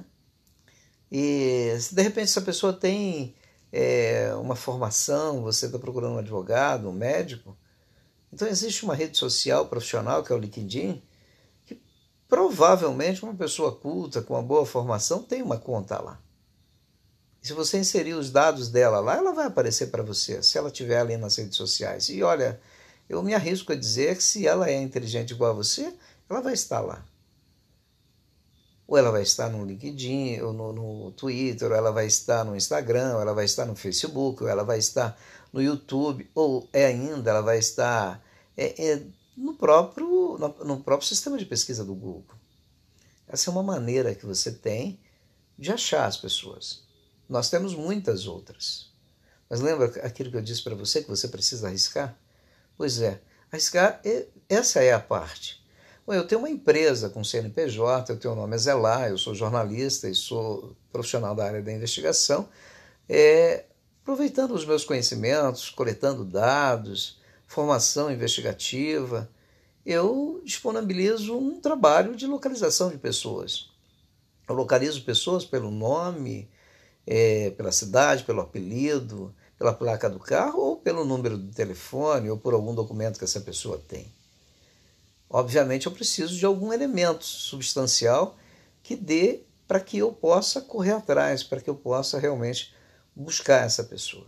E se de repente essa pessoa tem é, uma formação, você está procurando um advogado, um médico, então existe uma rede social profissional, que é o LinkedIn, que provavelmente uma pessoa culta, com uma boa formação, tem uma conta lá. E se você inserir os dados dela lá, ela vai aparecer para você, se ela estiver ali nas redes sociais. E olha, eu me arrisco a dizer que se ela é inteligente igual a você, ela vai estar lá. Ou ela vai estar no LinkedIn, ou no, no Twitter, ou ela vai estar no Instagram, ou ela vai estar no Facebook, ou ela vai estar no YouTube, ou é ainda, ela vai estar é, é, no, próprio, no, no próprio sistema de pesquisa do Google. Essa é uma maneira que você tem de achar as pessoas. Nós temos muitas outras. Mas lembra aquilo que eu disse para você, que você precisa arriscar? Pois é, arriscar, essa é a parte. Bom, eu tenho uma empresa com C N P J, eu tenho o nome é Zelar, eu sou jornalista e sou profissional da área da investigação, é, aproveitando os meus conhecimentos, coletando dados, formação investigativa, eu disponibilizo um trabalho de localização de pessoas. Eu localizo pessoas pelo nome, é, pela cidade, pelo apelido, pela placa do carro, ou pelo número do telefone, ou por algum documento que essa pessoa tem. Obviamente eu preciso de algum elemento substancial que dê para que eu possa correr atrás, para que eu possa realmente buscar essa pessoa.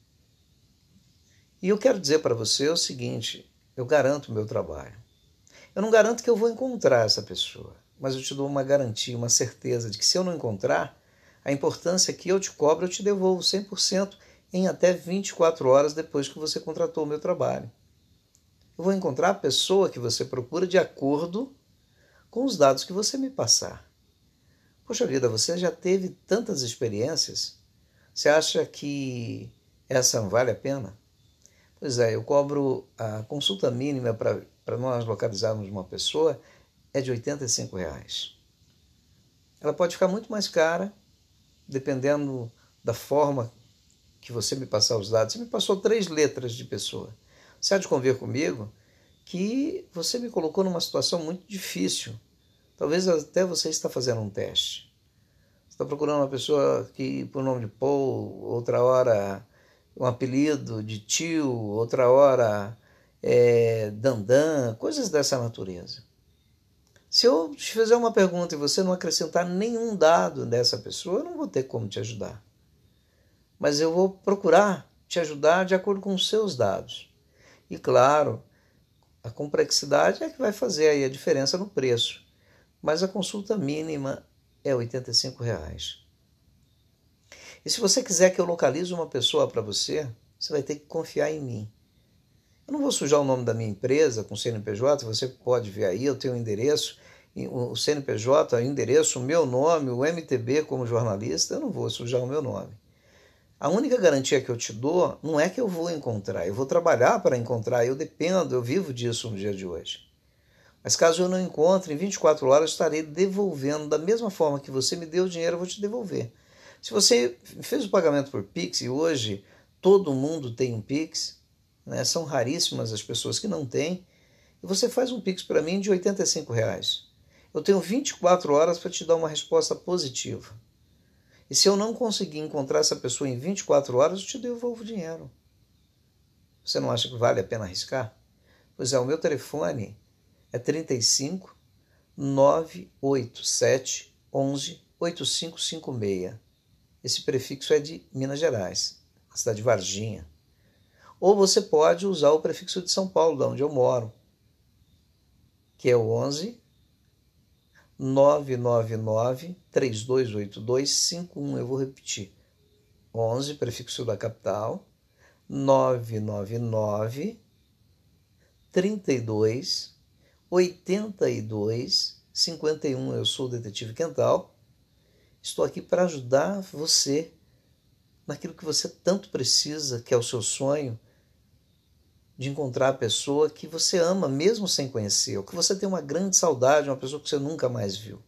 E eu quero dizer para você o seguinte, eu garanto o meu trabalho. Eu não garanto que eu vou encontrar essa pessoa, mas eu te dou uma garantia, uma certeza de que se eu não encontrar, a importância que eu te cobro, eu te devolvo cem por cento em até vinte e quatro horas depois que você contratou o meu trabalho. Eu vou encontrar a pessoa que você procura de acordo com os dados que você me passar. Poxa vida, você já teve tantas experiências, você acha que essa não vale a pena? Pois é, eu cobro a consulta mínima para nós localizarmos uma pessoa é de oitenta e cinco reais. Ela pode ficar muito mais cara, dependendo da forma que você me passar os dados. Você me passou três letras de pessoa. Você há de convir comigo que você me colocou numa situação muito difícil. Talvez até você está fazendo um teste. Você está procurando uma pessoa que, por nome de Paul, outra hora um apelido de tio, outra hora é Dandan, coisas dessa natureza. Se eu te fizer uma pergunta e você não acrescentar nenhum dado dessa pessoa, eu não vou ter como te ajudar. Mas eu vou procurar te ajudar de acordo com os seus dados. E claro, a complexidade é que vai fazer aí a diferença no preço. Mas a consulta mínima é oitenta e cinco reais. E se você quiser que eu localize uma pessoa para você, você vai ter que confiar em mim. Eu não vou sujar o nome da minha empresa com C N P J, você pode ver aí, eu tenho o endereço, o C N P J, o endereço, o meu nome, o M T B como jornalista, eu não vou sujar o meu nome. A única garantia que eu te dou não é que eu vou encontrar, eu vou trabalhar para encontrar, eu dependo, eu vivo disso no dia de hoje. Mas caso eu não encontre, em vinte e quatro horas eu estarei devolvendo, da mesma forma que você me deu o dinheiro, eu vou te devolver. Se você fez o pagamento por Pix, e hoje todo mundo tem um Pix, né? São raríssimas as pessoas que não têm, e você faz um Pix para mim de oitenta e cinco reais. Eu tenho vinte e quatro horas para te dar uma resposta positiva. E se eu não conseguir encontrar essa pessoa em vinte e quatro horas, eu te devolvo o dinheiro. Você não acha que vale a pena arriscar? Pois é, o meu telefone é trinta e cinco, nove oito sete, onze, oito cinco cinco seis. Esse prefixo é de Minas Gerais, a cidade de Varginha. Ou você pode usar o prefixo de São Paulo, de onde eu moro, que é o onze, nove nove nove, três dois oito dois, cinco um. Eu vou repetir. onze, prefixo da capital, nove nove nove, trinta e dois, oitenta e dois, cinquenta e um. Eu sou o detetive Quental. Estou aqui para ajudar você naquilo que você tanto precisa, que é o seu sonho de encontrar a pessoa que você ama, mesmo sem conhecer, ou que você tem uma grande saudade, uma pessoa que você nunca mais viu.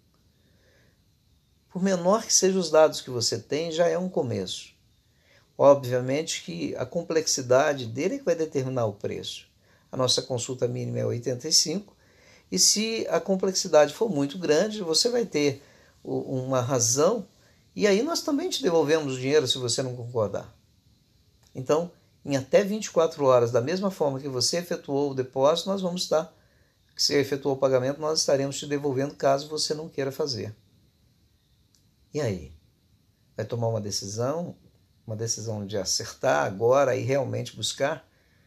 Por menor que sejam os dados que você tem, já é um começo. Obviamente que a complexidade dele é que vai determinar o preço. A nossa consulta mínima é oitenta e cinco, e se a complexidade for muito grande, você vai ter uma razão, e aí nós também te devolvemos o dinheiro se você não concordar. Então, em até vinte e quatro horas, da mesma forma que você efetuou o depósito, nós vamos estar, que você efetuou o pagamento, nós estaremos te devolvendo caso você não queira fazer. E aí? Vai tomar uma decisão, uma decisão de acertar agora e realmente buscar,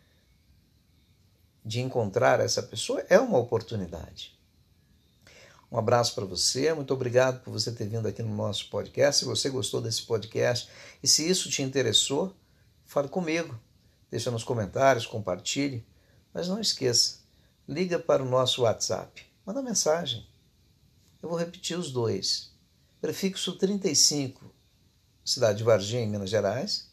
de encontrar essa pessoa? É uma oportunidade. Um abraço para você, muito obrigado por você ter vindo aqui no nosso podcast. Se você gostou desse podcast e se isso te interessou, fale comigo, deixa nos comentários, compartilhe, mas não esqueça, liga para o nosso WhatsApp, manda mensagem. Eu vou repetir os dois. Prefixo trinta e cinco, cidade de Varginha, em Minas Gerais.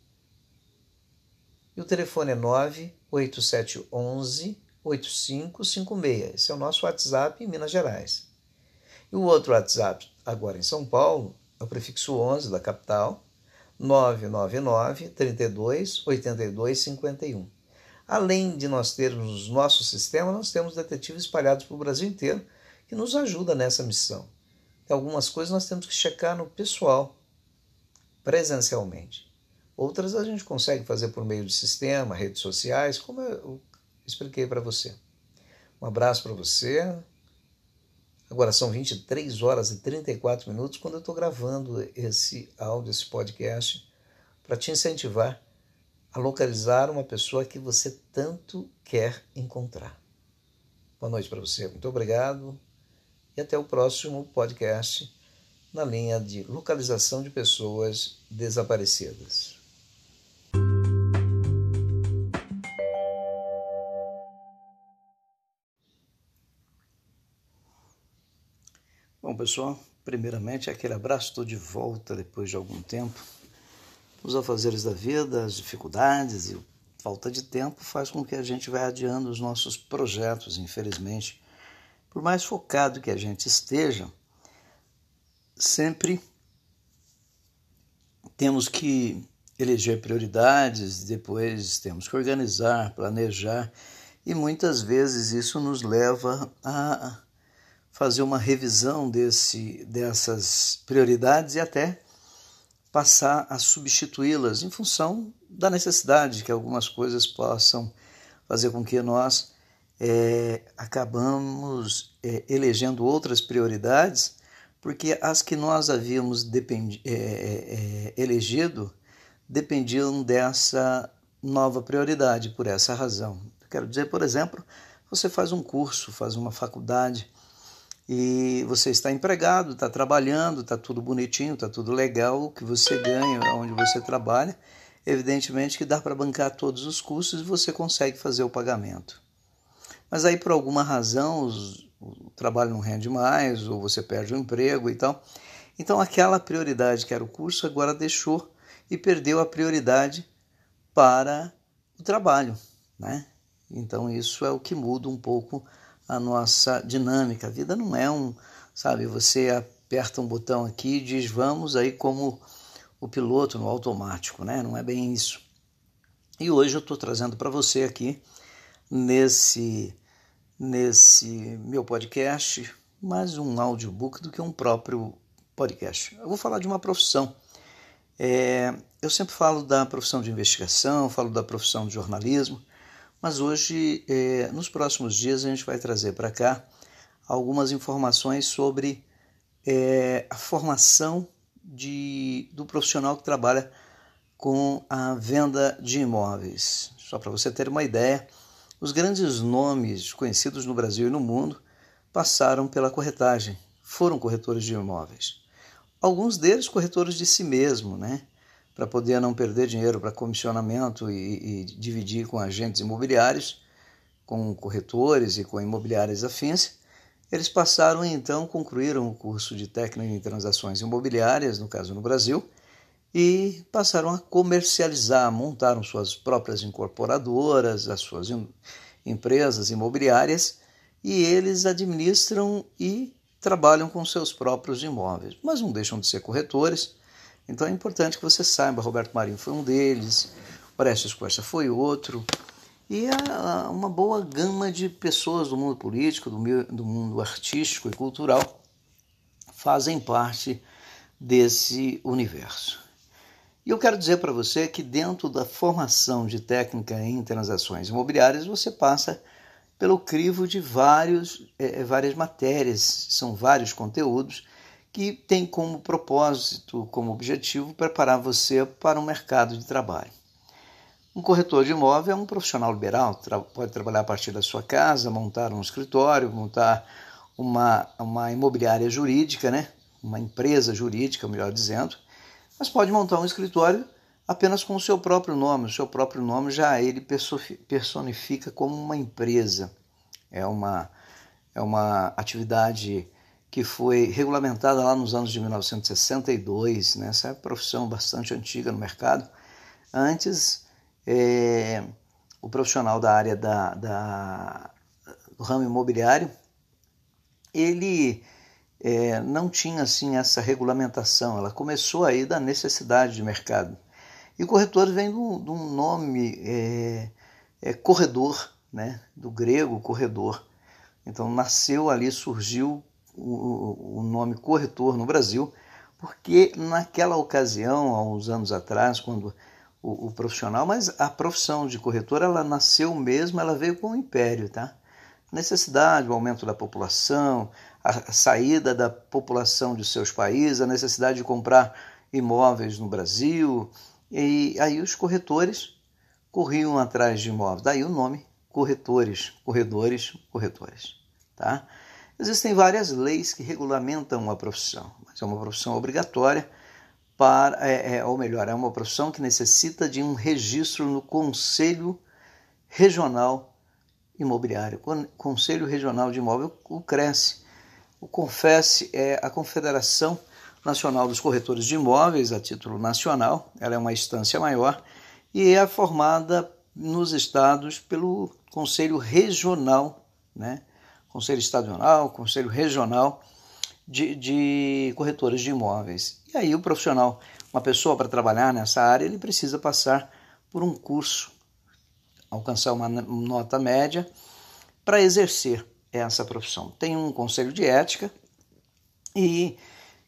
E o telefone é nove oito sete um um, oito cinco cinco seis. Esse é o nosso WhatsApp em Minas Gerais. E o outro WhatsApp, agora em São Paulo, é o prefixo onze da capital, nove nove nove, trinta e dois, oitenta e dois, cinquenta e um. Além de nós termos o nosso sistema, nós temos detetives espalhados pelo Brasil inteiro que nos ajudam nessa missão. Algumas coisas nós temos que checar no pessoal, presencialmente. Outras a gente consegue fazer por meio de sistema, redes sociais, como eu expliquei para você. Um abraço para você. Agora são vinte e três horas e trinta e quatro minutos quando eu estou gravando esse áudio, esse podcast, para te incentivar a localizar uma pessoa que você tanto quer encontrar. Boa noite para você. Muito obrigado e até o próximo podcast na linha de localização de pessoas desaparecidas. Bom, pessoal, primeiramente aquele abraço, estou de volta depois de algum tempo. Os afazeres da vida, as dificuldades e falta de tempo faz com que a gente vá adiando os nossos projetos, infelizmente. Por mais focado que a gente esteja, sempre temos que eleger prioridades, depois temos que organizar, planejar, e muitas vezes isso nos leva a fazer uma revisão desse, dessas prioridades e até passar a substituí-las em função da necessidade que algumas coisas possam fazer com que nós é, acabamos é, elegendo outras prioridades, porque as que nós havíamos dependi, é, é, elegido dependiam dessa nova prioridade, por essa razão. Eu quero dizer, por exemplo, você faz um curso, faz uma faculdade e você está empregado, está trabalhando, está tudo bonitinho, está tudo legal, o que você ganha, onde você trabalha, evidentemente que dá para bancar todos os custos e você consegue fazer o pagamento. Mas aí, por alguma razão, os, o trabalho não rende mais, ou você perde o emprego e tal. Então, aquela prioridade que era o curso, agora deixou e perdeu a prioridade para o trabalho, né? Então, isso é o que muda um pouco a nossa dinâmica. A vida não é um, sabe, você aperta um botão aqui e diz vamos, aí como o piloto no automático, né? Não é bem isso. E hoje eu estou trazendo para você aqui, nesse, nesse meu podcast, mais um audiobook do que um próprio podcast. Eu vou falar de uma profissão. É, eu sempre falo da profissão de investigação, falo da profissão de jornalismo, mas hoje, é, nos próximos dias, a gente vai trazer para cá algumas informações sobre é, a formação de, do profissional que trabalha com a venda de imóveis. Só para você ter uma ideia, os grandes nomes conhecidos no Brasil e no mundo passaram pela corretagem, foram corretores de imóveis. Alguns deles corretores de si mesmo, né? Para poder não perder dinheiro para comissionamento e, e dividir com agentes imobiliários, com corretores e com imobiliárias afins. Eles passaram então, concluíram o curso de técnica em transações imobiliárias, no caso no Brasil, e passaram a comercializar, montaram suas próprias incorporadoras, as suas empresas imobiliárias, e eles administram e trabalham com seus próprios imóveis, mas não deixam de ser corretores. Então é importante que você saiba, Roberto Marinho foi um deles, Orestes Costa foi outro, e há uma boa gama de pessoas do mundo político, do, meu, do mundo artístico e cultural fazem parte desse universo. E eu quero dizer para você que dentro da formação de técnica em transações imobiliárias, você passa pelo crivo de vários, é, várias matérias, são vários conteúdos que tem como propósito, como objetivo, preparar você para o mercado de trabalho. Um corretor de imóvel é um profissional liberal, tra- pode trabalhar a partir da sua casa, montar um escritório, montar uma, uma imobiliária jurídica, né? Uma empresa jurídica, melhor dizendo, mas pode montar um escritório apenas com o seu próprio nome. O seu próprio nome já ele personifica como uma empresa. É uma, é uma atividade que foi regulamentada lá nos anos de mil novecentos e sessenta e dois, né? Essa é uma profissão bastante antiga no mercado. Antes, é, o profissional da área da, da, do ramo imobiliário, ele é, não tinha assim, essa regulamentação, ela começou aí da necessidade de mercado. E o corretor vem de um, de um nome é, é, corredor, né? Do grego corredor. Então nasceu ali, surgiu o, o nome corretor no Brasil, porque naquela ocasião, há uns anos atrás, quando o, o profissional, mas a profissão de corretor, ela nasceu mesmo, ela veio com o império, tá? Necessidade, o aumento da população, a saída da população de seus países, a necessidade de comprar imóveis no Brasil, e aí os corretores corriam atrás de imóveis, daí o nome corretores, corredores, corretores, tá? Existem várias leis que regulamentam a profissão, mas é uma profissão obrigatória, para, é, é, ou melhor, é uma profissão que necessita de um registro no Conselho Regional Imobiliário. O Conselho Regional de Imóvel, o CRES. O CONFES é a Confederação Nacional dos Corretores de Imóveis, a título nacional, ela é uma instância maior, e é formada nos estados pelo Conselho Regional, né? Conselho Estadual, Conselho Regional de, de Corretores de Imóveis. E aí o profissional, uma pessoa para trabalhar nessa área, ele precisa passar por um curso, alcançar uma nota média para exercer essa profissão. Tem um conselho de ética e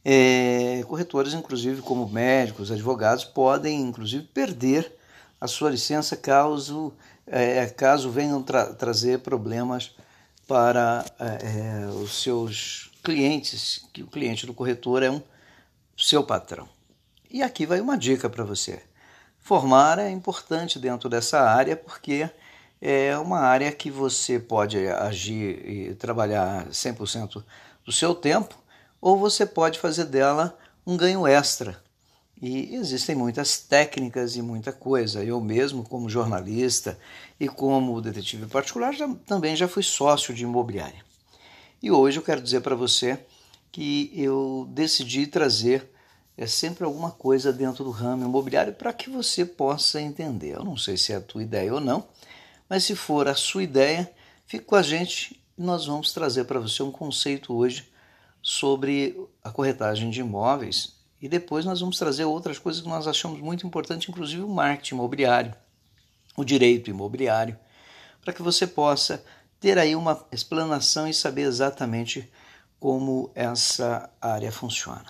É, corretores, inclusive como médicos, advogados, podem inclusive perder a sua licença caso, é, caso venham tra- trazer problemas para é, os seus clientes, que o cliente do corretor é um seu patrão. E aqui vai uma dica para você. Formar é importante dentro dessa área porque é uma área que você pode agir e trabalhar cem por cento do seu tempo, ou você pode fazer dela um ganho extra. E existem muitas técnicas e muita coisa. Eu mesmo, como jornalista e como detetive particular, já, também já fui sócio de imobiliária. E hoje eu quero dizer para você que eu decidi trazer é, sempre alguma coisa dentro do ramo imobiliário para que você possa entender. Eu não sei se é a tua ideia ou não, mas se for a sua ideia, fique com a gente e nós vamos trazer para você um conceito hoje sobre a corretagem de imóveis. E depois nós vamos trazer outras coisas que nós achamos muito importante, inclusive o marketing imobiliário, o direito imobiliário, para que você possa ter aí uma explanação e saber exatamente como essa área funciona.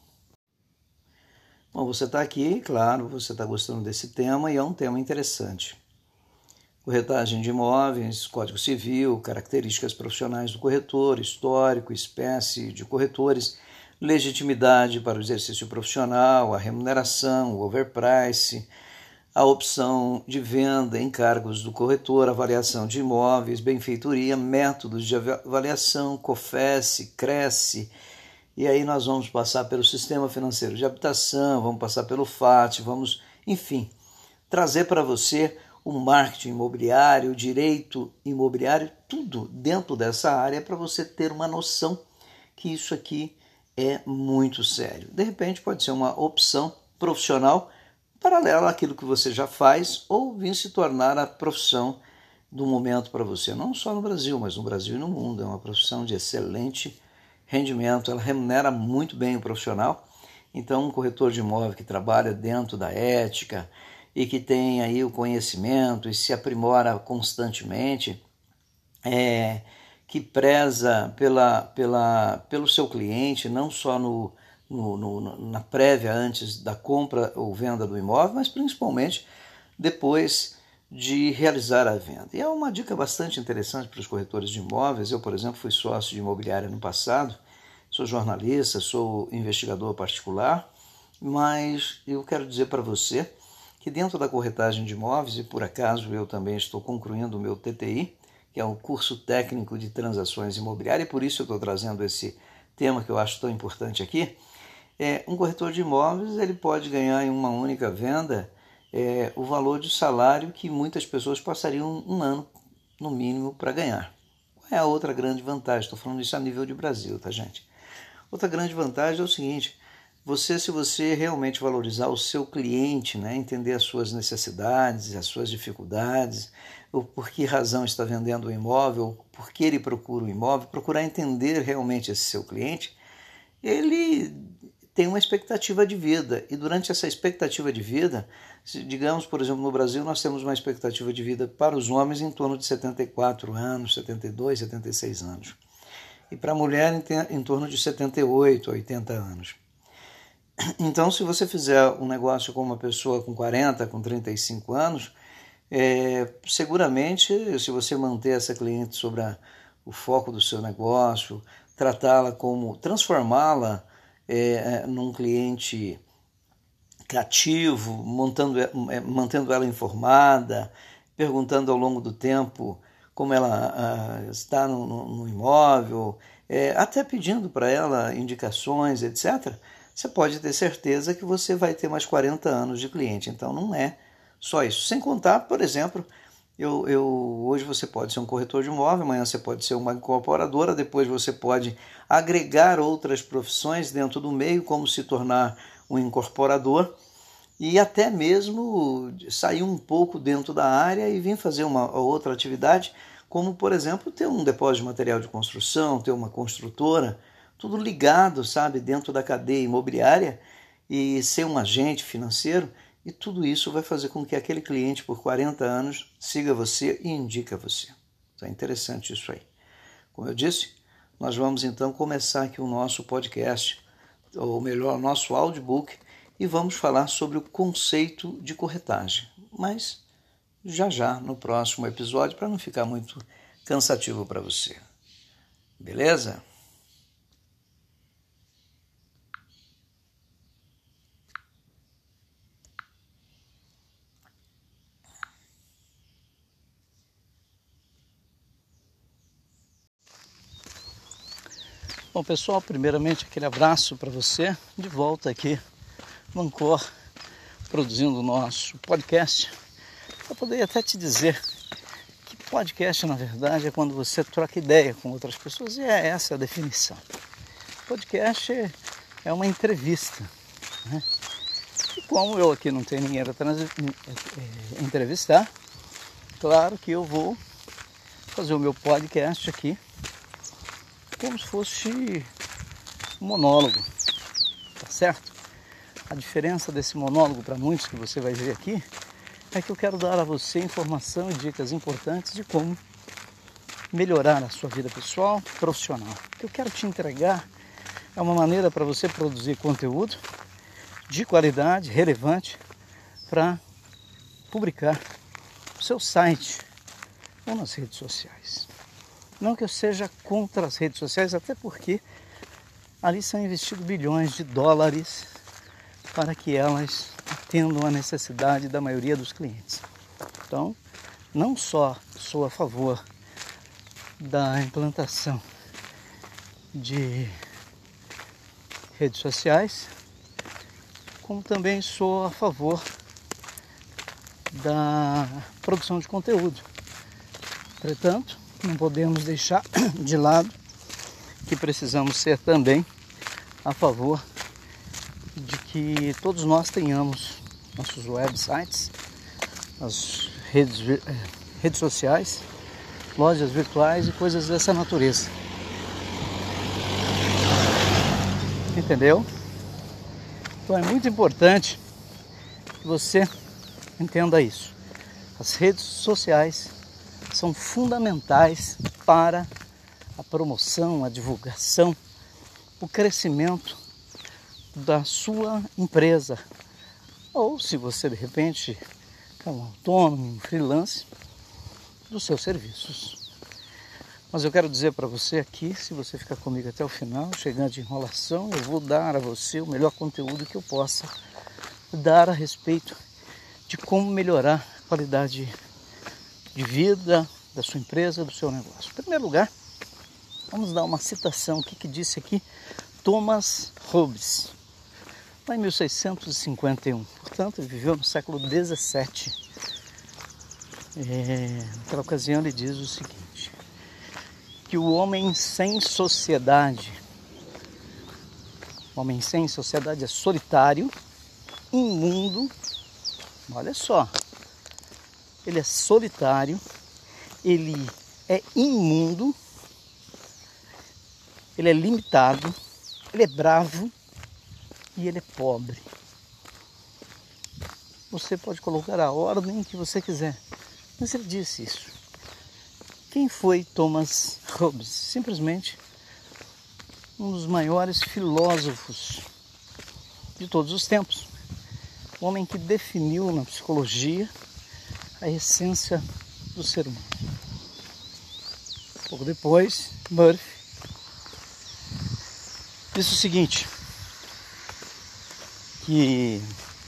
Bom, você está aqui, claro, você está gostando desse tema e é um tema interessante. Corretagem de imóveis, Código Civil, características profissionais do corretor, histórico, espécie de corretores, legitimidade para o exercício profissional, a remuneração, o overprice, a opção de venda, encargos do corretor, avaliação de imóveis, benfeitoria, métodos de avaliação, COFES, CRESSE, e aí nós vamos passar pelo Sistema Financeiro de Habitação, vamos passar pelo F A T, vamos, enfim, trazer para você o marketing imobiliário, o direito imobiliário, tudo dentro dessa área para você ter uma noção que isso aqui é muito sério. De repente pode ser uma opção profissional paralela àquilo que você já faz ou vir se tornar a profissão do momento para você, não só no Brasil, mas no Brasil e no mundo. É uma profissão de excelente rendimento, ela remunera muito bem o profissional. Então um corretor de imóvel que trabalha dentro da ética e que tem aí o conhecimento e se aprimora constantemente, é, que preza pela, pela, pelo seu cliente, não só no, no, no, na prévia antes da compra ou venda do imóvel, mas principalmente depois de realizar a venda. E é uma dica bastante interessante para os corretores de imóveis. Eu, por exemplo, fui sócio de imobiliária no passado, sou jornalista, sou investigador particular, mas eu quero dizer para você que dentro da corretagem de imóveis, e por acaso eu também estou concluindo o meu T T I, que é o curso técnico de transações imobiliárias, e por isso eu estou trazendo esse tema que eu acho tão importante aqui, é, um corretor de imóveis ele pode ganhar em uma única venda é, o valor de salário que muitas pessoas passariam um ano, no mínimo, para ganhar. Qual é a outra grande vantagem? Estou falando isso a nível de Brasil, tá, gente? Outra grande vantagem é o seguinte: Você, se você realmente valorizar o seu cliente, né, entender as suas necessidades, as suas dificuldades, ou por que razão está vendendo o imóvel, por que ele procura o imóvel, procurar entender realmente esse seu cliente, ele tem uma expectativa de vida. E durante essa expectativa de vida, digamos, por exemplo, no Brasil, nós temos uma expectativa de vida para os homens em torno de setenta e quatro anos, setenta e dois, setenta e seis anos. E para a mulher em torno de setenta e oito, oitenta anos. Então, se você fizer um negócio com uma pessoa com quarenta, com trinta e cinco anos, é, seguramente, se você manter essa cliente sobre a, o foco do seu negócio, tratá-la como, transformá-la é, num cliente cativo, montando, é, mantendo ela informada, perguntando ao longo do tempo como ela ah, está no, no, no imóvel, é, até pedindo para ela indicações, etcétera, você pode ter certeza que você vai ter mais quarenta anos de cliente. Então não é só isso. Sem contar, por exemplo, eu, eu, hoje você pode ser um corretor de imóvel, amanhã você pode ser uma incorporadora, depois você pode agregar outras profissões dentro do meio, como se tornar um incorporador, e até mesmo sair um pouco dentro da área e vir fazer uma outra atividade, como, por exemplo, ter um depósito de material de construção, ter uma construtora, tudo ligado, sabe, dentro da cadeia imobiliária, e ser um agente financeiro, e tudo isso vai fazer com que aquele cliente por quarenta anos siga você e indica você. É interessante isso aí. Como eu disse, nós vamos então começar aqui o nosso podcast, ou melhor, nosso audiobook, e vamos falar sobre o conceito de corretagem. Mas já já no próximo episódio, para não ficar muito cansativo para você. Beleza? Bom, pessoal, primeiramente aquele abraço para você, de volta aqui no Anchor, produzindo o nosso podcast. Eu poderia até te dizer que podcast, na verdade, é quando você troca ideia com outras pessoas, e é essa a definição. Podcast é uma entrevista, né? E como eu aqui não tenho ninguém para trans... entrevistar, claro que eu vou fazer o meu podcast aqui como se fosse um monólogo, tá certo? A diferença desse monólogo para muitos que você vai ver aqui é que eu quero dar a você informação e dicas importantes de como melhorar a sua vida pessoal e profissional. O que eu quero te entregar é uma maneira para você produzir conteúdo de qualidade, relevante, para publicar no seu site ou nas redes sociais. Não que eu seja contra as redes sociais, até porque ali são investidos bilhões de dólares para que elas atendam a necessidade da maioria dos clientes. Então, não só sou a favor da implantação de redes sociais, como também sou a favor da produção de conteúdo. Entretanto, não podemos deixar de lado que precisamos ser também a favor de que todos nós tenhamos nossos websites, as redes, redes sociais, lojas virtuais e coisas dessa natureza. Entendeu? Então é muito importante que você entenda isso. As redes sociais são fundamentais para a promoção, a divulgação, o crescimento da sua empresa. Ou, se você de repente é um autônomo, um freelance, dos seus serviços. Mas eu quero dizer para você aqui, se você ficar comigo até o final, chegando de enrolação, eu vou dar a você o melhor conteúdo que eu possa dar a respeito de como melhorar a qualidade de vida da sua empresa, do seu negócio. Em primeiro lugar, vamos dar uma citação. O que, que disse aqui Thomas Hobbes, lá em mil seiscentos e cinquenta e um. Portanto, ele viveu no século dezessete. É, naquela ocasião ele diz o seguinte, que o homem sem sociedade, o homem sem sociedade é solitário, imundo, olha só, ele é solitário, ele é imundo, ele é limitado, ele é bravo e ele é pobre. Você pode colocar a ordem que você quiser, mas ele disse isso. Quem foi Thomas Hobbes? Simplesmente um dos maiores filósofos de todos os tempos. O homem que definiu na psicologia a essência do ser humano. Pouco depois, Murphy disse o seguinte, que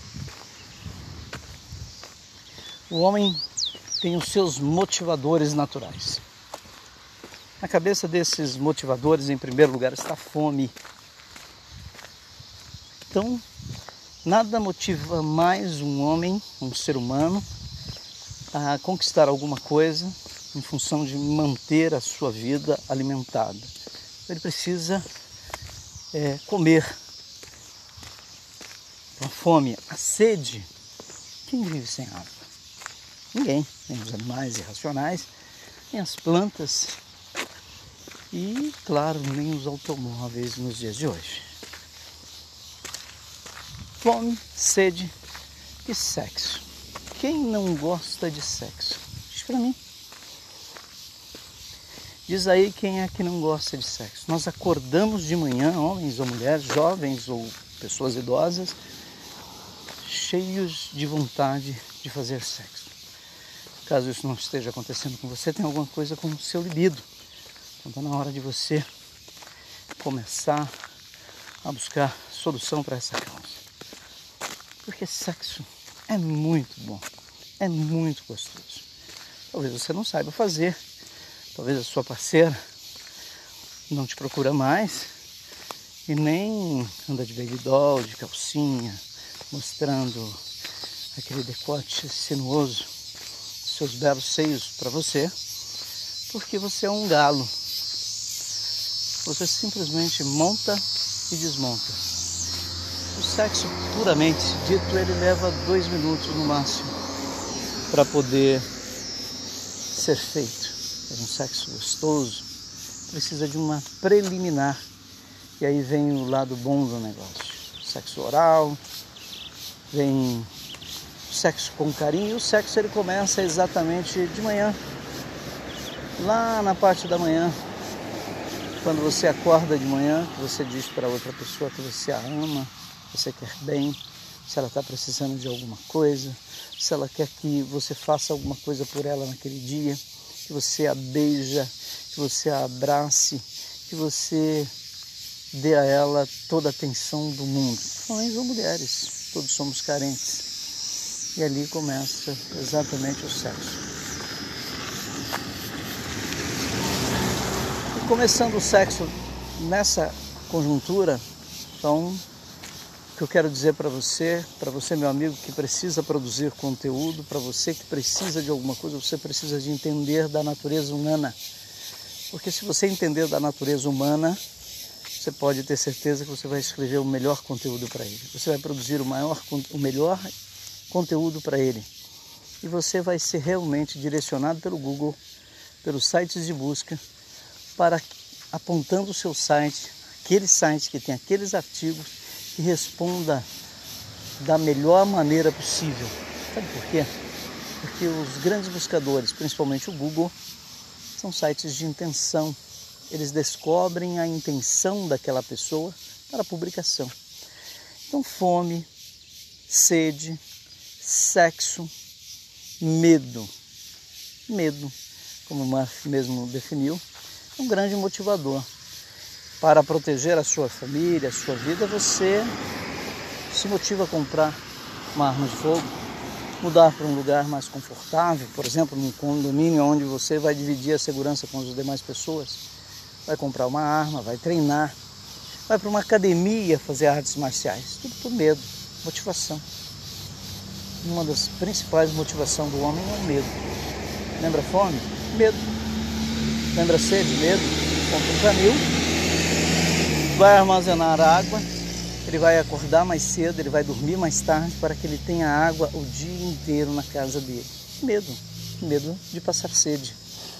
o homem tem os seus motivadores naturais. Na cabeça desses motivadores, em primeiro lugar, está a fome. Então, nada motiva mais um homem, um ser humano, a conquistar alguma coisa em função de manter a sua vida alimentada. Ele precisa é, comer. A fome, a sede. Quem vive sem água? Ninguém, nem os animais irracionais, nem as plantas e, claro, nem os automóveis nos dias de hoje. Fome, sede e sexo. Quem não gosta de sexo? Diz pra mim. Diz aí quem é que não gosta de sexo. Nós acordamos de manhã, homens ou mulheres, jovens ou pessoas idosas, cheios de vontade de fazer sexo. Caso isso não esteja acontecendo com você, tem alguma coisa com o seu libido. Então está na hora de você começar a buscar solução para essa causa. Porque sexo é muito bom, é muito gostoso. Talvez você não saiba fazer, talvez a sua parceira não te procura mais e nem anda de baby doll, de calcinha, mostrando aquele decote sinuoso, seus belos seios para você, porque você é um galo. Você simplesmente monta e desmonta. O sexo puramente dito, ele leva dois minutos no máximo para poder ser feito. É um sexo gostoso, precisa de uma preliminar. E aí vem o lado bom do negócio. Sexo oral, vem o sexo com carinho. O sexo ele começa exatamente de manhã, lá na parte da manhã. Quando você acorda de manhã, que você diz para outra pessoa que você a ama, você quer bem, se ela está precisando de alguma coisa, se ela quer que você faça alguma coisa por ela naquele dia, que você a beija, que você a abrace, que você dê a ela toda a atenção do mundo. Homens ou mulheres, todos somos carentes. E ali começa exatamente o sexo. Começando o sexo nessa conjuntura, então, o que eu quero dizer para você, para você, meu amigo, que precisa produzir conteúdo, para você que precisa de alguma coisa, você precisa de entender da natureza humana. Porque se você entender da natureza humana, você pode ter certeza que você vai escrever o melhor conteúdo para ele. Você vai produzir o, maior, o melhor conteúdo para ele. E você vai ser realmente direcionado pelo Google, pelos sites de busca, para apontando o seu site, aquele site que tem aqueles artigos que responda da melhor maneira possível. Sabe por quê? Porque os grandes buscadores, principalmente o Google, são sites de intenção. Eles descobrem a intenção daquela pessoa para a publicação. Então, fome, sede, sexo, medo. Medo, como o Murphy mesmo definiu, é um grande motivador. Para proteger a sua família, a sua vida, você se motiva a comprar uma arma de fogo, mudar para um lugar mais confortável, por exemplo, num condomínio onde você vai dividir a segurança com as demais pessoas, vai comprar uma arma, vai treinar, vai para uma academia fazer artes marciais, tudo por medo, motivação. Uma das principais motivações do homem é o medo. Lembra a fome? Medo. Lembra a sede? Medo. Compra um canil, vai armazenar água, ele vai acordar mais cedo, ele vai dormir mais tarde para que ele tenha água o dia inteiro na casa dele. Medo, medo de passar sede.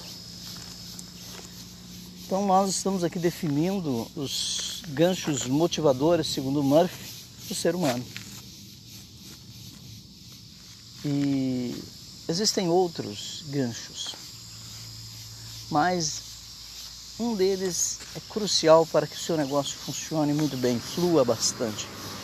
Então nós estamos aqui definindo os ganchos motivadores, segundo Murphy, do ser humano. E existem outros ganchos, mas um deles é crucial para que o seu negócio funcione muito bem, flua bastante.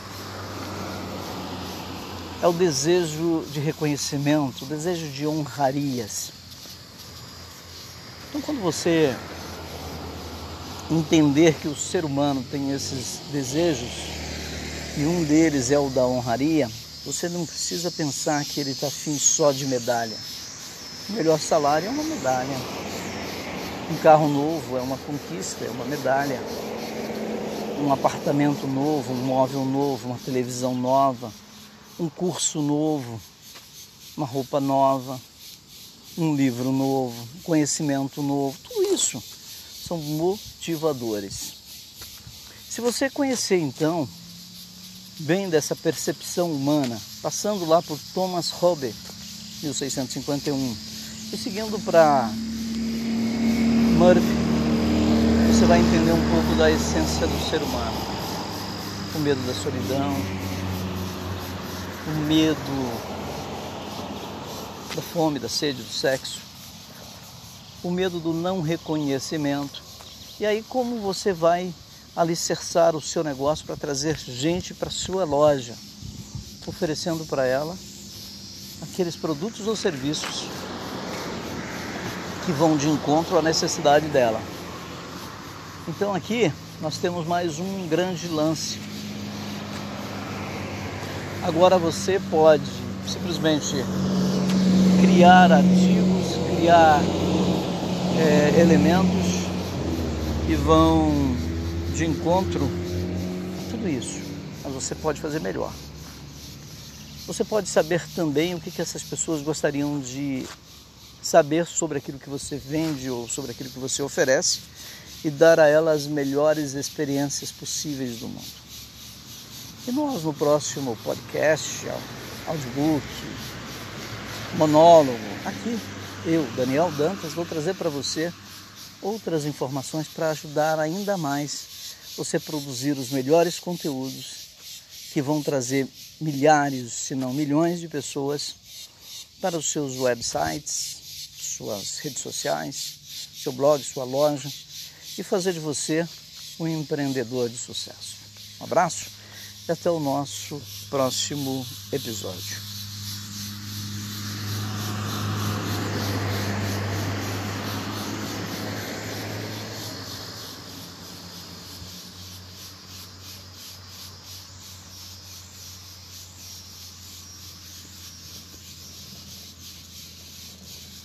É o desejo de reconhecimento, o desejo de honrarias. Então, quando você entender que o ser humano tem esses desejos, e um deles é o da honraria, você não precisa pensar que ele está afim só de medalha. O melhor salário é uma medalha. Um carro novo é uma conquista, é uma medalha. Um apartamento novo, um móvel novo, uma televisão nova, um curso novo, uma roupa nova, um livro novo, um conhecimento novo. Tudo isso são motivadores. Se você conhecer, então, bem dessa percepção humana, passando lá por Thomas Hobbes, mil seiscentos e cinquenta e um, e seguindo para Murphy, você vai entender um pouco da essência do ser humano. O medo da solidão, o medo da fome, da sede, do sexo, o medo do não reconhecimento. E aí como você vai alicerçar o seu negócio para trazer gente para a sua loja, oferecendo para ela aqueles produtos ou serviços que vão de encontro à necessidade dela. Então aqui nós temos mais um grande lance. Agora você pode simplesmente criar artigos, criar é, elementos que vão de encontro a tudo isso, mas você pode fazer melhor. Você pode saber também o que, que essas pessoas gostariam de saber sobre aquilo que você vende ou sobre aquilo que você oferece e dar a elas as melhores experiências possíveis do mundo. E nós no próximo podcast, audiobook, monólogo, aqui eu, Daniel Dantas, vou trazer para você outras informações para ajudar ainda mais você a produzir os melhores conteúdos que vão trazer milhares, se não milhões de pessoas para os seus websites, suas redes sociais, seu blog, sua loja e fazer de você um empreendedor de sucesso. Um abraço e até o nosso próximo episódio.